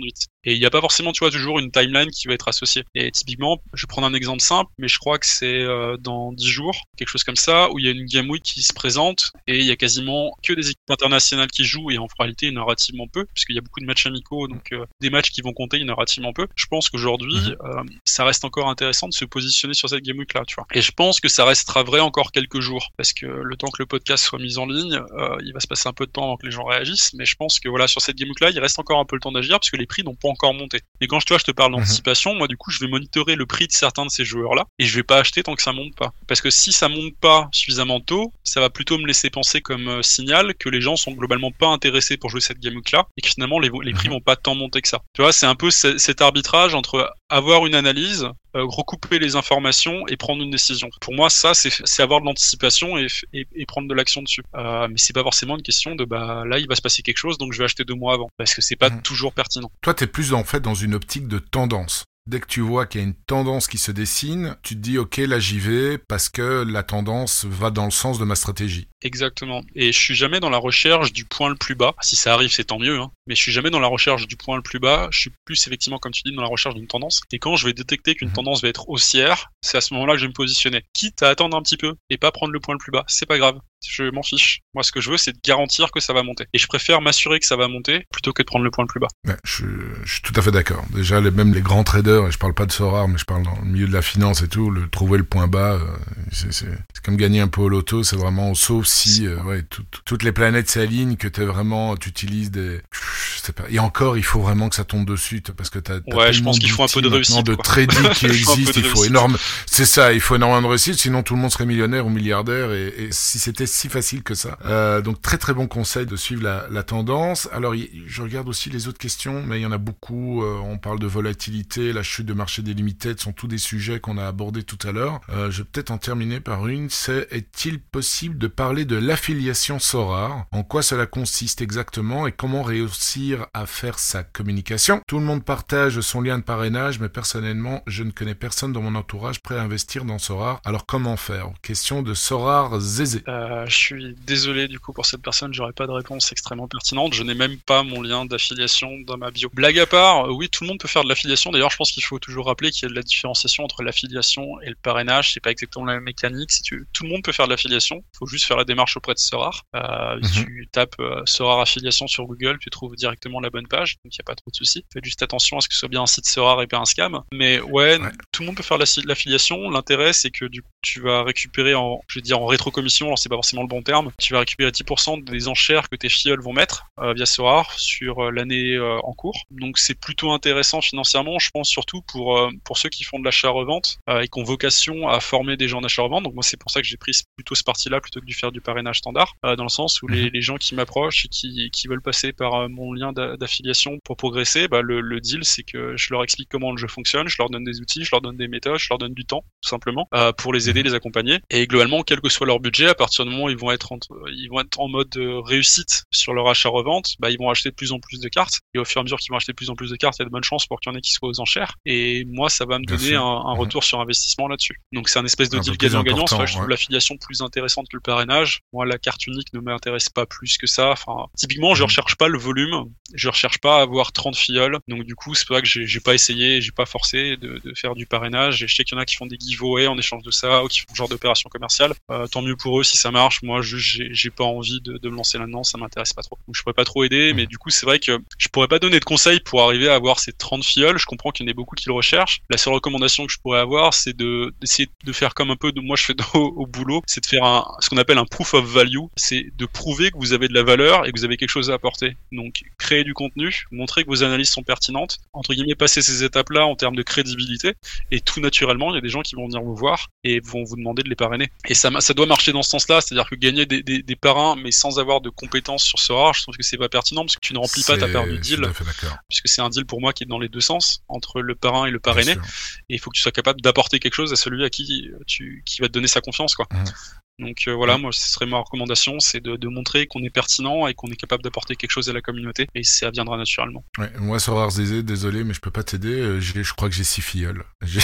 Et il n'y a pas forcément, tu vois, toujours une timeline qui va être associée. Et typiquement, je vais prendre un exemple simple, mais je crois que c'est euh, dans dix jours, quelque chose comme ça, où il y a une Game Week qui se présente et il y a quasiment que des équipes internationales qui jouent et en réalité, il y en a relativement peu, puisqu'il y a beaucoup de matchs amicaux, donc euh, des matchs qui vont compter, il y en a relativement peu. Je pense qu'aujourd'hui, mmh. euh, ça reste encore intéressant de se positionner sur cette Game Week-là, tu vois. Et je pense que ça restera vrai encore quelques jours, parce que le temps que le podcast soit mis en ligne, euh, il va se passer un peu de temps avant que les gens réagissent, mais je pense que voilà, sur cette Game Week-là, il reste encore un peu le temps d'agir, parce que les prix n'ont pas encore monté. Et quand je, tu vois, je te parle d'anticipation, mmh. moi du coup, je vais monitorer le prix de certains de ces joueurs-là, et je vais pas acheter tant que ça monte pas. Parce que si ça monte pas suffisamment tôt, ça va plutôt me laisser penser comme euh, signal que les gens sont globalement pas intéressés pour jouer cette Game Week-là, et que finalement, les, les prix mmh. vont pas tant monter que ça. Tu vois, c'est un peu c- cet arbitrage entre avoir une analyse, euh, recouper les informations et prendre une décision. Pour moi, ça, c'est, c'est avoir de l'anticipation et, et, et prendre de l'action dessus. Euh, mais c'est pas forcément une question de bah là, il va se passer quelque chose, donc je vais acheter deux mois avant, parce que c'est pas mmh. toujours pertinent. Toi, t'es plus en fait dans une optique de tendance. Dès que tu vois qu'il y a une tendance qui se dessine, tu te dis ok, là j'y vais parce que la tendance va dans le sens de ma stratégie. Exactement. Et je suis jamais dans la recherche du point le plus bas. Si ça arrive, c'est tant mieux, hein. Mais je suis jamais dans la recherche du point le plus bas. Je suis plus effectivement, comme tu dis, dans la recherche d'une tendance. Et quand je vais détecter qu'une mmh. tendance va être haussière, c'est à ce moment-là que je vais me positionner. Quitte à attendre un petit peu et pas prendre le point le plus bas, c'est pas grave. Je m'en fiche. Moi, ce que je veux, c'est de garantir que ça va monter. Et je préfère m'assurer que ça va monter plutôt que de prendre le point le plus bas. Ouais, je, je suis tout à fait d'accord. Déjà, les, même les grands traders, et je parle pas de Sorare, mais je parle dans le milieu de la finance et tout, le trouver le point bas, euh, c'est, c'est, c'est comme gagner un peu au loto, c'est vraiment, sauf si, euh, ouais, tout, tout, toutes les planètes s'alignent, que t'es vraiment, tu utilises des, je sais pas. Et encore, il faut vraiment que ça tombe dessus, parce que t'as, t'as ouais, je pense qu'il faut un peu de réussite. de trading qui existe, il faut énorme, c'est ça, il faut énormément de réussite, sinon tout le monde serait millionnaire ou milliardaire, et, et si c'était si facile que ça. Euh, donc très très bon conseil de suivre la, la tendance. Alors y, je regarde aussi les autres questions, mais il y en a beaucoup. Euh, on parle de volatilité, la chute de marché des limited, sont tous des sujets qu'on a abordés tout à l'heure. Euh, je vais peut-être en terminer par une. C'est est-il possible de parler de l'affiliation Sorare? En quoi cela consiste exactement et comment réussir à faire sa communication? Tout le monde partage son lien de parrainage, mais personnellement, je ne connais personne dans mon entourage prêt à investir dans Sorare. Alors comment faire? Question de Sorare Zézé. Euh, je suis désolé du coup pour cette personne, j'aurais pas de réponse extrêmement pertinente. Je n'ai même pas mon lien d'affiliation dans ma bio. Blague à part, oui, tout le monde peut faire de l'affiliation. D'ailleurs, je pense qu'il faut toujours rappeler qu'il y a de la différenciation entre l'affiliation et le parrainage. C'est pas exactement la même mécanique. Si tu... Tout le monde peut faire de l'affiliation. Il faut juste faire la démarche auprès de Sorare. Euh, mm-hmm. Si tu tapes euh, Sorare affiliation sur Google, tu trouves directement la bonne page. Donc il n'y a pas trop de soucis. Faites juste attention à ce que ce soit bien un site Sorare et pas un scam. Mais ouais, ouais. tout le monde peut faire de l'affiliation. L'intérêt, c'est que du coup, tu vas récupérer en, je vais dire en rétrocommission. Alors c'est pas forcément le bon terme. Tu vas récupérer dix pour cent des enchères que tes filleuls vont mettre euh, via Sorare sur euh, l'année euh, en cours. Donc c'est plutôt intéressant financièrement, je pense surtout pour euh, pour ceux qui font de l'achat-revente euh, et qui ont vocation à former des gens en achat-revente. Donc moi c'est pour ça que j'ai pris plutôt ce parti-là plutôt que de faire du parrainage standard, euh, dans le sens où mmh. les, les gens qui m'approchent et qui, qui veulent passer par euh, mon lien d'a- d'affiliation pour progresser, bah, le, le deal c'est que je leur explique comment le jeu fonctionne, je leur donne des outils, je leur donne des méthodes, je leur donne du temps tout simplement euh, pour les aider, les accompagner. Et globalement, quel que soit leur budget, à partir du moment où ils vont être en, ils vont être en mode réussite sur leur achat-revente, bah ils vont acheter de plus en plus de cartes. Et au fur et à mesure qu'ils vont acheter de plus en plus de cartes, il y a de bonnes chances pour qu'il y en ait qui soient aux enchères. Et moi, ça va me Bien donner un, un retour mmh. sur investissement là-dessus. Donc c'est un espèce de un deal gagnant-gagnant. C'est vrai que je trouve ouais. l'affiliation plus intéressante que le parrainage. Moi, la carte unique ne m'intéresse pas plus que ça. Enfin, typiquement, mmh. je recherche pas le volume. Je recherche pas à avoir trente filleuls. Donc du coup, c'est pour ça que j'ai, j'ai pas essayé, j'ai pas forcé de, de faire du parrainage. Et je sais qu'il y en a qui font des giveaways en échange de ça ou qui font ce genre d'opération commerciale. Euh, tant mieux pour eux si ça marche. Moi, juste, j'ai, j'ai pas envie de, de me lancer là-dedans. Ça m'intéresse pas trop. Donc je pourrais pas trop aider. Mais du coup, c'est vrai que je pourrais pas donner de conseils pour arriver à avoir ces trente filleuls. Je comprends qu'il y en ait beaucoup qui le recherchent. La seule recommandation que je pourrais avoir, c'est de d'essayer de faire comme un peu de moi je fais au, au boulot, c'est de faire un ce qu'on appelle un proof of value, c'est de prouver que vous avez de la valeur et que vous avez quelque chose à apporter. Donc créer du contenu, montrer que vos analyses sont pertinentes, entre guillemets passer ces étapes-là en termes de crédibilité, et tout naturellement, il y a des gens qui vont venir vous voir et vont vous demander de les parrainer. Et ça ça doit marcher dans ce sens-là, c'est-à-dire que gagner des, des, des parrains mais sans avoir de compétences sur ce rare, je trouve que c'est pas pertinent parce que tu ne remplis c'est... pas ta part du deal, puisque c'est un deal pour moi qui est dans les deux sens, entre le parrain et le parrainé, et il faut que tu sois capable d'apporter quelque chose à celui à qui tu qui va te donner sa confiance, quoi. Mmh. Donc euh, voilà, mmh. moi ce serait ma recommandation, c'est de, de montrer qu'on est pertinent et qu'on est capable d'apporter quelque chose à la communauté, et ça viendra naturellement. Ouais, moi Sorare Zézé, désolé mais je peux pas t'aider, j'ai, je crois que j'ai six filleuls. J'ai...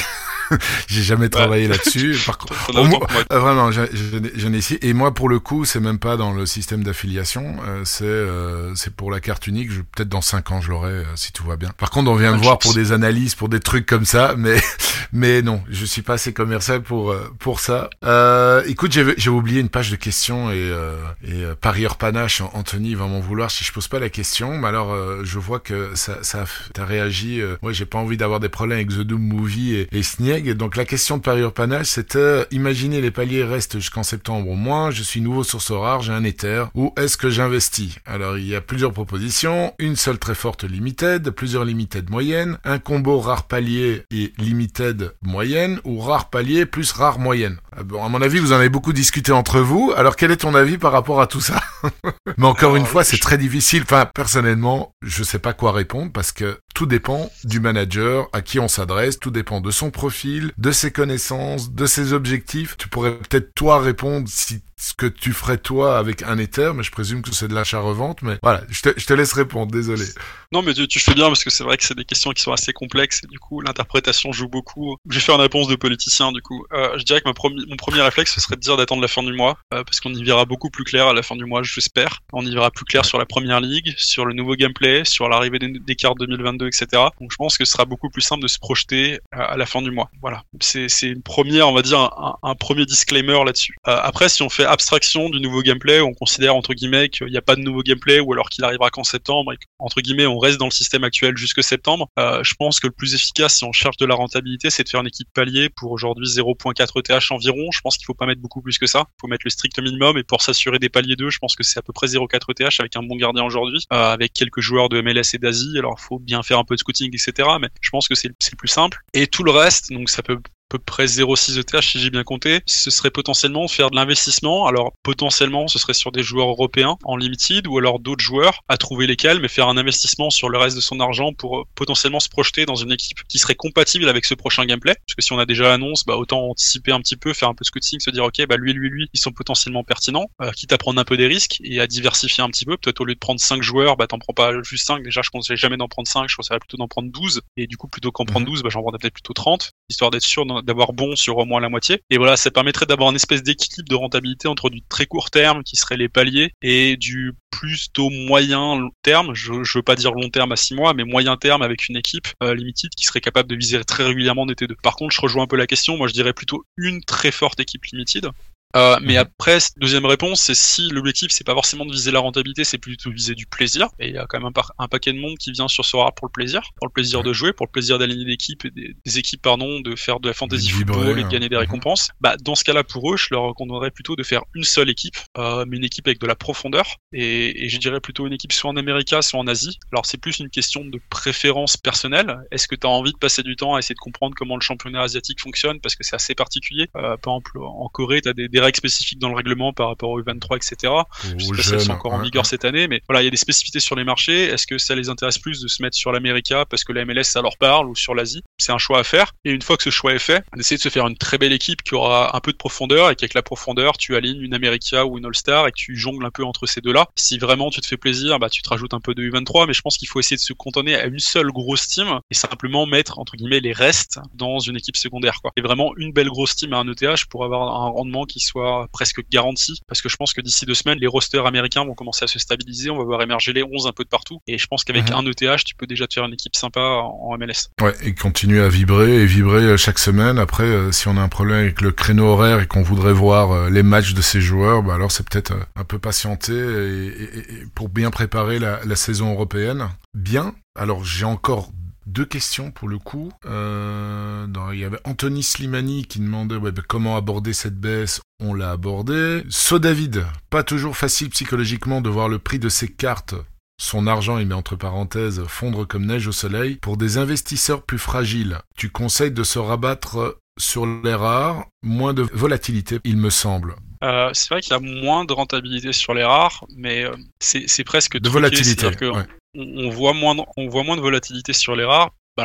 j'ai jamais travaillé ouais. là-dessus. Par contre, oh, moi, euh, vraiment, je, je, je n'ai ici. Et moi, pour le coup, c'est même pas dans le système d'affiliation. Euh, c'est euh, c'est pour la carte unique. Je, peut-être dans cinq ans, je l'aurai euh, si tout va bien. Par contre, on vient de voir pour des analyses, pour des trucs comme ça, mais mais non, je suis pas assez commercial pour euh, pour ça. Euh, écoute, j'ai j'ai oublié une page de questions et euh, et euh, parieur panache. Anthony va m'en vouloir si je pose pas la question. Mais alors, euh, je vois que ça ça t'as réagi. Euh, ouais, j'ai pas envie d'avoir des problèmes avec The Doom Movie et, et Snieg. Donc la question de parieur panache, c'était euh, imaginez les paliers restent jusqu'en septembre au moins. Je suis nouveau sur Sorare, j'ai un Ether. Où est-ce que j'investis? Alors il y a plusieurs propositions. Une seule très forte limited, plusieurs limited moyennes, un combo rare palier et limited moyenne ou rare palier plus rare moyenne. Bon, à mon avis, vous en avez beaucoup discuté entre vous. Alors quel est ton avis par rapport à tout ça? Mais encore Alors, une fois, c'est je... très difficile. Enfin, personnellement, je sais pas quoi répondre parce que tout dépend du manager à qui on s'adresse, tout dépend de son profil, de ses connaissances, de ses objectifs. Tu pourrais peut-être toi répondre si ce que tu ferais toi avec un Ether, mais je présume que c'est de l'achat-revente, mais voilà, je te, je te laisse répondre, désolé. Non, mais tu, tu fais bien, parce que c'est vrai que c'est des questions qui sont assez complexes, et du coup, l'interprétation joue beaucoup. Je vais faire une réponse de politicien, du coup. Euh, je dirais que ma premi- mon premier réflexe, ce serait de dire d'attendre la fin du mois, euh, parce qu'on y verra beaucoup plus clair à la fin du mois, j'espère. On y verra plus clair sur la première ligue, sur le nouveau gameplay, sur l'arrivée des, des cartes deux mille vingt-deux, et cetera. Donc je pense que ce sera beaucoup plus simple de se projeter à, à la fin du mois. Voilà. C'est, c'est une première, on va dire, un, un premier disclaimer là-dessus. Euh, après, si on fait abstraction du nouveau gameplay, on considère entre guillemets qu'il n'y a pas de nouveau gameplay ou alors qu'il arrivera qu'en septembre et qu'entre guillemets on reste dans le système actuel jusque septembre, euh, je pense que le plus efficace si on cherche de la rentabilité, c'est de faire une équipe palier pour aujourd'hui zéro virgule quatre E T H environ. Je pense qu'il faut pas mettre beaucoup plus que ça, il faut mettre le strict minimum, et pour s'assurer des paliers deux, je pense que c'est à peu près zéro virgule quatre E T H avec un bon gardien aujourd'hui, euh, avec quelques joueurs de M L S et d'Asie. Alors il faut bien faire un peu de scouting, et cetera, mais je pense que c'est, c'est le plus simple. Et tout le reste, donc ça peut peu près zéro virgule six E T H si j'ai bien compté, ce serait potentiellement faire de l'investissement. Alors potentiellement ce serait sur des joueurs européens en limited ou alors d'autres joueurs, à trouver lesquels, mais faire un investissement sur le reste de son argent pour euh, potentiellement se projeter dans une équipe qui serait compatible avec ce prochain gameplay. Parce que si on a déjà l'annonce, bah autant anticiper un petit peu, faire un peu de scouting, se dire ok bah lui lui lui ils sont potentiellement pertinents, euh, quitte à prendre un peu des risques et à diversifier un petit peu. Peut-être au lieu de prendre cinq joueurs, bah t'en prends pas juste cinq. Déjà je conseille jamais d'en prendre cinq, je conseillerais plutôt d'en prendre douze, et du coup plutôt qu'en prendre douze, bah j'en prendrais peut-être plutôt trente, histoire d'être sûr d'avoir bon sur au moins la moitié. Et voilà, ça permettrait d'avoir une espèce d'équilibre de rentabilité entre du très court terme qui serait les paliers et du plutôt moyen terme, je, je veux pas dire long terme à six mois, mais moyen terme avec une équipe euh, limited qui serait capable de viser très régulièrement des T deux. Par contre, je rejoins un peu la question, moi je dirais plutôt une très forte équipe limited. Euh, mais après, deuxième réponse, c'est si l'objectif c'est pas forcément de viser la rentabilité, c'est plutôt de viser du plaisir. Et il y a quand même un, par- un paquet de monde qui vient sur Sorare pour le plaisir, pour le plaisir de jouer, pour le plaisir d'aligner des équipes, des, des équipes pardon, de faire de la fantasy Vibrer, football et de hein. gagner des récompenses. Bah dans ce cas-là, pour eux, je leur recommanderais plutôt de faire une seule équipe, euh, mais une équipe avec de la profondeur. Et, et je dirais plutôt une équipe soit en Amérique, soit en Asie. Alors c'est plus une question de préférence personnelle. Est-ce que tu as envie de passer du temps à essayer de comprendre comment le championnat asiatique fonctionne, parce que c'est assez particulier. Euh, par exemple, en Corée, tu as des, des règles spécifiques dans le règlement par rapport au U vingt-trois, et cetera. Je sais pas si elles sont encore en vigueur cette année, mais voilà, il y a des spécificités sur les marchés. Est-ce que ça les intéresse plus de se mettre sur l'Amérique parce que la M L S ça leur parle, ou sur l'Asie? C'est un choix à faire. Et une fois que ce choix est fait, d'essayer de se faire une très belle équipe qui aura un peu de profondeur, et qu'avec la profondeur, tu alignes une Amérique ou une All-Star et que tu jongles un peu entre ces deux-là. Si vraiment tu te fais plaisir, bah tu te rajoutes un peu de U vingt-trois, mais je pense qu'il faut essayer de se cantonner à une seule grosse team et simplement mettre entre guillemets les restes dans une équipe secondaire, quoi. Et vraiment une belle grosse team à un E T H pour avoir un rendement qui soit presque garanti, parce que je pense que d'ici deux semaines, les rosters américains vont commencer à se stabiliser, on va voir émerger les onze un peu de partout, et je pense qu'avec mmh. un E T H, tu peux déjà te faire une équipe sympa en M L S. Ouais, et continuer à vibrer et vibrer chaque semaine. Après, euh, si on a un problème avec le créneau horaire et qu'on voudrait voir euh, les matchs de ces joueurs, bah alors c'est peut-être euh, un peu patienter et, et, et pour bien préparer la, la saison européenne. Bien. Alors j'ai encore deux questions pour le coup. Euh, dans, il y avait Anthony Slimani qui demandait ouais, bah, comment aborder cette baisse. On l'a abordé. So David, pas toujours facile psychologiquement de voir le prix de ses cartes, son argent, il met entre parenthèses, fondre comme neige au soleil. Pour des investisseurs plus fragiles, tu conseilles de se rabattre sur les rares, moins de volatilité, il me semble. Euh, c'est vrai qu'il y a moins de rentabilité sur les rares, mais euh, c'est, c'est presque de truqué, volatilité. C'est-à-dire que ouais. on, on voit moins, de, on voit moins de volatilité sur les rares. Alors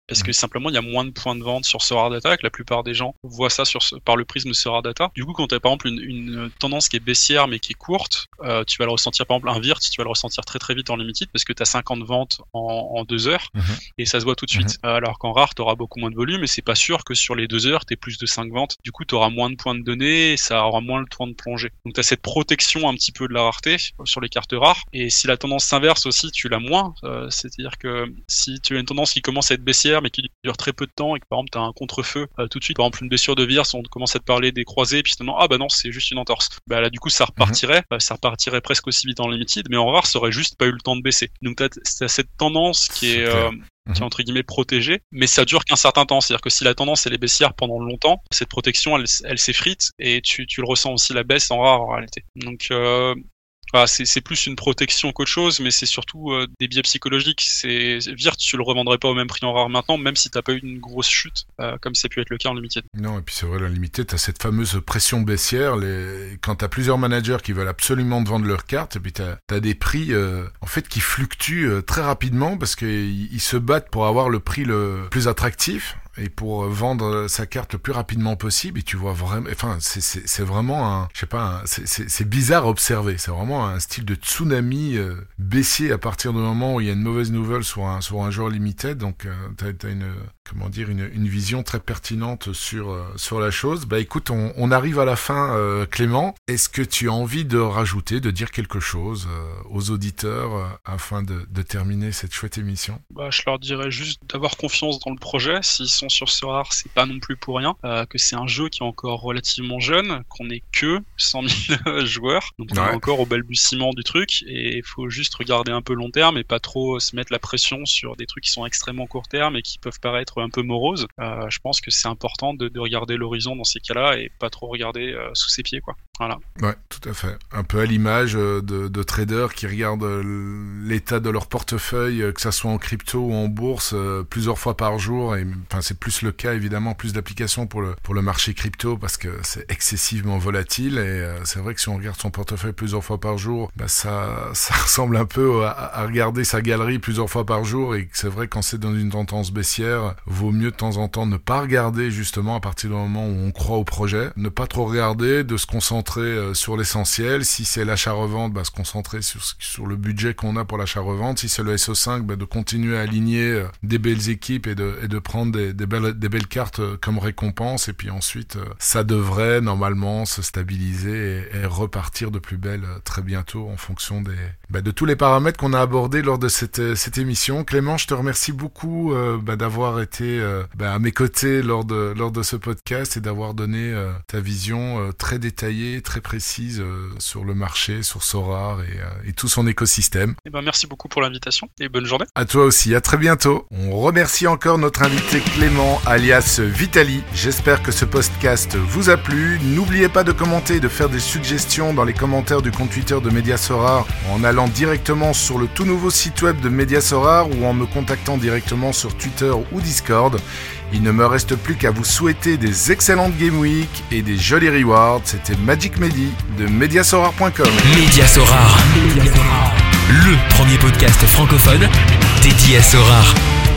parce que simplement il y a moins de points de vente sur Sora Data, que la plupart des gens voient ça sur ce, par le prisme de Sora Data. Du coup, quand tu as par exemple une, une tendance qui est baissière mais qui est courte, euh, tu vas le ressentir par exemple un virt, tu vas le ressentir très très vite en limited parce que tu as cinquante ventes en, en deux heures mmh. et ça se voit tout de suite. Mmh. Alors qu'en rare, tu auras beaucoup moins de volume et c'est pas sûr que sur les deux heures, tu aies plus de cinq ventes. Du coup, tu auras moins de points de données et ça aura moins le temps de plonger. Donc tu as cette protection un petit peu de la rareté sur les cartes rares. Et si la tendance s'inverse aussi, tu l'as moins. Euh, c'est-à-dire que si tu as une tendance qui commence à être baissière mais qui dure très peu de temps et que par exemple tu as un contre-feu euh, tout de suite, par exemple une blessure de virse, on commence à te parler des croisés et puis finalement ah bah non c'est juste une entorse. Bah là du coup ça repartirait, mmh. bah, ça repartirait presque aussi vite en limited, mais en rare ça aurait juste pas eu le temps de baisser. Donc t'as, t'as cette tendance qui est, euh, qui est entre guillemets protégée, mais ça dure qu'un certain temps. C'est-à-dire que si la tendance elle est baissière pendant longtemps, cette protection elle, elle s'effrite et tu, tu le ressens aussi la baisse en rare en réalité. Donc euh, Voilà, c'est, c'est plus une protection qu'autre chose, mais c'est surtout euh, des biais psychologiques. C'est Virt, tu le revendrais pas au même prix en rare maintenant, même si t'as pas eu une grosse chute, euh, comme ça a pu être le cas en limited. Non, et puis c'est vrai, la limited, t'as cette fameuse pression baissière. Les... Quand t'as plusieurs managers qui veulent absolument te vendre leurs cartes, et puis t'as, t'as des prix euh, en fait qui fluctuent euh, très rapidement parce qu'ils ils se battent pour avoir le prix le plus attractif. Et pour vendre sa carte le plus rapidement possible, et tu vois vraiment, enfin, c'est, c'est, c'est vraiment un, je sais pas, un, c'est, c'est, c'est bizarre à observer. C'est vraiment un style de tsunami euh, baissier à partir du moment où il y a une mauvaise nouvelle sur un, sur un joueur limited. Donc, euh, t'as, t'as une, comment dire, une, une vision très pertinente sur, euh, sur la chose. Bah, écoute, on, on arrive à la fin, euh, Clément. Est-ce que tu as envie de rajouter, de dire quelque chose euh, aux auditeurs euh, afin de, de terminer cette chouette émission? Bah, je leur dirais juste d'avoir confiance dans le projet. S'ils sont sur ce rare, c'est pas non plus pour rien, euh, que c'est un jeu qui est encore relativement jeune, qu'on est que cent mille joueurs, donc on ouais. est encore au balbutiement du truc, et il faut juste regarder un peu long terme et pas trop se mettre la pression sur des trucs qui sont extrêmement court terme et qui peuvent paraître un peu moroses. Euh, je pense que c'est important de, de regarder l'horizon dans ces cas-là et pas trop regarder euh, sous ses pieds, quoi. Voilà. Ouais, tout à fait. Un peu à l'image de, de traders qui regardent l'état de leur portefeuille, que ça soit en crypto ou en bourse, plusieurs fois par jour. Et enfin, c'est plus le cas évidemment, plus d'applications pour le pour le marché crypto parce que c'est excessivement volatile. Et euh, c'est vrai que si on regarde son portefeuille plusieurs fois par jour, bah ça ça ressemble un peu à, à regarder sa galerie plusieurs fois par jour. Et c'est vrai que quand c'est dans une tendance baissière, vaut mieux de temps en temps ne pas regarder justement à partir du moment où on croit au projet, ne pas trop regarder, de se concentrer sur l'essentiel. Si c'est l'achat-revente, bah, se concentrer sur, sur le budget qu'on a pour l'achat-revente. Si c'est le S O cinq, bah, de continuer à aligner des belles équipes et de, et de prendre des, des, belles, des belles cartes comme récompense. Et puis ensuite, ça devrait normalement se stabiliser et, et repartir de plus belle très bientôt en fonction des, bah, de tous les paramètres qu'on a abordés lors de cette, cette émission. Clément, je te remercie beaucoup euh, bah, d'avoir été euh, bah, à mes côtés lors de, lors de ce podcast et d'avoir donné euh, ta vision euh, très détaillée, très précise euh, sur le marché, sur Sorare et, euh, et tout son écosystème. Et ben merci beaucoup pour l'invitation et bonne journée. À toi aussi, à très bientôt. On remercie encore notre invité Clément alias Vitali. J'espère que ce podcast vous a plu. N'oubliez pas de commenter et de faire des suggestions dans les commentaires du compte Twitter de Média Sorare en allant directement sur le tout nouveau site web de Média Sorare ou en me contactant directement sur Twitter ou Discord. Il ne me reste plus qu'à vous souhaiter des excellentes Game Week et des jolis rewards. C'était Magic Mehdi de Mediasorare point com. Mediasorare, le premier podcast francophone dédié à Sorare.